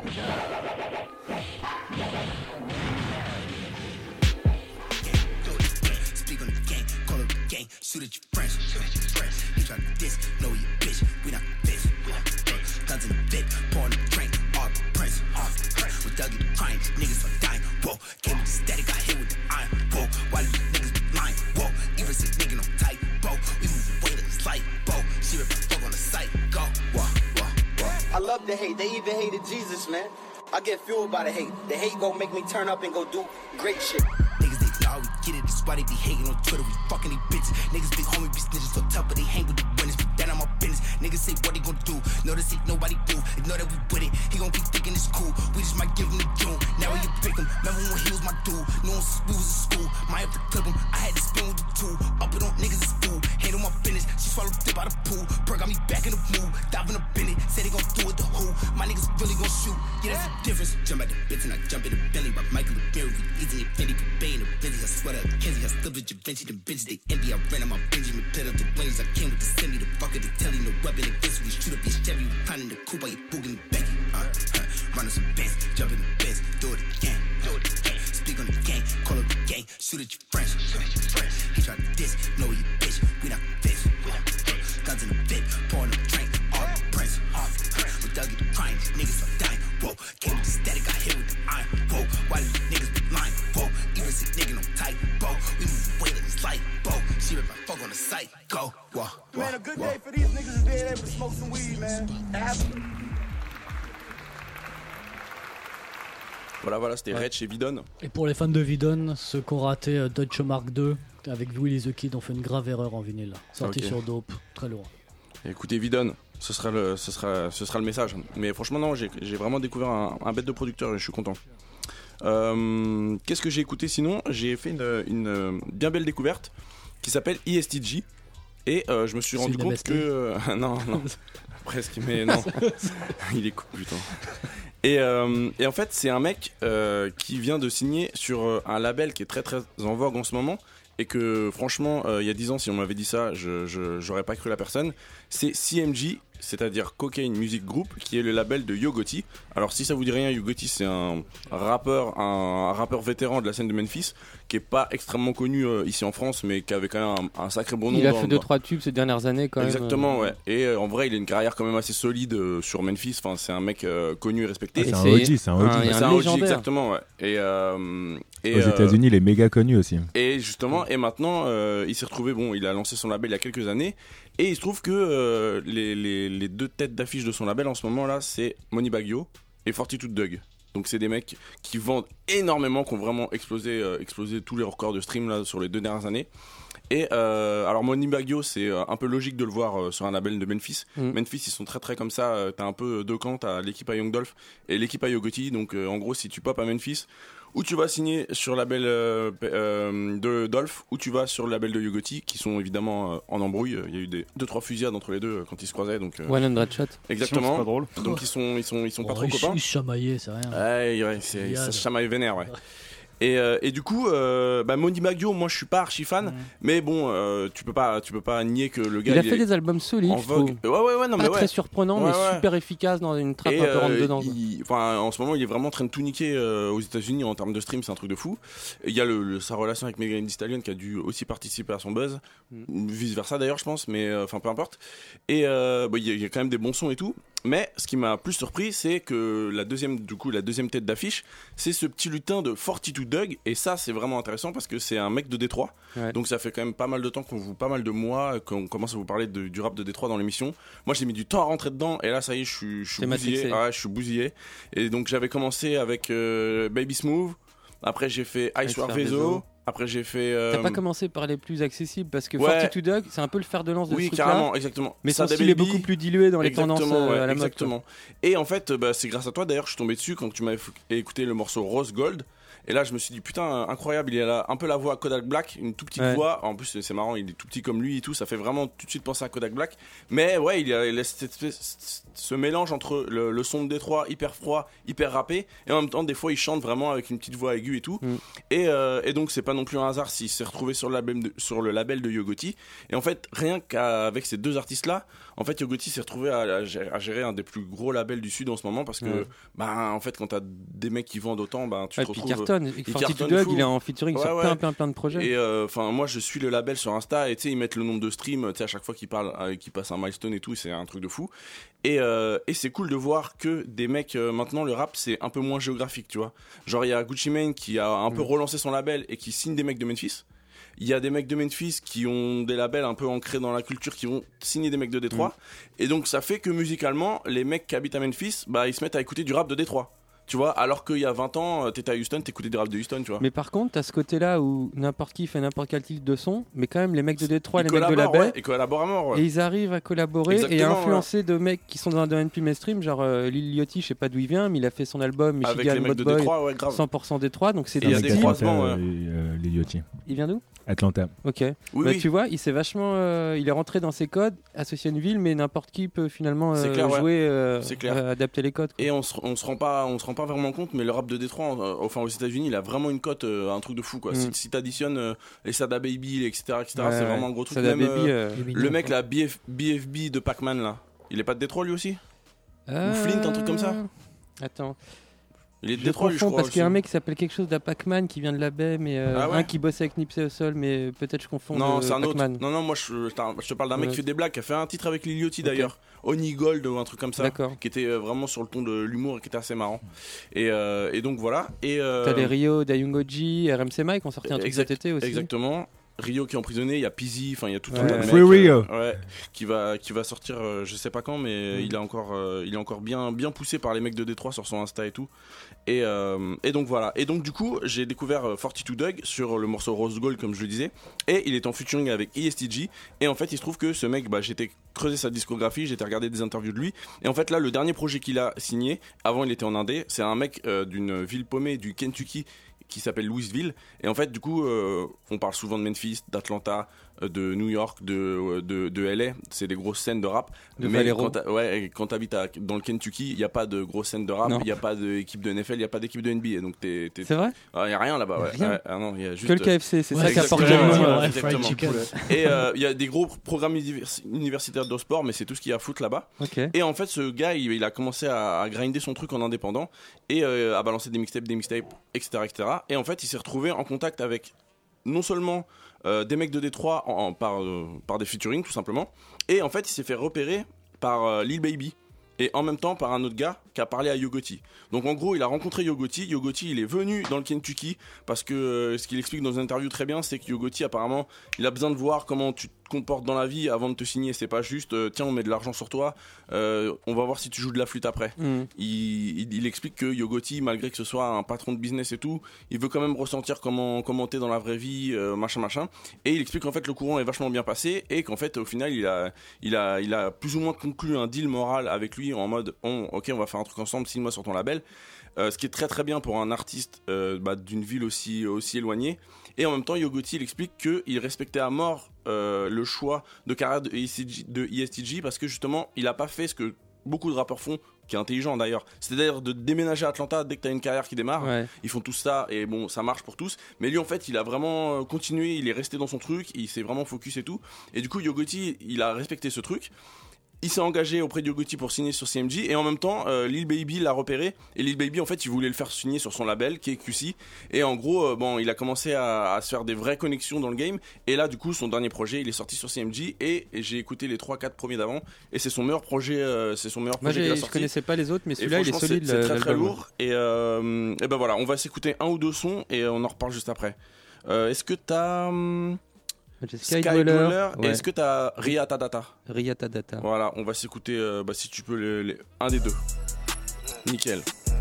S18: Speak on the game, call up the gang, shoot at your friends. You try to diss, know you bitch, we not bitch. Guns in the bit, pouring the drink, all the prince. With Dougie crying, niggas are dying. Whoa, came with the static, got hit with the iron. Whoa, why do you niggas be lying? Whoa, even sick nigga no tight, bro. We move weight like slight, bro. She rip a fuck on the site, go. Whoa, whoa, whoa.
S19: I love the hate. They even hated Jesus, man. I get fueled by the hate. The hate gon' make me turn up and go do great shit.
S18: Niggas they know we get it, that's why they be hating on Twitter. We fucking these bitches. Niggas big homie be snitches, so tough, but they hang with the winners. But that on my business. Niggas say what they gon' do. Notice it, nobody do. Ignore that we with it. He gon' keep thinking it's cool. We just might give him the June. Now we pick him. Remember when he was my dude? No one since we was in school. Might have to clip him. I had to spin with the two. Up it on niggas is fool. Handle my business. She swallowed dip out of pool. Perk got me back in the mood. Diving up in it. Said they gon' do it the who. My niggas really gon' shoot. Yeah, that's the difference. Jump at the bitch and I jump in the belly. By Michael Berry. Easy and Fendi. Bay in the Benzie. I swear to Kenzie. I still with Javinci. The bitches they envy. I ran on my Benjamin. Pit up the wings. I came with the semi. The fucker the telly. No weapon against me. Shoot up your Chevy. We pounding the coupe. I get booging the Becky. Uh, uh, running some bands. Jump in the beds. Do it again. Do it again. Speak on the gang. Call up the gang. Shoot at your friends. He try to diss. Know you bitch. We not bitch. Guns in the bit. Pouring the drink. All the prince. niggas are dying, whoa. Came with the static, got hit with the iron, whoa. Why these niggas be lying, whoa. Even sick nigga no tight, whoa. We move weight like it's light, whoa. She rip my fuck on the site, go, whoa, whoa.
S10: Man, a good day for these niggas is being able to smoke some weed, man.
S5: Voilà, voilà, c'était
S7: Ouais.
S5: Red chez Vidon.
S7: Et pour les fans de Vidon, ceux qui ont raté euh, Deutsche Mark deux avec Willy the Kid ont fait une grave erreur en vinyle. Sorti
S5: Ok.
S7: sur Dope, très lourd.
S5: Écoutez Vidon, ce sera le, ce sera, ce sera le message. Mais franchement non, j'ai, j'ai vraiment découvert un, un bête de producteur et je suis content. Euh, qu'est-ce que j'ai écouté sinon ? J'ai fait une, une bien belle découverte qui s'appelle E S T G et euh, je me suis
S7: C'est
S5: rendu
S7: une
S5: compte
S7: M S T.
S5: que euh, non non presque mais non il est cool putain. Et, euh, et en fait c'est un mec euh, qui vient de signer sur euh, un label qui est très très en vogue en ce moment. Et que franchement, euh, il y a dix ans, si on m'avait dit ça, je, je, j'aurais pas cru la personne. C'est C M G, c'est-à-dire Cocaine Music Group, qui est le label de Yo Gotti. Alors si ça vous dit rien, Yo Gotti c'est un rappeur, un, un rappeur vétéran de la scène de Memphis, qui est pas extrêmement connu euh, ici en France, mais qui avait quand même un, un sacré bon nom.
S6: Il a
S5: dans-
S6: fait deux
S5: dans-
S6: trois tubes ces dernières années quand
S5: Exactement,
S6: même.
S5: ouais. Et euh, en vrai, il a une carrière quand même assez solide euh, sur Memphis. Enfin, c'est un mec euh, connu et respecté.
S12: Ah, c'est un O G, c'est un O G.
S5: C'est
S12: un
S5: un O G,
S6: légendaire.
S5: exactement, ouais. Et, euh, et,
S12: Aux
S5: euh,
S12: États-Unis, il est méga connu aussi.
S5: et justement, et maintenant, euh, il s'est retrouvé, bon, il a lancé son label il y a quelques années, et il se trouve que euh, les, les, les deux têtes d'affiche de son label en ce moment là, c'est Moneybagg Yo et Fortitude Dug. Donc c'est des mecs qui vendent énormément, qui ont vraiment explosé, euh, explosé tous les records de stream là sur les deux dernières années. Et euh, alors Moneybagg Yo, c'est euh, un peu logique de le voir euh, sur un label de Memphis.
S6: Mm.
S5: Memphis, ils sont très très comme ça. euh, T'as un peu deux camps, t'as l'équipe à Young Dolph et l'équipe à Yo Gotti. Donc euh, en gros, si tu pop à Memphis, ou tu vas signer sur le label euh, euh, de Dolph, ou tu vas sur le label de Yo Gotti, qui sont évidemment euh, en embrouille. Il y a eu des deux trois fusillades entre les deux euh, quand ils se croisaient. Donc euh,
S6: cent Shot.
S5: exactement.
S8: C'est pas drôle.
S5: Donc ils sont ils sont ils sont pas
S7: Oh,
S5: trop
S7: ils
S5: copains.
S7: ils se chamaillaient, c'est rien.
S5: Ouais, ouais, c'est,
S7: Fusillade.
S5: ça se chamaille vénère, ouais. Et, euh, et du coup, euh, bah, Moneybagg Yo, moi je suis pas archi fan, mais bon, euh, tu peux pas, tu peux pas nier que le gars
S6: Il a
S5: il
S6: fait
S5: est
S6: des albums solides,
S5: en
S6: je
S5: vogue.
S6: trouve.
S5: Ouais, ouais, ouais, non,
S6: Pas
S5: mais
S6: très
S5: ouais.
S6: surprenant,
S5: Ouais,
S6: mais
S5: ouais.
S6: super efficace dans une trappe
S5: Et,
S6: un peu rentre
S5: euh,
S6: dedans.
S5: il- enfin, en ce moment, il est vraiment en train de tout niquer euh, aux États-Unis en termes de stream, c'est un truc de fou. Et il y a le, le- sa relation avec Megan Thee Stallion qui a dû aussi participer à son buzz, vice versa d'ailleurs, je pense, mais euh, enfin peu importe. Et euh, bah, il y, a- il y a quand même des bons sons et tout. Mais ce qui m'a plus surpris, c'est que la deuxième, du coup, la deuxième tête d'affiche, c'est ce petit lutin de Fortitude Dug. Et ça, c'est vraiment intéressant parce que c'est un mec de Détroit.
S6: Ouais.
S5: Donc ça fait quand même pas mal de temps qu'on vous, pas mal de mois qu'on commence à vous parler de- du rap de Détroit dans l'émission. Moi, j'ai mis du temps à rentrer dedans. Et là, ça y est, je suis, je suis
S6: T'es
S5: bousillé.
S6: matrixé.
S5: Ah ouais, je suis bousillé. Et donc j'avais commencé avec euh, Baby Smooth. Après, j'ai fait Ice
S6: Ice
S5: War
S6: War
S5: Vezo.
S6: Vezo.
S5: Après, j'ai fait. euh,
S6: T'as pas commencé par les plus accessibles parce que
S5: ouais.
S6: Fortitude Dog, c'est un peu le fer de lance de
S5: Oui,
S6: ce truc-là.
S5: carrément, exactement.
S6: Mais son
S5: Sada
S6: style est
S5: Baby.
S6: beaucoup plus dilué dans les tendances
S5: Exactement,
S6: euh,
S5: ouais,
S6: à la mode.
S5: exactement. Et en fait, bah, c'est grâce à toi d'ailleurs que je suis tombé dessus quand tu m'avais f- écouté le morceau Rose Gold. Et là, je me suis dit, putain, incroyable, il a un peu la voix à Kodak Black, une toute petite
S6: Ouais.
S5: voix. En plus, c'est marrant, il est tout petit comme lui et tout. Ça fait vraiment tout de suite penser à Kodak Black. Mais ouais, il a, il a cette espèce- ce mélange entre le, le son de Détroit hyper froid, hyper rappé. Et en même temps, des fois, il chante vraiment avec une petite voix aiguë et tout.
S6: Mm.
S5: Et, euh, et donc, c'est pas non plus un hasard s'il s'est retrouvé sur le label de, sur le label de Yo Gotti. Et en fait, rien qu'avec ces deux artistes-là, en fait, Yo Gotti s'est retrouvé à, à gérer, à gérer un des plus gros labels du Sud en ce moment parce que,
S6: Ouais.
S5: bah, en fait, quand t'as des mecs qui vendent autant, bah, tu
S6: Ouais,
S5: te
S6: puis
S5: retrouves.
S6: cartonne. Et
S5: ils
S6: Fortitude
S5: cartonnent
S6: Dog,
S5: fou.
S6: il est en featuring
S5: Ouais,
S6: sur
S5: ouais.
S6: plein, plein, plein de projets.
S5: Et enfin, moi, je suis le label sur Insta et tu sais, ils mettent le nombre de streams, tu sais, à chaque fois qu'ils parlent, euh, qu'ils passent un milestone et tout, c'est un truc de fou. Et, euh, et c'est cool de voir que des mecs, euh, maintenant, le rap, c'est un peu moins géographique, tu vois. Genre, il y a Gucci Mane qui a un peu
S6: Mm.
S5: relancé son label et qui signe des mecs de Memphis. Il y a des mecs de Memphis qui ont des labels un peu ancrés dans la culture qui vont signer des mecs de Détroit.
S6: Mm.
S5: Et donc, ça fait que musicalement, les mecs qui habitent à Memphis, bah, ils se mettent à écouter du rap de Détroit. Tu vois, alors qu'il y a vingt ans, euh, t'étais à Houston, t'écoutais du rap de Houston, tu vois.
S6: Mais par contre, t'as ce côté-là où n'importe qui fait n'importe quel type de son, mais quand même les mecs de Détroit,
S5: Ils
S6: les mecs de
S5: collaborent,
S6: label,
S5: ouais, ils collaborent à mort, ouais.
S6: et ils arrivent à collaborer et à
S5: Exactement,
S6: influencer de mecs qui sont dans un domaine plus mainstream, genre euh, Lil Yachty, je sais pas d'où il vient, mais il a fait son album
S5: Avec
S6: Michigan
S5: les mecs
S6: Bad
S5: de
S6: Boy,
S5: Détroit, ouais, grave.
S6: cent pour cent Détroit, donc c'est
S5: Et il y a
S6: des
S5: des
S6: styles.
S5: croisements, ouais.
S12: Euh, les Yachty.
S6: Il vient d'où?
S12: Atlanta.
S6: Ok.
S5: Oui,
S6: Bah,
S5: oui.
S6: Tu vois, il s'est vachement, euh, il est rentré dans ses codes, associé à une ville, mais n'importe qui peut finalement
S5: C'est
S6: euh,
S5: clair, ouais.
S6: jouer, euh,
S5: C'est clair.
S6: euh, adapter les codes.
S5: Et on se, on se rend pas, on se rend pas vraiment compte, mais le rap de Détroit, euh, enfin aux États-Unis, il a vraiment une cote, euh, un truc de fou quoi.
S6: Mm.
S5: Si, si t'additionnes euh, les Sada Baby, et cetera, et cetera,
S6: Ouais,
S5: c'est
S6: ouais.
S5: vraiment un gros truc.
S6: Sada
S5: Même,
S6: Baby,
S5: euh,
S6: euh,
S5: le mec là, B F, B F B de Pac-Man là, il est pas de Détroit lui aussi? Ou Flint, un truc comme ça?
S6: Attends.
S5: Il est de
S6: Je
S5: Détroit, lui, je
S6: confonds
S5: crois.
S6: parce qu'il y a un
S5: aussi.
S6: mec qui s'appelle quelque chose d'Apac-Man qui vient de la baie, mais euh,
S5: Ah ouais
S6: un qui bosse avec Nipsey Hussle, mais peut-être je confonds.
S5: Non,
S6: de
S5: c'est un autre.
S6: Pac-Man.
S5: Non, non, moi je, je te parle d'un mec
S6: Ouais.
S5: qui fait des blagues, qui a fait un titre avec Lil Yachty
S6: Ok.
S5: d'ailleurs, Oni Gold ou un truc comme ça,
S6: D'accord.
S5: qui était euh, vraiment sur le ton de l'humour et qui était assez marrant. Et, euh, et donc voilà. Et euh,
S6: T'as les Rio, Dayungoji, R M C Mike qui ont sorti un truc
S5: exact-
S6: cet été aussi.
S5: Exactement. Rio qui est emprisonné, il y a Pizzy, enfin il y a tout un
S6: Ouais.
S5: tas de mecs,
S12: Free Rio.
S5: euh, ouais, qui va qui va sortir, euh, je sais pas quand, mais
S6: Mm.
S5: il est encore euh, il est encore bien bien poussé par les mecs de Détroit sur son Insta et tout. Et euh, et donc voilà. Et donc du coup j'ai découvert euh, quarante-deux Doug sur le morceau Rose Gold comme je le disais, et il est en featuring avec E S T G. Et en fait il se trouve que ce mec, bah j'étais creusé sa discographie, j'étais regardé des interviews de lui, et en fait là le dernier projet qu'il a signé, avant il était en Indé, c'est un mec euh, d'une ville paumée du Kentucky qui s'appelle Louisville, et en fait du coup euh, on parle souvent de Memphis, d'Atlanta, euh, de New York, de, de, de L A, c'est des grosses scènes de rap,
S6: De
S5: mais
S6: Valero.
S5: quand t'as- ouais, quand t'habites à- dans le Kentucky, il n'y a pas de grosses scènes de rap,
S6: Non.
S5: il n'y a pas d'équipe de N F L, il n'y a pas d'équipe de N B A, donc t'es, t'es-
S6: C'est vrai
S5: Ah, il n'y a rien là-bas, ouais.
S6: Rien.
S5: Ouais, ah non, il y a juste
S6: Que le K F C, c'est
S7: Ouais,
S6: ça qui apporte
S5: exactement,
S6: le nom.
S5: ouais,
S7: ouais,
S5: exactement.
S7: fried chicken.
S5: Et euh, il y a des gros programmes univers- universitaires de sport, mais c'est tout ce qu'il y a à foutre là-bas.
S6: Ok.
S5: Et en fait, ce gars, il, il a commencé à, à grinder son truc en indépendant et euh, à balancer des mixtapes, des mixtapes, et cetera, et cetera. Et en fait, il s'est retrouvé en contact avec non seulement euh, des mecs de Détroit en, en- par, euh, par des featuring, tout simplement, et en fait, il s'est fait repérer par euh, Lil Baby. Et en même temps par un autre gars qui a parlé à Yo Gotti. Donc en gros il a rencontré Yo Gotti. Yo Gotti il est venu dans le Kentucky parce que euh, ce qu'il explique dans une interview très bien, c'est que Yo Gotti apparemment il a besoin de voir comment tu te comportes dans la vie avant de te signer. C'est pas juste euh, tiens on met de l'argent sur toi, euh, on va voir si tu joues de la flûte après.
S6: Mm.
S5: Il, il, il explique que Yo Gotti, malgré que ce soit un patron de business et tout, il veut quand même ressentir comment, comment t'es dans la vraie vie, euh, machin machin. Et il explique qu'en fait le courant est vachement bien passé et qu'en fait au final il a, il a, il a plus ou moins conclu un deal moral avec lui en mode on, ok on va faire un truc ensemble, signe-moi sur ton label. Euh, ce qui est très très bien pour un artiste euh, bah, d'une ville aussi, aussi éloignée. Et en même temps Yo Gotti il explique qu'il respectait à mort euh, le choix de carrière de E S T G, de E S T G parce que justement il a pas fait ce que beaucoup de rappeurs font, qui est intelligent d'ailleurs, c'est-à-dire de déménager à Atlanta dès que t'as une carrière qui démarre.
S6: Ouais.
S5: Ils font tout ça et bon ça marche pour tous, mais lui en fait il a vraiment continué, il est resté dans son truc, il s'est vraiment focus et tout, et du coup Yo Gotti il a respecté ce truc. Il s'est engagé auprès de Yo Gotti pour signer sur C M G, et en même temps euh, Lil Baby l'a repéré, et Lil Baby en fait il voulait le faire signer sur son label qui est Q C, et en gros euh, bon il a commencé à, à se faire des vraies connexions dans le game, et là du coup son dernier projet il est sorti sur C M G, et, et j'ai écouté les trois quatre premiers d'avant, et c'est son meilleur projet, euh, c'est son meilleur
S6: Moi
S5: projet qu'il a
S6: j'ai- je
S5: sorti.
S6: connaissais pas les autres, mais
S5: Et
S6: celui-là il est
S5: franchement,
S6: solide.
S5: c'est, c'est très très
S6: l'album.
S5: lourd, et, euh, et ben voilà on va s'écouter un ou deux sons et on en reparle juste après. Euh, est-ce que t'as hum,
S6: J'ai
S5: Sky
S6: Sky Dweller,
S5: Dweller, et
S6: ouais.
S5: est-ce que t'as Ria Tadata?
S6: Ria Tadata.
S5: Voilà, on va s'écouter euh, bah, si tu peux les, les- un des deux. Nickel.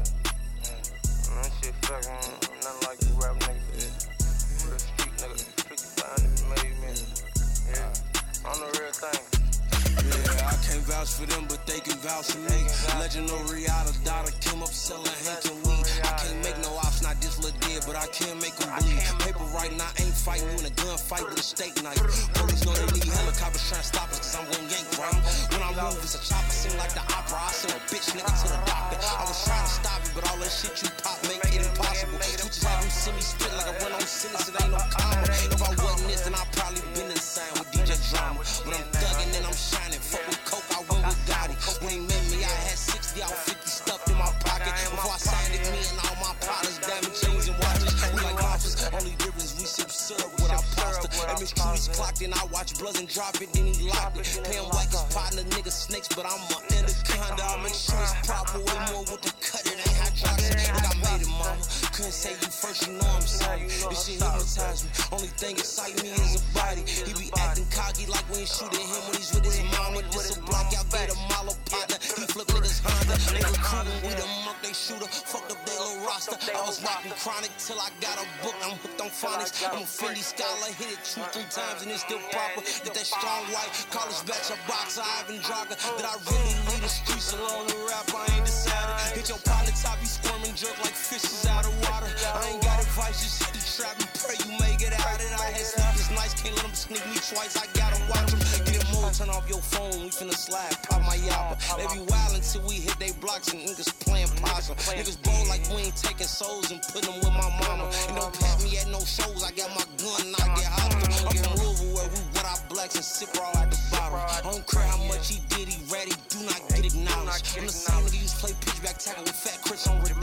S20: I can't vouch for them, but they can vouch for me. Legend of Riata Dada came up selling Hank and weed. I can't make no ops, not this little dead, but I can make them bleed. Paper right now, ain't fighting you in a gunfight with a steak knife. Police know they need helicopters trying to stop us, cause I'm gon' yank right. When I move, it's a chopper, seem like the opera. I send a bitch nigga to the doctor. I was trying to stop you, but all that shit you pop make it impossible. You just have them see me spit like I run on sentence, it ain't no comma. If I wasn't this, then I'd probably been insane with D J Drama. But I'm thugging and I'm shining, fuck with coke, I went with Gotti. When he met me, I had sixty out fifty stuffed in my pocket. Before I signed it, me and all my partners, diamond chains and watches. We like monsters, only difference we sip syrup with our pasta. And Miss Trudy's clocked in, I watch Bloods and drop it, then he locked it. Pay him like his partner, nigga snakes, but I'm a anaconda. I make sure it's proper, way more with the cut, it ain't hydroxy. Like I made it, mama. Couldn't say you first, you know I'm sorry. This shit hypnotized me. Only thing excite me is a body. He be acting cocky like we ain't shooting him when he's with his mama. This a block, y'all get a Malo partner. He flip niggas Honda. They recruiting, we the monk, they shooter. Fucked up their little roster. I was rocking chronic till I got a book. I'm hooked on phonics. I'm a Fendi scholar. Hit it two, three times and it's still proper. Get that strong white college batch of boxer. Ivan Draga. Did I really lead the streets along the rap? I ain't decided. Hit your pilot top, he squirming jerk like fishes out of water. I ain't got advice, just hit the trap and pray you make it out. And I had sneakers nice, can't let them sneak me twice. I gotta watch them. Get it more, turn off your phone. We finna slide, pop my yapper. They be wild until we hit they blocks and niggas playing possum. Niggas bold like we ain't taking souls and putting them with my mama. And don't pat me at no shows. I got my gun and I get hostile. I'm from Louisville where we wet our blacks and sip raw at the bottom. I don't care how much he did, he ready, do not get acknowledged. I'm the same nigga used to play pitchback tackle with Fat Chris on Redondo.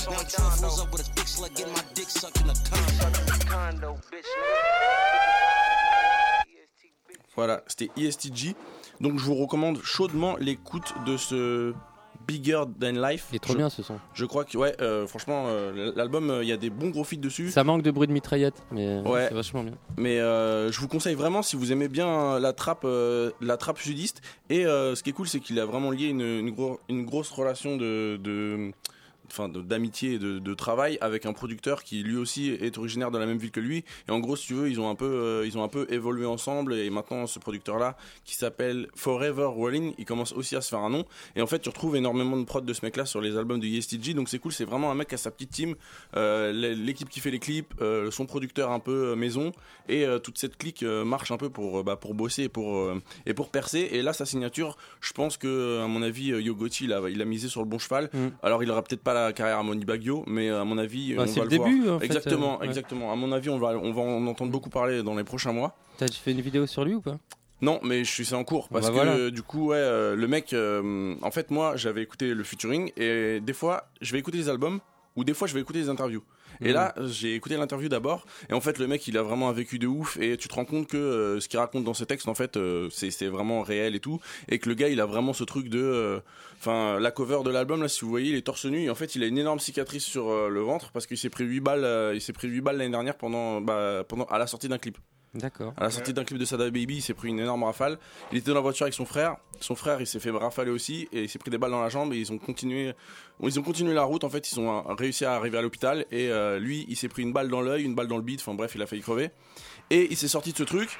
S20: Now twelve rolls up with a thick slut, getting my dick sucked in a condo.
S5: Voilà, c'était E S T G. Donc je vous recommande chaudement l'écoute de ce Bigger Than Life.
S6: Il est trop
S5: je,
S6: bien ce son.
S5: Je crois que ouais, euh, franchement, euh, l'album, il euh, y a des bons gros feats dessus.
S6: Ça manque de bruit de mitraillette, mais
S5: ouais.
S6: c'est vachement bien.
S5: Mais euh, je vous conseille vraiment si vous aimez bien la trappe, euh, la trappe sudiste. Et euh, ce qui est cool, c'est qu'il a vraiment lié une, une, gros, une grosse relation de, de enfin d'amitié et de, de travail avec un producteur qui lui aussi est originaire de la même ville que lui, et en gros si tu veux ils ont un peu euh, ils ont un peu évolué ensemble, et maintenant ce producteur là qui s'appelle Forever Rollin, il commence aussi à se faire un nom, et en fait tu retrouves énormément de prod de ce mec là sur les albums de E S T G, donc c'est cool, c'est vraiment un mec qui a sa petite team, euh, l'équipe qui fait les clips, euh, son producteur un peu maison, et euh, toute cette clique euh, marche un peu pour, bah, pour bosser et pour, euh, et pour percer, et là sa signature, je pense que à mon avis Yo Gotti il a, il a misé sur le bon cheval, mm. alors il aura peut-être pas la carrière à Money Baggio, mais à mon avis
S6: bah,
S5: on
S6: c'est
S5: va
S6: le,
S5: le
S6: début
S5: voir.
S6: en fait,
S5: exactement,
S6: euh, ouais.
S5: exactement. À mon avis on va on va en entendre beaucoup parler dans les prochains mois.
S6: T'as fait une vidéo sur lui ou pas?
S5: Non, mais je suis c'est en cours parce
S6: bah
S5: que
S6: voilà.
S5: euh, du coup ouais euh, le mec euh, en fait moi j'avais écouté le featuring, et des fois je vais écouter les albums ou des fois je vais écouter les interviews. Et mmh. là, j'ai écouté l'interview d'abord, et en fait, le mec, il a vraiment un vécu de ouf, et tu te rends compte que euh, ce qu'il raconte dans ce texte, en fait, euh, c'est, c'est vraiment réel et tout, et que le gars, il a vraiment ce truc de, enfin, euh, la cover de l'album, là, si vous voyez, il est torse nu, et en fait, il a une énorme cicatrice sur euh, le ventre parce qu'il s'est pris huit balles, euh, il s'est pris huit balles l'année dernière pendant, bah, pendant, à la sortie d'un clip.
S6: D'accord.
S5: À la sortie d'un clip de Sada Baby, il s'est pris une énorme rafale. Il était dans la voiture avec son frère. Son frère, il s'est fait rafaler aussi, et il s'est pris des balles dans la jambe, et ils ont continué, ils ont continué la route. En fait, ils ont réussi à arriver à l'hôpital, et euh, lui, il s'est pris une balle dans l'œil, une balle dans le bide. Enfin bref, il a failli crever. Et il s'est sorti de ce truc.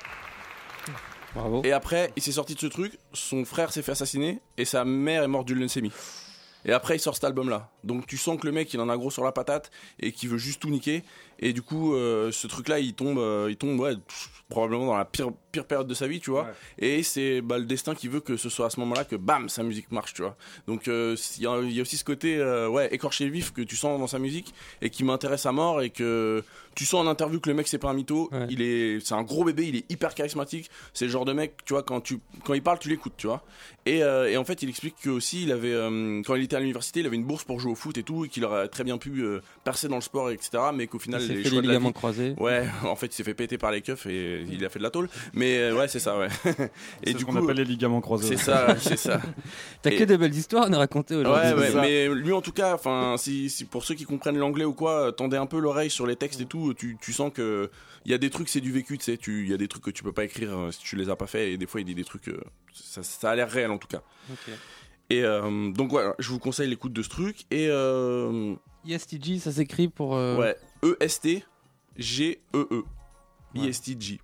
S6: Bravo.
S5: Et après, il s'est sorti de ce truc. Son frère s'est fait assassiner, et sa mère est morte d'une leucémie. Et après, il sort cet album-là. Donc, tu sens que le mec, il en a gros sur la patate et qu'il veut juste tout niquer. Et du coup, euh, ce truc-là, il tombe, euh, il tombe, ouais, probablement dans la pire, pire période de sa vie, tu vois. Ouais. Et c'est bah, le destin qui veut que ce soit à ce moment-là que, bam, sa musique marche, tu vois. Donc, il euh, y, y a aussi ce côté, euh, ouais, écorché vif que tu sens dans sa musique et qui m'intéresse à mort, et que tu sens en interview que le mec, c'est pas un mytho. Ouais. Il est, c'est un gros bébé, il est hyper charismatique. C'est le genre de mec, tu vois, quand, tu, quand il parle, tu l'écoutes, tu vois. Et, euh, et en fait, il explique que aussi, il avait, euh, quand il était à l'université, il avait une bourse pour jouer au foot et tout, et qu'il aurait très bien pu euh, percer dans le sport, et cetera. Mais qu'au final,
S6: il s'est
S5: les
S6: fait
S5: choix
S6: les
S5: de la
S6: ligaments
S5: vie,
S6: croisés.
S5: Ouais, en fait, il s'est fait péter par les keufs et il a fait de la tôle. Mais euh, ouais, c'est ça, ouais.
S8: Et c'est du ce coup, qu'on appelle les ligaments croisés.
S5: C'est ça, c'est ça.
S6: T'as et... que des belles histoires à nous raconter aujourd'hui.
S5: Ouais, ouais, mais lui, en tout cas, enfin, si, si pour ceux qui comprennent l'anglais ou quoi, tendez un peu l'oreille sur les textes et tout. Tu, tu sens que il y a des trucs, c'est du vécu, tu sais. Il y a des trucs que tu peux pas écrire euh, si tu les as pas fait, et des fois, il dit des trucs, euh, ça, ça a l'air réel en tout cas.
S6: Ok.
S5: Et euh, donc voilà, je vous conseille l'écoute de ce truc. Et euh,
S6: E S T G, ça s'écrit pour. Euh...
S5: Ouais, E S T G E E. Ouais. E S T G.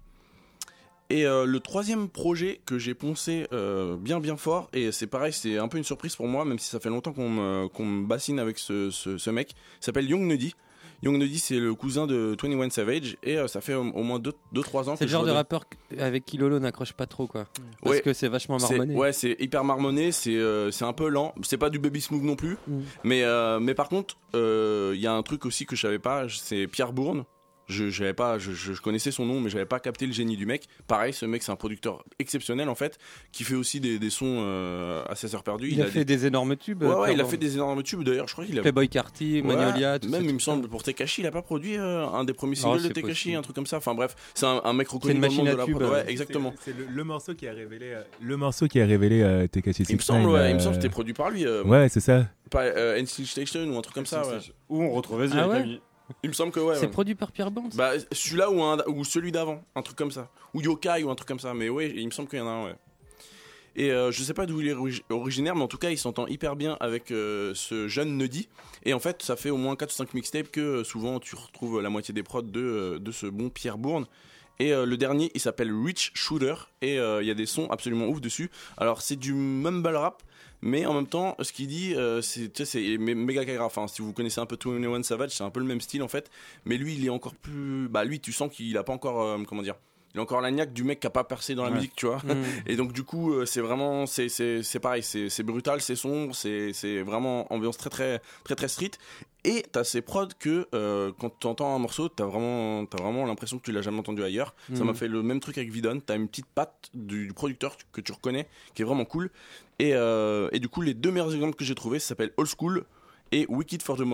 S5: Et euh, le troisième projet que j'ai poncé euh, bien bien fort, et c'est pareil, c'est un peu une surprise pour moi, même si ça fait longtemps qu'on me, qu'on me bassine avec ce, ce, ce mec, s'appelle Young Nuddy. Young Nuddy, c'est le cousin de vingt et un Savage, et euh, ça fait au, au moins deux trois ans.
S6: C'est
S5: que
S6: le genre
S5: je
S6: de
S5: de...
S6: rappeur avec qui Lolo n'accroche pas trop, quoi. Parce
S5: ouais,
S6: que c'est vachement marmonné.
S5: C'est, ouais, c'est hyper marmonné, c'est, euh, c'est un peu lent. C'est pas du Baby Smooth non plus. Mm. Mais, euh, mais par contre, il euh, y a un truc aussi que je savais pas, c'est Pierre Bourne. Je, j'avais pas, je, je connaissais son nom, mais j'avais pas capté le génie du mec. Pareil, ce mec, c'est un producteur exceptionnel en fait, qui fait aussi des, des sons euh, à seize heures perdues.
S6: Il, il a, a fait des... des énormes tubes.
S5: Ouais, ouais, il a fait des énormes tubes. D'ailleurs, je crois qu'il a.
S6: Playboy Carty, Magnolia, ouais, tout
S5: même
S6: ça,
S5: il me semble pour Tekashi, il a pas produit euh, un des premiers singles oh, de Tekashi, possible. Un truc comme ça. Enfin bref, c'est un, un mec reconnu dans le monde de la prod. Ouais, exactement.
S12: C'est, c'est le, le morceau qui a révélé, euh, le morceau qui a révélé euh, Tekashi.
S5: Il me semble, ouais, euh... il me semble que c'était produit par lui. Euh,
S12: ouais, c'est ça.
S5: Pas euh, N Sync Station ou un truc comme ça. Ouais.
S8: Où on retrouvait
S6: ah
S8: Camille.
S5: Il me semble que ouais.
S6: C'est
S5: ouais.
S6: produit par Pierre Bourne.
S5: Bah celui-là ou, un, ou celui d'avant, un truc comme ça. Ou Yokai ou un truc comme ça. Mais ouais, il me semble qu'il y en a un, ouais. Et euh, je sais pas d'où il est originaire, mais en tout cas, il s'entend hyper bien avec euh, ce jeune Nuddy. Et en fait, ça fait au moins quatre ou cinq mixtapes que euh, souvent tu retrouves la moitié des prods de, euh, de ce bon Pierre Bourne. Et euh, le dernier, il s'appelle Rich Shooter. Et il euh, y a des sons absolument ouf dessus. Alors, c'est du mumble rap. Mais en même temps, ce qu'il dit, euh, c'est, tu sais, c'est méga grave. Enfin, si vous connaissez un peu vingt et un Savage, c'est un peu le même style en fait. Mais lui, il est encore plus. Bah, lui, tu sens qu'il a pas encore. Euh, comment dire Il a encore la niaque du mec qui a pas percé dans la ouais. musique, tu vois. Mmh. Et donc, du coup, euh, c'est vraiment. C'est, c'est, c'est pareil. C'est, c'est brutal, c'est sombre. C'est, c'est vraiment ambiance très, très, très, très street. Et t'as ces prods que euh, quand t'entends un morceau, t'as vraiment, t'as vraiment l'impression que tu l'as jamais entendu ailleurs. Mmh. Ça m'a fait le même truc avec Vidon. T'as une petite patte du, du producteur que tu reconnais, qui est vraiment cool. Et, euh, et du coup, les deux meilleurs exemples que j'ai trouvés, ça s'appelle Old School et Wicked for the Money.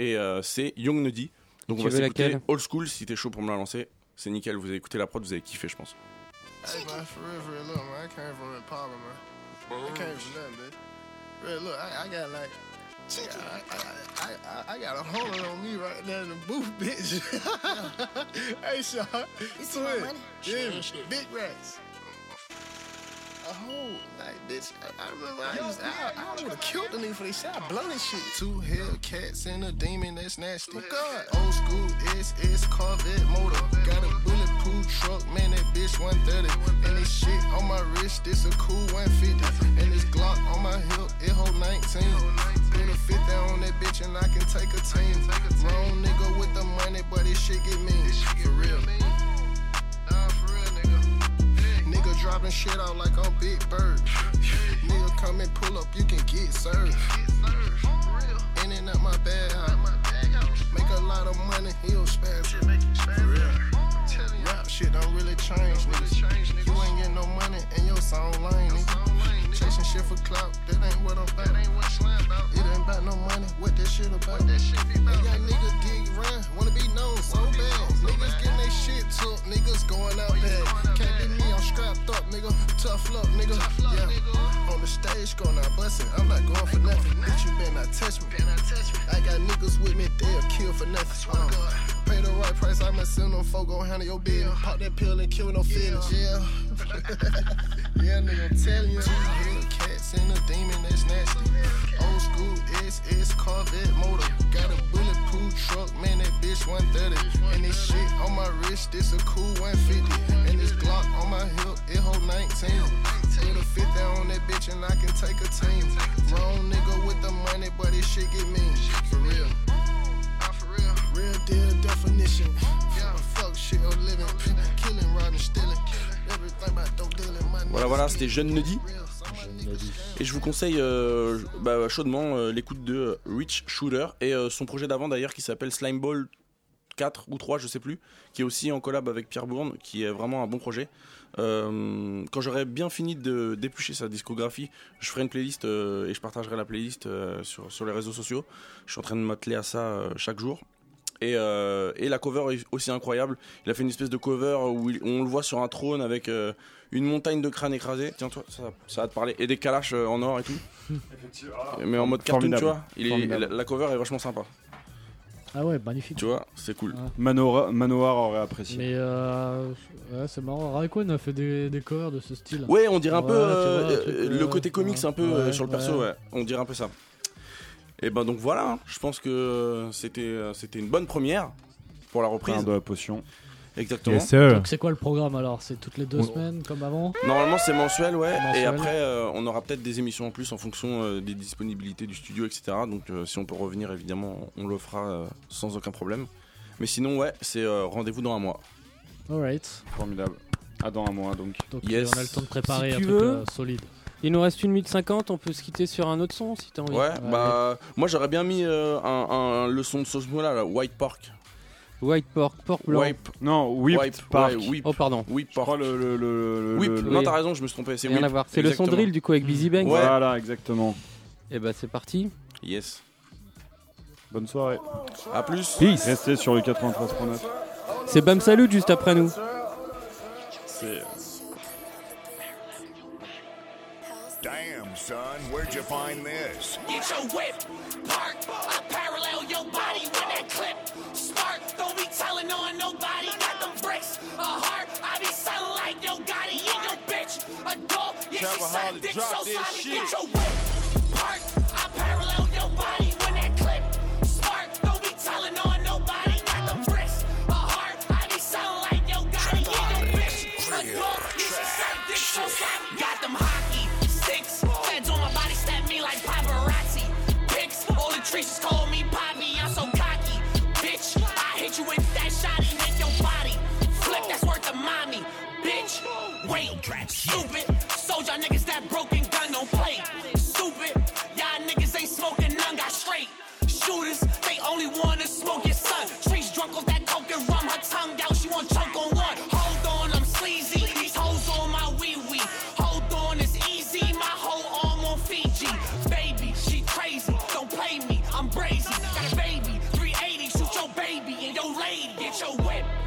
S5: et euh, c'est Young Nuddy. Donc
S6: Tu
S5: on va
S6: veux
S5: s'écouter
S6: laquelle
S5: Old School si t'es chaud pour me la lancer. C'est nickel, vous avez écouté la prod, vous avez kiffé je pense.
S21: Hey man, for real, for real, look man, I came from Impala, man. I came from nothing, bitch. Real, look, I, I got like, I, I, I, I got a hundred on me right there in the booth, bitch. Hey, Sean, it's twin. Yeah, big racks. A whole, like, bitch, I, I remember I used to, I, I would have killed the nigga for this shit. I blow this shit. Two Hellcats and a demon that's nasty. Oh, God. Old school S S Corvette motor. Got a bulletproof truck, man, that bitch one thirty. And this shit on my wrist, this a cool one fifty. And this Glock on my hip, it hold nineteen. Put a fifty on that bitch and I can take a team. Wrong nigga with the money, but this shit get mean. For real. Nigga dropping shit out like I'm Big Bird. Nigga come and pull up, you can get served. In and out my bag house. Make a lot of money, he'll spaz. For real. Rap shit don't really change, nigga. You ain't getting no money and your song lame, nigga. Chasing shit for clout, that ain't what I'm about. It ain't about no money, what that shit about? And y'all niggas dig around, wanna be known so bad. Niggas getting they shit took, niggas going out bad. Can't be me, I'm strapped up, nigga. Tough luck, nigga. Yeah. On the stage, going out bustin', I'm not going for nothing. Bitch, you better not touch me. I got niggas with me, they'll kill for nothing. Uh, pay the right price, I'ma send them folk, gon' handle your business. Pop that pill and kill no feelings, yeah. Yeah, nigga, I'm telling you. Two Hellcats and a demon that's nasty. Old school S S Corvette motor. Got a bulletproof truck, man, that bitch one thirty. And this shit on my wrist, this a cool one fifty. And this Glock on my hip, it hold nineteen. Put a fifty on that bitch and I can take a team. Wrong nigga with the money, but this shit get mean. For real. Real deal definition. Fuck shit or living. Killing, robbing, stealing. Everything about dope dealing.
S5: Voilà, voilà, c'était Jeune Nuddy. Et je vous conseille euh, bah, chaudement euh, l'écoute de Rich Shooter et euh, son projet d'avant d'ailleurs qui s'appelle Slimeball quatre ou trois, je sais plus, qui est aussi en collab avec Pierre Bourne, qui est vraiment un bon projet. Euh, quand j'aurai bien fini de d'éplucher sa discographie, je ferai une playlist euh, et je partagerai la playlist euh, sur, sur les réseaux sociaux. Je suis en train de m'atteler à ça euh, chaque jour. Et, euh, et la cover est aussi incroyable. Il a fait une espèce de cover où il, on le voit sur un trône avec euh, une montagne de crânes écrasés. Tiens, toi, ça, ça va te parler. Et des calaches euh, en or et tout. Mais en mode cartoon, tu vois. Il est, la, la cover est vachement sympa.
S7: Ah ouais, magnifique.
S5: Tu vois, c'est cool.
S7: Ah.
S8: Manoir, Manoir aurait apprécié.
S7: Mais euh, ouais, c'est marrant. Raikkonen a fait des, des covers de ce style.
S5: Ouais, on dirait un
S7: ouais,
S5: peu euh,
S7: vois, truc,
S5: le
S7: euh,
S5: côté comics,
S7: ouais,
S5: un peu
S7: ouais,
S5: euh, sur le perso.
S7: ouais.
S5: Ouais. On dirait un peu ça. Et ben donc voilà. Hein. Je pense que c'était c'était une bonne première pour la reprise.
S8: Plein de potions.
S5: Exactement.
S12: Yes, sir.
S7: Donc c'est quoi le programme alors? C'est toutes les deux
S5: On-
S7: semaines comme avant?
S5: Normalement c'est mensuel, ouais.
S7: Mensuel.
S5: Et après euh, on aura peut-être des émissions en plus en fonction euh, des disponibilités du studio, et cetera. Donc euh, si on peut revenir, évidemment, on le fera euh, sans aucun problème. Mais sinon, ouais, c'est euh, rendez-vous dans un mois.
S7: Alright.
S8: Formidable. Ah, dans un mois donc.
S7: Donc
S5: Yes.
S7: on a le temps de préparer
S6: Si
S7: un
S6: tu
S7: truc
S6: veux.
S7: euh, solide.
S6: Il nous reste une minute cinquante, on peut se quitter sur un autre son si t'as envie.
S5: Ouais, bah moi j'aurais bien mis euh, un, un, le son de Sauce Moula, là, White Pork.
S6: White Pork, porc blanc.
S5: Wipe.
S8: Non, Whipped
S5: Wipe,
S8: Park.
S5: ouais, whip.
S6: Oh pardon.
S5: Whip
S8: Je
S5: Pork.
S8: crois le. le, le, le
S5: Whip.
S8: le-
S5: Non,
S6: Oui.
S5: t'as raison, je me suis trompé. C'est
S6: Rien
S5: Whip.
S6: à voir. C'est le son
S5: Exactement.
S6: drill du coup avec Busy Bang.
S5: Ouais.
S8: Voilà, exactement.
S6: Et bah c'est parti.
S5: Yes.
S8: Bonne soirée.
S5: A plus.
S12: Peace.
S8: Restez sur le quatre-vingt-treize point neuf.
S6: C'est Bam Salut juste après nous.
S5: C'est.
S4: Damn, son, where'd you find this?
S10: Get your whip, park, I parallel your body with that clip. Spark, don't be telling on nobody. Got them bricks, a heart, I be selling like yo Gotti and your bitch. A dog, yeah, she suck dick so solid. Get your whip, park, I parallel your body with that clip. Spark, don't be telling on nobody. Got them bricks, a heart, I be selling like yo Gotti and your bitch. A dog, yeah, she suck dick so solid. Got them hockey sticks, feds on my body, stab me like paparazzi. Pics, all the trees just call me Poppy, I'm so cocky. Bitch, I hit you with that shot and hit your body. Flip, that's worth the mommy. Bitch, wait, stupid. Sold y'all niggas that broken gun don't play. Stupid, y'all niggas ain't smoking none, got straight. Shooters, they only wanna smoke your son. Trees drunk off that coke and rum, her tongue out, she want choke on one. Hold on, I'm sleazy, these hoes on my wee wee. Hold on, it's easy, my whole arm on Fiji. Baby, she crazy, don't play me, I'm brazy. Got a baby,
S11: wet.